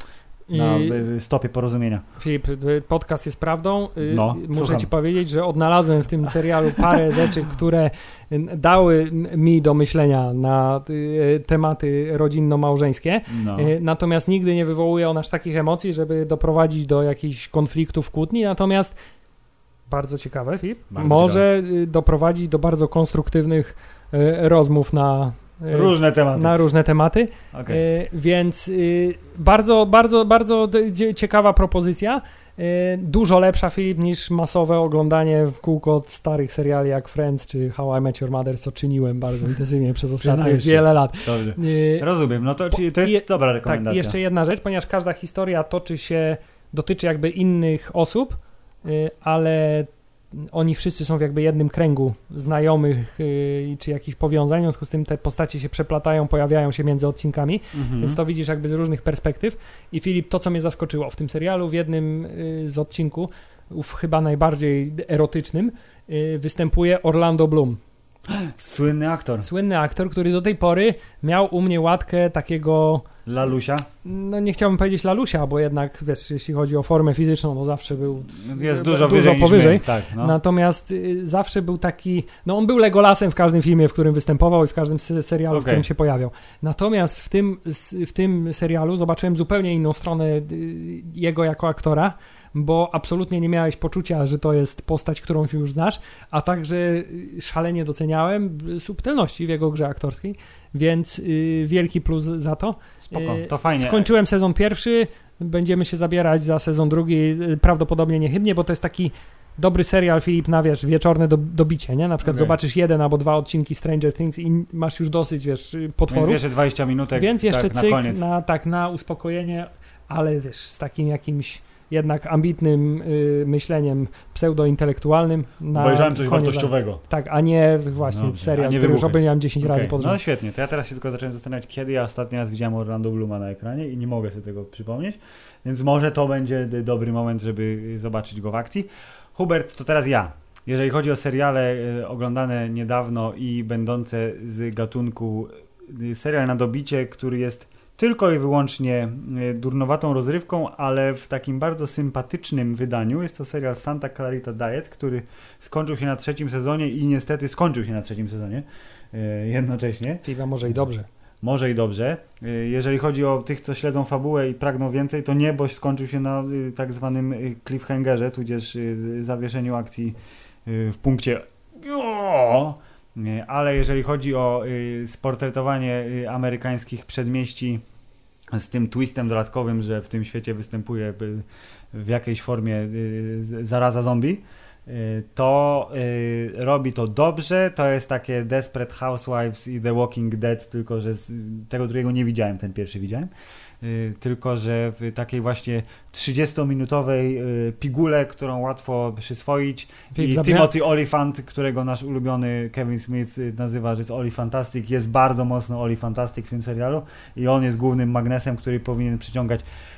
Speaker 2: stopie porozumienia.
Speaker 1: Filip, podcast jest prawdą. Muszę
Speaker 2: słucham.
Speaker 1: Ci powiedzieć, że odnalazłem w tym serialu parę rzeczy, które dały mi do myślenia na tematy rodzinno-małżeńskie. Natomiast nigdy nie wywołuje on aż takich emocji, żeby doprowadzić do jakichś konfliktów, kłótni. Natomiast bardzo ciekawe, Filip, może doprowadzić do bardzo konstruktywnych rozmów na różne tematy.
Speaker 2: Okay.
Speaker 1: Więc bardzo, bardzo, bardzo ciekawa propozycja. Dużo lepsza, Filip, niż masowe oglądanie w kółko starych seriali jak Friends czy How I Met Your Mother, co czyniłem bardzo intensywnie przez ostatnie wiele lat.
Speaker 2: Dobrze. Rozumiem, to jest dobra rekomendacja.
Speaker 1: Tak, jeszcze jedna rzecz, ponieważ każda historia dotyczy jakby innych osób, ale oni wszyscy są w jakby jednym kręgu znajomych czy jakichś powiązań, w związku z tym te postacie się przeplatają, pojawiają się między odcinkami, więc to widzisz jakby z różnych perspektyw. I Filip, to co mnie zaskoczyło w tym serialu, w jednym z odcinków, chyba najbardziej erotycznym, występuje Orlando Bloom. Słynny aktor, który do tej pory miał u mnie łatkę takiego...
Speaker 2: Lalusia?
Speaker 1: Nie chciałbym powiedzieć lalusia, bo jednak, wiesz, jeśli chodzi o formę fizyczną, to zawsze był
Speaker 2: jest dużo powyżej. Tak,
Speaker 1: Natomiast zawsze był taki, on był Legolasem w każdym filmie, w którym występował i w każdym serialu, w którym się pojawiał. Natomiast w tym serialu zobaczyłem zupełnie inną stronę jego jako aktora, bo absolutnie nie miałeś poczucia, że to jest postać, którą się już znasz, a także szalenie doceniałem subtelności w jego grze aktorskiej, więc wielki plus za to.
Speaker 2: Spoko, to fajnie.
Speaker 1: Skończyłem sezon pierwszy, będziemy się zabierać za sezon drugi, prawdopodobnie niechybnie, bo to jest taki dobry serial, Filip, na wieczorne dobicie, nie? Na przykład zobaczysz 1 albo 2 odcinki Stranger Things i masz już dosyć, potworów.
Speaker 2: Więc jeszcze 20 minutek,
Speaker 1: więc jeszcze
Speaker 2: na koniec.
Speaker 1: Na uspokojenie, ale z takim jakimś jednak ambitnym myśleniem pseudointelektualnym.
Speaker 2: Obejrzałem coś wartościowego.
Speaker 1: Tak, a nie właśnie serial, który już obejrzałem 10 razy pod rząd.
Speaker 2: No świetnie, to ja teraz się tylko zacząłem zastanawiać, kiedy ja ostatni raz widziałem Orlando Blooma na ekranie i nie mogę sobie tego przypomnieć, więc może to będzie dobry moment, żeby zobaczyć go w akcji. Hubert, to teraz ja. Jeżeli chodzi o seriale oglądane niedawno i będące z gatunku serial na dobicie, który jest tylko i wyłącznie durnowatą rozrywką, ale w takim bardzo sympatycznym wydaniu. Jest to serial Santa Clarita Diet, który skończył się na 3. sezonie i niestety skończył się na 3. sezonie jednocześnie.
Speaker 1: Chyba może i dobrze.
Speaker 2: Może i dobrze. Jeżeli chodzi o tych, co śledzą fabułę i pragną więcej, to nie, bo skończył się na tak zwanym cliffhangerze, tudzież zawieszeniu akcji w punkcie ale jeżeli chodzi o sportretowanie amerykańskich przedmieści z tym twistem dodatkowym, że w tym świecie występuje w jakiejś formie zaraza zombie, to robi to dobrze. To jest takie Desperate Housewives i The Walking Dead, tylko że tego drugiego nie widziałem, ten pierwszy widziałem. Tylko że w takiej właśnie 30-minutowej pigułę, którą łatwo przyswoić. I Timothy Olyphant, którego nasz ulubiony Kevin Smith nazywa, że jest Olyfantastic, jest bardzo mocno Olyfantastic w tym serialu i on jest głównym magnesem, który powinien przyciągać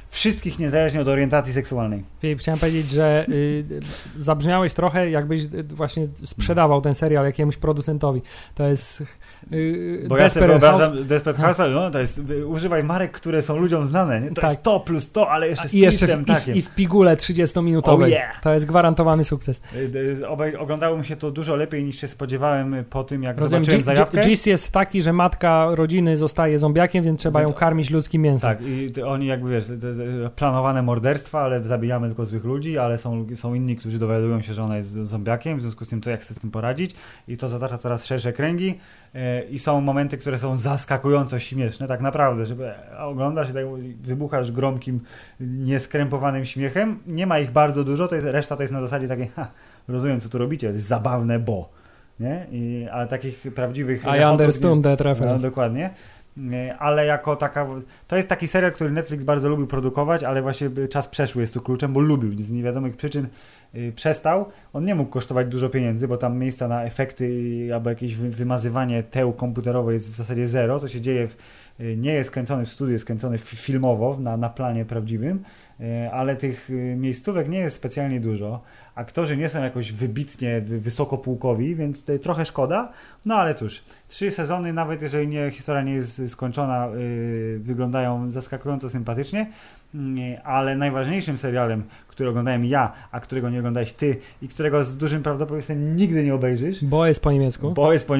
Speaker 2: wszystkich niezależnie od orientacji seksualnej.
Speaker 1: Filip, chciałem powiedzieć, że zabrzmiałeś trochę, jakbyś właśnie sprzedawał ten serial jakiemuś producentowi. To jest
Speaker 2: bo ja sobie wyobrażam Desperate Housewives, no to jest, używaj marek, które są ludziom znane, nie? To jest to plus to, ale jeszcze z twistem takim.
Speaker 1: I w pigule 30-minutowej.
Speaker 2: Oh yeah.
Speaker 1: To jest gwarantowany sukces.
Speaker 2: Oglądało mi się to dużo lepiej niż się spodziewałem po tym, jak zobaczyłem zajawkę.
Speaker 1: Gist jest taki, że matka rodziny zostaje zombiakiem, więc trzeba ją karmić ludzkim mięsem.
Speaker 2: Tak, i oni jakby, wiesz, planowane morderstwa, ale zabijamy tylko złych ludzi, ale są inni, którzy dowiadują się, że ona jest zombiakiem, w związku z tym jak sobie z tym poradzić, i to zatacza coraz szersze kręgi i są momenty, które są zaskakująco śmieszne, tak naprawdę, żeby oglądasz i tak wybuchasz gromkim, nieskrępowanym śmiechem. Nie ma ich bardzo dużo, reszta to jest na zasadzie takiej, rozumiem, co tu robicie, to jest zabawne, bo, nie? Ale takich prawdziwych...
Speaker 1: I understand that reference.
Speaker 2: No, dokładnie. Ale jako taka... To jest taki serial, który Netflix bardzo lubił produkować, ale właśnie czas przeszły jest tu kluczem, bo lubił. Z niewiadomych przyczyn przestał. On nie mógł kosztować dużo pieniędzy, bo tam miejsca na efekty albo jakieś wymazywanie teł komputerowe jest w zasadzie zero. To się dzieje nie jest kręcony w studiu, jest kręcony filmowo, na planie prawdziwym, ale tych miejscówek nie jest specjalnie dużo. Aktorzy nie są jakoś wybitnie wysokopółkowi, więc trochę szkoda. No ale cóż, 3 sezony, nawet jeżeli historia nie jest skończona, wyglądają zaskakująco sympatycznie, ale najważniejszym serialem, który oglądałem ja, a którego nie oglądałeś ty i którego z dużym prawdopodobieństwem nigdy nie obejrzysz.
Speaker 1: Bo jest po niemiecku.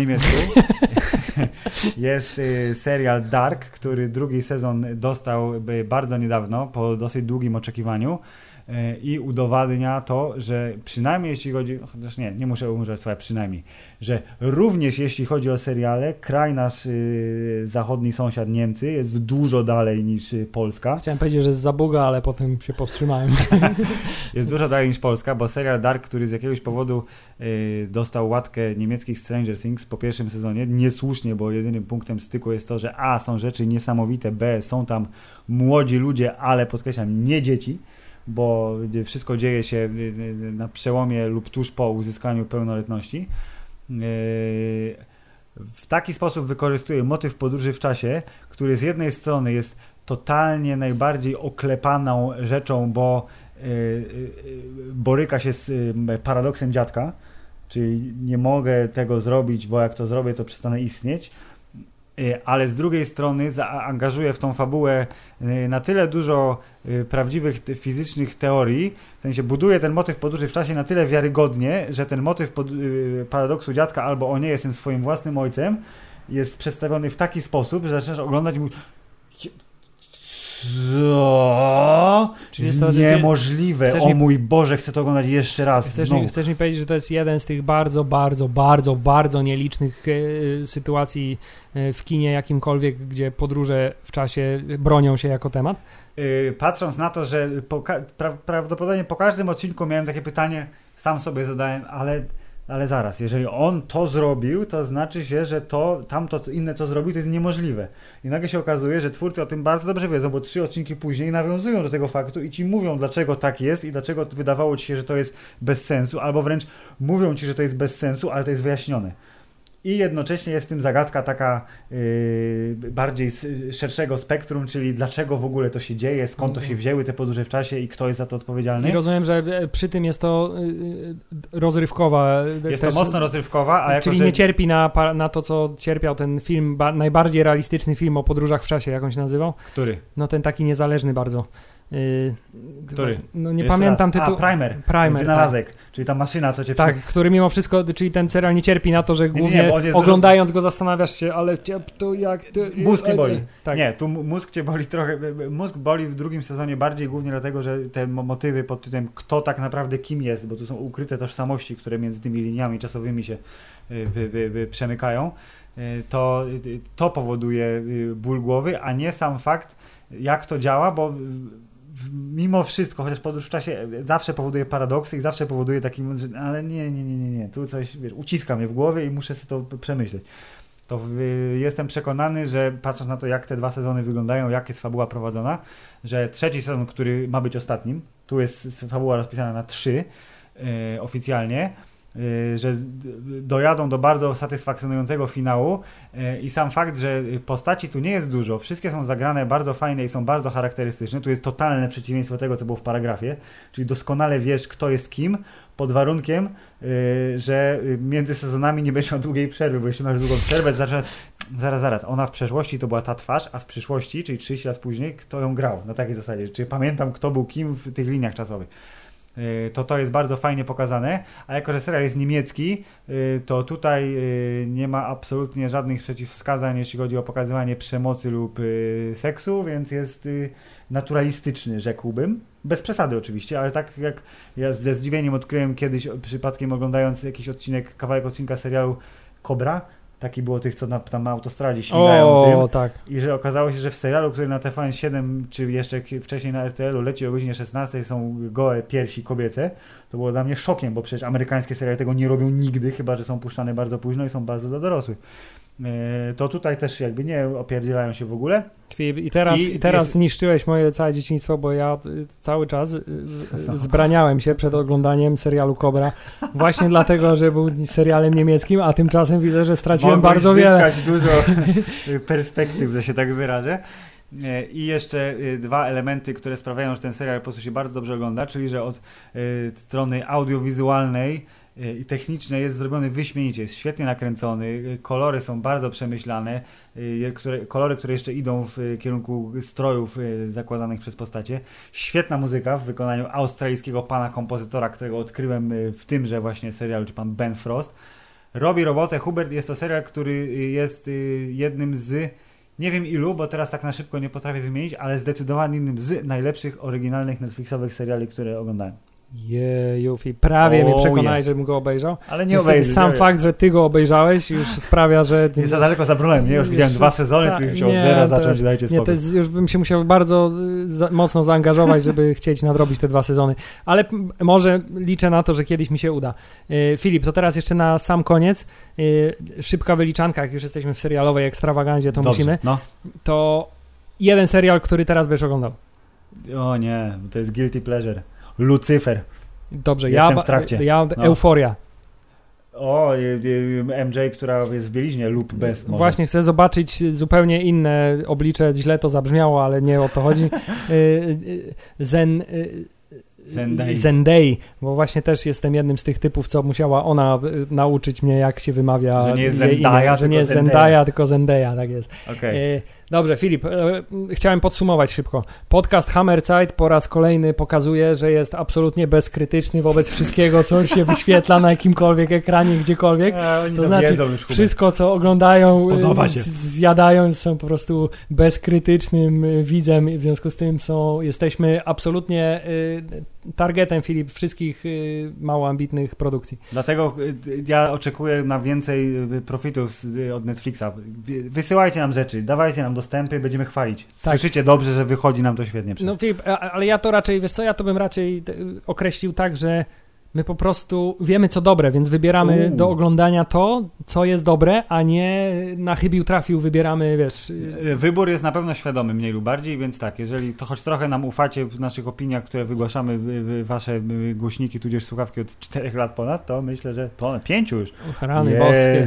Speaker 2: Jest serial Dark, który drugi sezon dostał bardzo niedawno, po dosyć długim oczekiwaniu. I udowadnia to, że przynajmniej jeśli chodzi, chociaż nie muszę używać słowa przynajmniej, że również jeśli chodzi o seriale, kraj nasz zachodni sąsiad Niemcy jest dużo dalej niż Polska.
Speaker 1: Chciałem powiedzieć, że jest za Buga, ale potem się powstrzymałem.
Speaker 2: Jest dużo dalej niż Polska, bo serial Dark, który z jakiegoś powodu dostał łatkę niemieckich Stranger Things po pierwszym sezonie, niesłusznie, bo jedynym punktem styku jest to, że A, są rzeczy niesamowite, B, są tam młodzi ludzie, ale podkreślam, nie dzieci, bo wszystko dzieje się na przełomie lub tuż po uzyskaniu pełnoletności. W taki sposób wykorzystuje motyw podróży w czasie, który z jednej strony jest totalnie najbardziej oklepaną rzeczą, bo boryka się z paradoksem dziadka, czyli nie mogę tego zrobić, bo jak to zrobię, to przestanę istnieć. Ale z drugiej strony zaangażuje w tą fabułę na tyle dużo prawdziwych fizycznych teorii, w sensie buduje ten motyw podróży w czasie na tyle wiarygodnie, że ten motyw paradoksu dziadka albo o nie jestem swoim własnym ojcem jest przedstawiony w taki sposób, że zaczynasz oglądać i mówisz, co? Jest to niemożliwe. Mój Boże, chcę to oglądać jeszcze raz.
Speaker 1: Chcesz mi powiedzieć, że to jest jeden z tych bardzo, bardzo, bardzo, bardzo nielicznych sytuacji w kinie jakimkolwiek, gdzie podróże w czasie bronią się jako temat?
Speaker 2: Patrząc na to, że prawdopodobnie po każdym odcinku miałem takie pytanie, sam sobie zadałem, ale zaraz, jeżeli on to zrobił, to znaczy się, że tamto inne to zrobił, to jest niemożliwe. I nagle się okazuje, że twórcy o tym bardzo dobrze wiedzą, bo 3 odcinki później nawiązują do tego faktu i ci mówią, dlaczego tak jest i dlaczego wydawało ci się, że to jest bez sensu, albo wręcz mówią ci, że to jest bez sensu, ale to jest wyjaśnione. I jednocześnie jest w tym zagadka taka bardziej szerszego spektrum, czyli dlaczego w ogóle to się dzieje, skąd to się wzięły te podróże w czasie i kto jest za to odpowiedzialny.
Speaker 1: I rozumiem, że przy tym jest to rozrywkowa.
Speaker 2: Jest to mocno rozrywkowa.
Speaker 1: Czyli nie cierpi na to, co cierpiał ten film, najbardziej realistyczny film o podróżach w czasie, jak on się nazywał?
Speaker 2: Który?
Speaker 1: No ten taki niezależny bardzo.
Speaker 2: Który?
Speaker 1: No nie pamiętam tytułu.
Speaker 2: Primer, wynalazek, tak. Czyli ta maszyna, co cię...
Speaker 1: Tak, który mimo wszystko, czyli ten serial nie cierpi na to, że głównie oglądając go zastanawiasz się, ale to jak...
Speaker 2: Mózg cię boli.
Speaker 1: Tak.
Speaker 2: Nie, tu mózg cię boli trochę, mózg boli w drugim sezonie bardziej głównie dlatego, że te motywy pod tytułem kto tak naprawdę kim jest, bo tu są ukryte tożsamości, które między tymi liniami czasowymi się przemykają, to powoduje ból głowy, a nie sam fakt, jak to działa, bo mimo wszystko, chociaż podróż w czasie zawsze powoduje paradoksy i zawsze powoduje taki, ale nie, tu coś, uciska mnie w głowie i muszę sobie to przemyśleć. To jestem przekonany, że patrząc na to, jak te 2 sezony wyglądają, jak jest fabuła prowadzona, że 3. sezon, który ma być ostatnim, tu jest fabuła rozpisana na 3 oficjalnie, że dojadą do bardzo satysfakcjonującego finału i sam fakt, że postaci tu nie jest dużo, wszystkie są zagrane bardzo fajne i są bardzo charakterystyczne, tu jest totalne przeciwieństwo tego, co było w paragrafie, czyli doskonale wiesz, kto jest kim, pod warunkiem, że między sezonami nie będziesz miał długiej przerwy, bo jeśli masz długą przerwę, zaraz, ona w przeszłości to była ta twarz, a w przyszłości, czyli 30 lat później, kto ją grał, na takiej zasadzie, czy pamiętam, kto był kim w tych liniach czasowych. To jest bardzo fajnie pokazane, a jako, że serial jest niemiecki, to tutaj nie ma absolutnie żadnych przeciwwskazań, jeśli chodzi o pokazywanie przemocy lub seksu, więc jest naturalistyczny, rzekłbym. Bez przesady oczywiście, ale tak jak ja ze zdziwieniem odkryłem kiedyś przypadkiem oglądając jakiś kawałek odcinka serialu Cobra, taki było tych, co tam na autostradzie śmigają tym.
Speaker 1: Tak.
Speaker 2: I że okazało się, że w serialu, który na TVN7 czy jeszcze wcześniej na RTL-u leci o godzinie 16 są gołe piersi kobiece, to było dla mnie szokiem, bo przecież amerykańskie seriale tego nie robią nigdy, chyba że są puszczane bardzo późno i są bardzo dla dorosłych. To tutaj też jakby nie opierdzielają się w ogóle.
Speaker 1: I teraz zniszczyłeś moje całe dzieciństwo, bo ja cały czas zbraniałem się przed oglądaniem serialu Cobra właśnie dlatego, że był serialem niemieckim, a tymczasem widzę, że straciłem bardzo wiele.
Speaker 2: Zyskać dużo perspektyw, że się tak wyrażę. I jeszcze dwa elementy, które sprawiają, że ten serial po prostu się bardzo dobrze ogląda, czyli że od strony audiowizualnej i techniczne jest zrobiony wyśmienicie, jest świetnie nakręcony, kolory są bardzo przemyślane, kolory, które jeszcze idą w kierunku strojów zakładanych przez postacie. Świetna muzyka w wykonaniu australijskiego pana kompozytora, którego odkryłem w tymże właśnie serialu, czy pan Ben Frost. Robi robotę. Hubert, jest to serial, który jest jednym z, nie wiem ilu, bo teraz tak na szybko nie potrafię wymienić, ale zdecydowanie jednym z najlepszych oryginalnych Netflixowych seriali, które oglądałem.
Speaker 1: Prawie mnie przekonałeś, żebym go obejrzał.
Speaker 2: Ale nie obejrzał.
Speaker 1: Sam fakt, że ty go obejrzałeś już sprawia, że...
Speaker 2: Nie za daleko zabrałem, nie? Już widziałem 2 sezony, to już od zera zacząć, dajcie spokój.
Speaker 1: Nie, już bym się musiał bardzo mocno zaangażować, żeby chcieć nadrobić te 2 sezony. Ale może liczę na to, że kiedyś mi się uda. Filip, to teraz jeszcze na sam koniec. Szybka wyliczanka, jak już jesteśmy w serialowej ekstrawagandzie, to musimy. No. To jeden serial, który teraz będziesz oglądał.
Speaker 2: O nie, to jest guilty pleasure. Lucyfer.
Speaker 1: Dobrze,
Speaker 2: jestem w trakcie.
Speaker 1: Euforia.
Speaker 2: O, MJ, która jest w bieliźnie lub bez. Może.
Speaker 1: Właśnie chcę zobaczyć zupełnie inne oblicze. Źle to zabrzmiało, ale nie o to chodzi. Zendai, bo właśnie też jestem jednym z tych typów, co musiała ona nauczyć mnie, jak się wymawia.
Speaker 2: Że nie jest Zendaya,
Speaker 1: że nie jest Zendaya, tylko Zendaya, tak jest.
Speaker 2: Okay.
Speaker 1: Dobrze, Filip, chciałem podsumować szybko. Podcast Hammerzeit po raz kolejny pokazuje, że jest absolutnie bezkrytyczny wobec wszystkiego, co się wyświetla na jakimkolwiek ekranie, gdziekolwiek. To znaczy, wszystko, co oglądają, zjadają, są po prostu bezkrytycznym widzem, w związku z tym jesteśmy absolutnie targetem, Filip, wszystkich mało ambitnych produkcji.
Speaker 2: Dlatego ja oczekuję na więcej profitów od Netflixa. Wysyłajcie nam rzeczy, dawajcie nam dostępy, będziemy chwalić. Słyszycie dobrze, że wychodzi nam to świetnie.
Speaker 1: No Filip, ale ja to raczej, wiesz co, ja to bym raczej określił tak, że my po prostu wiemy, co dobre, więc wybieramy do oglądania to, co jest dobre, a nie na chybił trafił wybieramy, wiesz...
Speaker 2: Wybór jest na pewno świadomy, mniej lub bardziej, więc tak, jeżeli to choć trochę nam ufacie w naszych opiniach, które wygłaszamy w wasze głośniki, tudzież słuchawki od 4 lat ponad, to myślę, że ponad 5 już.
Speaker 1: Rany boskie.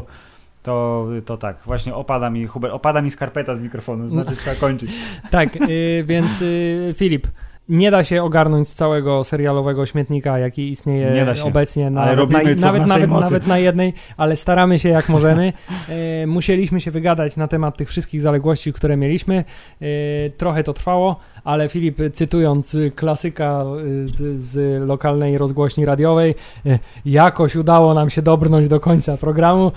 Speaker 2: To tak, właśnie opada mi skarpeta z mikrofonu, znaczy trzeba kończyć.
Speaker 1: Tak, więc Filip, nie da się ogarnąć z całego serialowego śmietnika, jaki istnieje obecnie nawet na jednej, ale staramy się jak możemy. Musieliśmy się wygadać na temat tych wszystkich zaległości, które mieliśmy. Trochę to trwało, ale Filip, cytując klasyka z lokalnej rozgłośni radiowej, jakoś udało nam się dobrnąć do końca programu.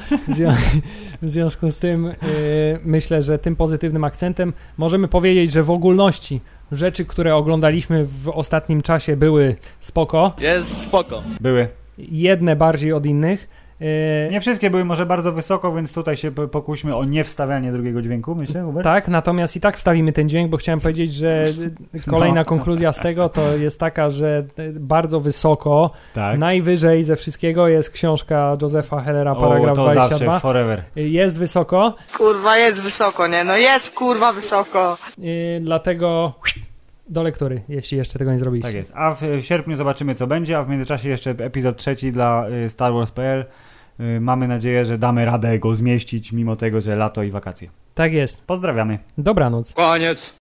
Speaker 1: W związku z tym myślę, że tym pozytywnym akcentem możemy powiedzieć, że w ogólności rzeczy, które oglądaliśmy w ostatnim czasie były spoko.
Speaker 3: Jest spoko.
Speaker 2: Były.
Speaker 1: Jedne bardziej od innych.
Speaker 2: Nie wszystkie były może bardzo wysoko, więc tutaj się pokuśmy o niewstawianie drugiego dźwięku, myślę, Hubert?
Speaker 1: Tak, natomiast i tak wstawimy ten dźwięk, bo chciałem powiedzieć, że kolejna konkluzja z tego to jest taka, że bardzo wysoko, najwyżej ze wszystkiego jest książka Josepha Hellera, paragraf
Speaker 2: to
Speaker 1: 22.
Speaker 2: Zawsze, forever.
Speaker 1: Jest wysoko.
Speaker 3: Kurwa, jest wysoko, nie? No jest kurwa wysoko.
Speaker 1: Dlatego do lektury, jeśli jeszcze tego nie zrobiliście.
Speaker 2: Tak jest. A w sierpniu zobaczymy, co będzie, a w międzyczasie jeszcze epizod 3 dla Star Wars.pl. Mamy nadzieję, że damy radę go zmieścić, mimo tego, że lato i wakacje.
Speaker 1: Tak jest.
Speaker 2: Pozdrawiamy.
Speaker 1: Dobranoc.
Speaker 3: Koniec.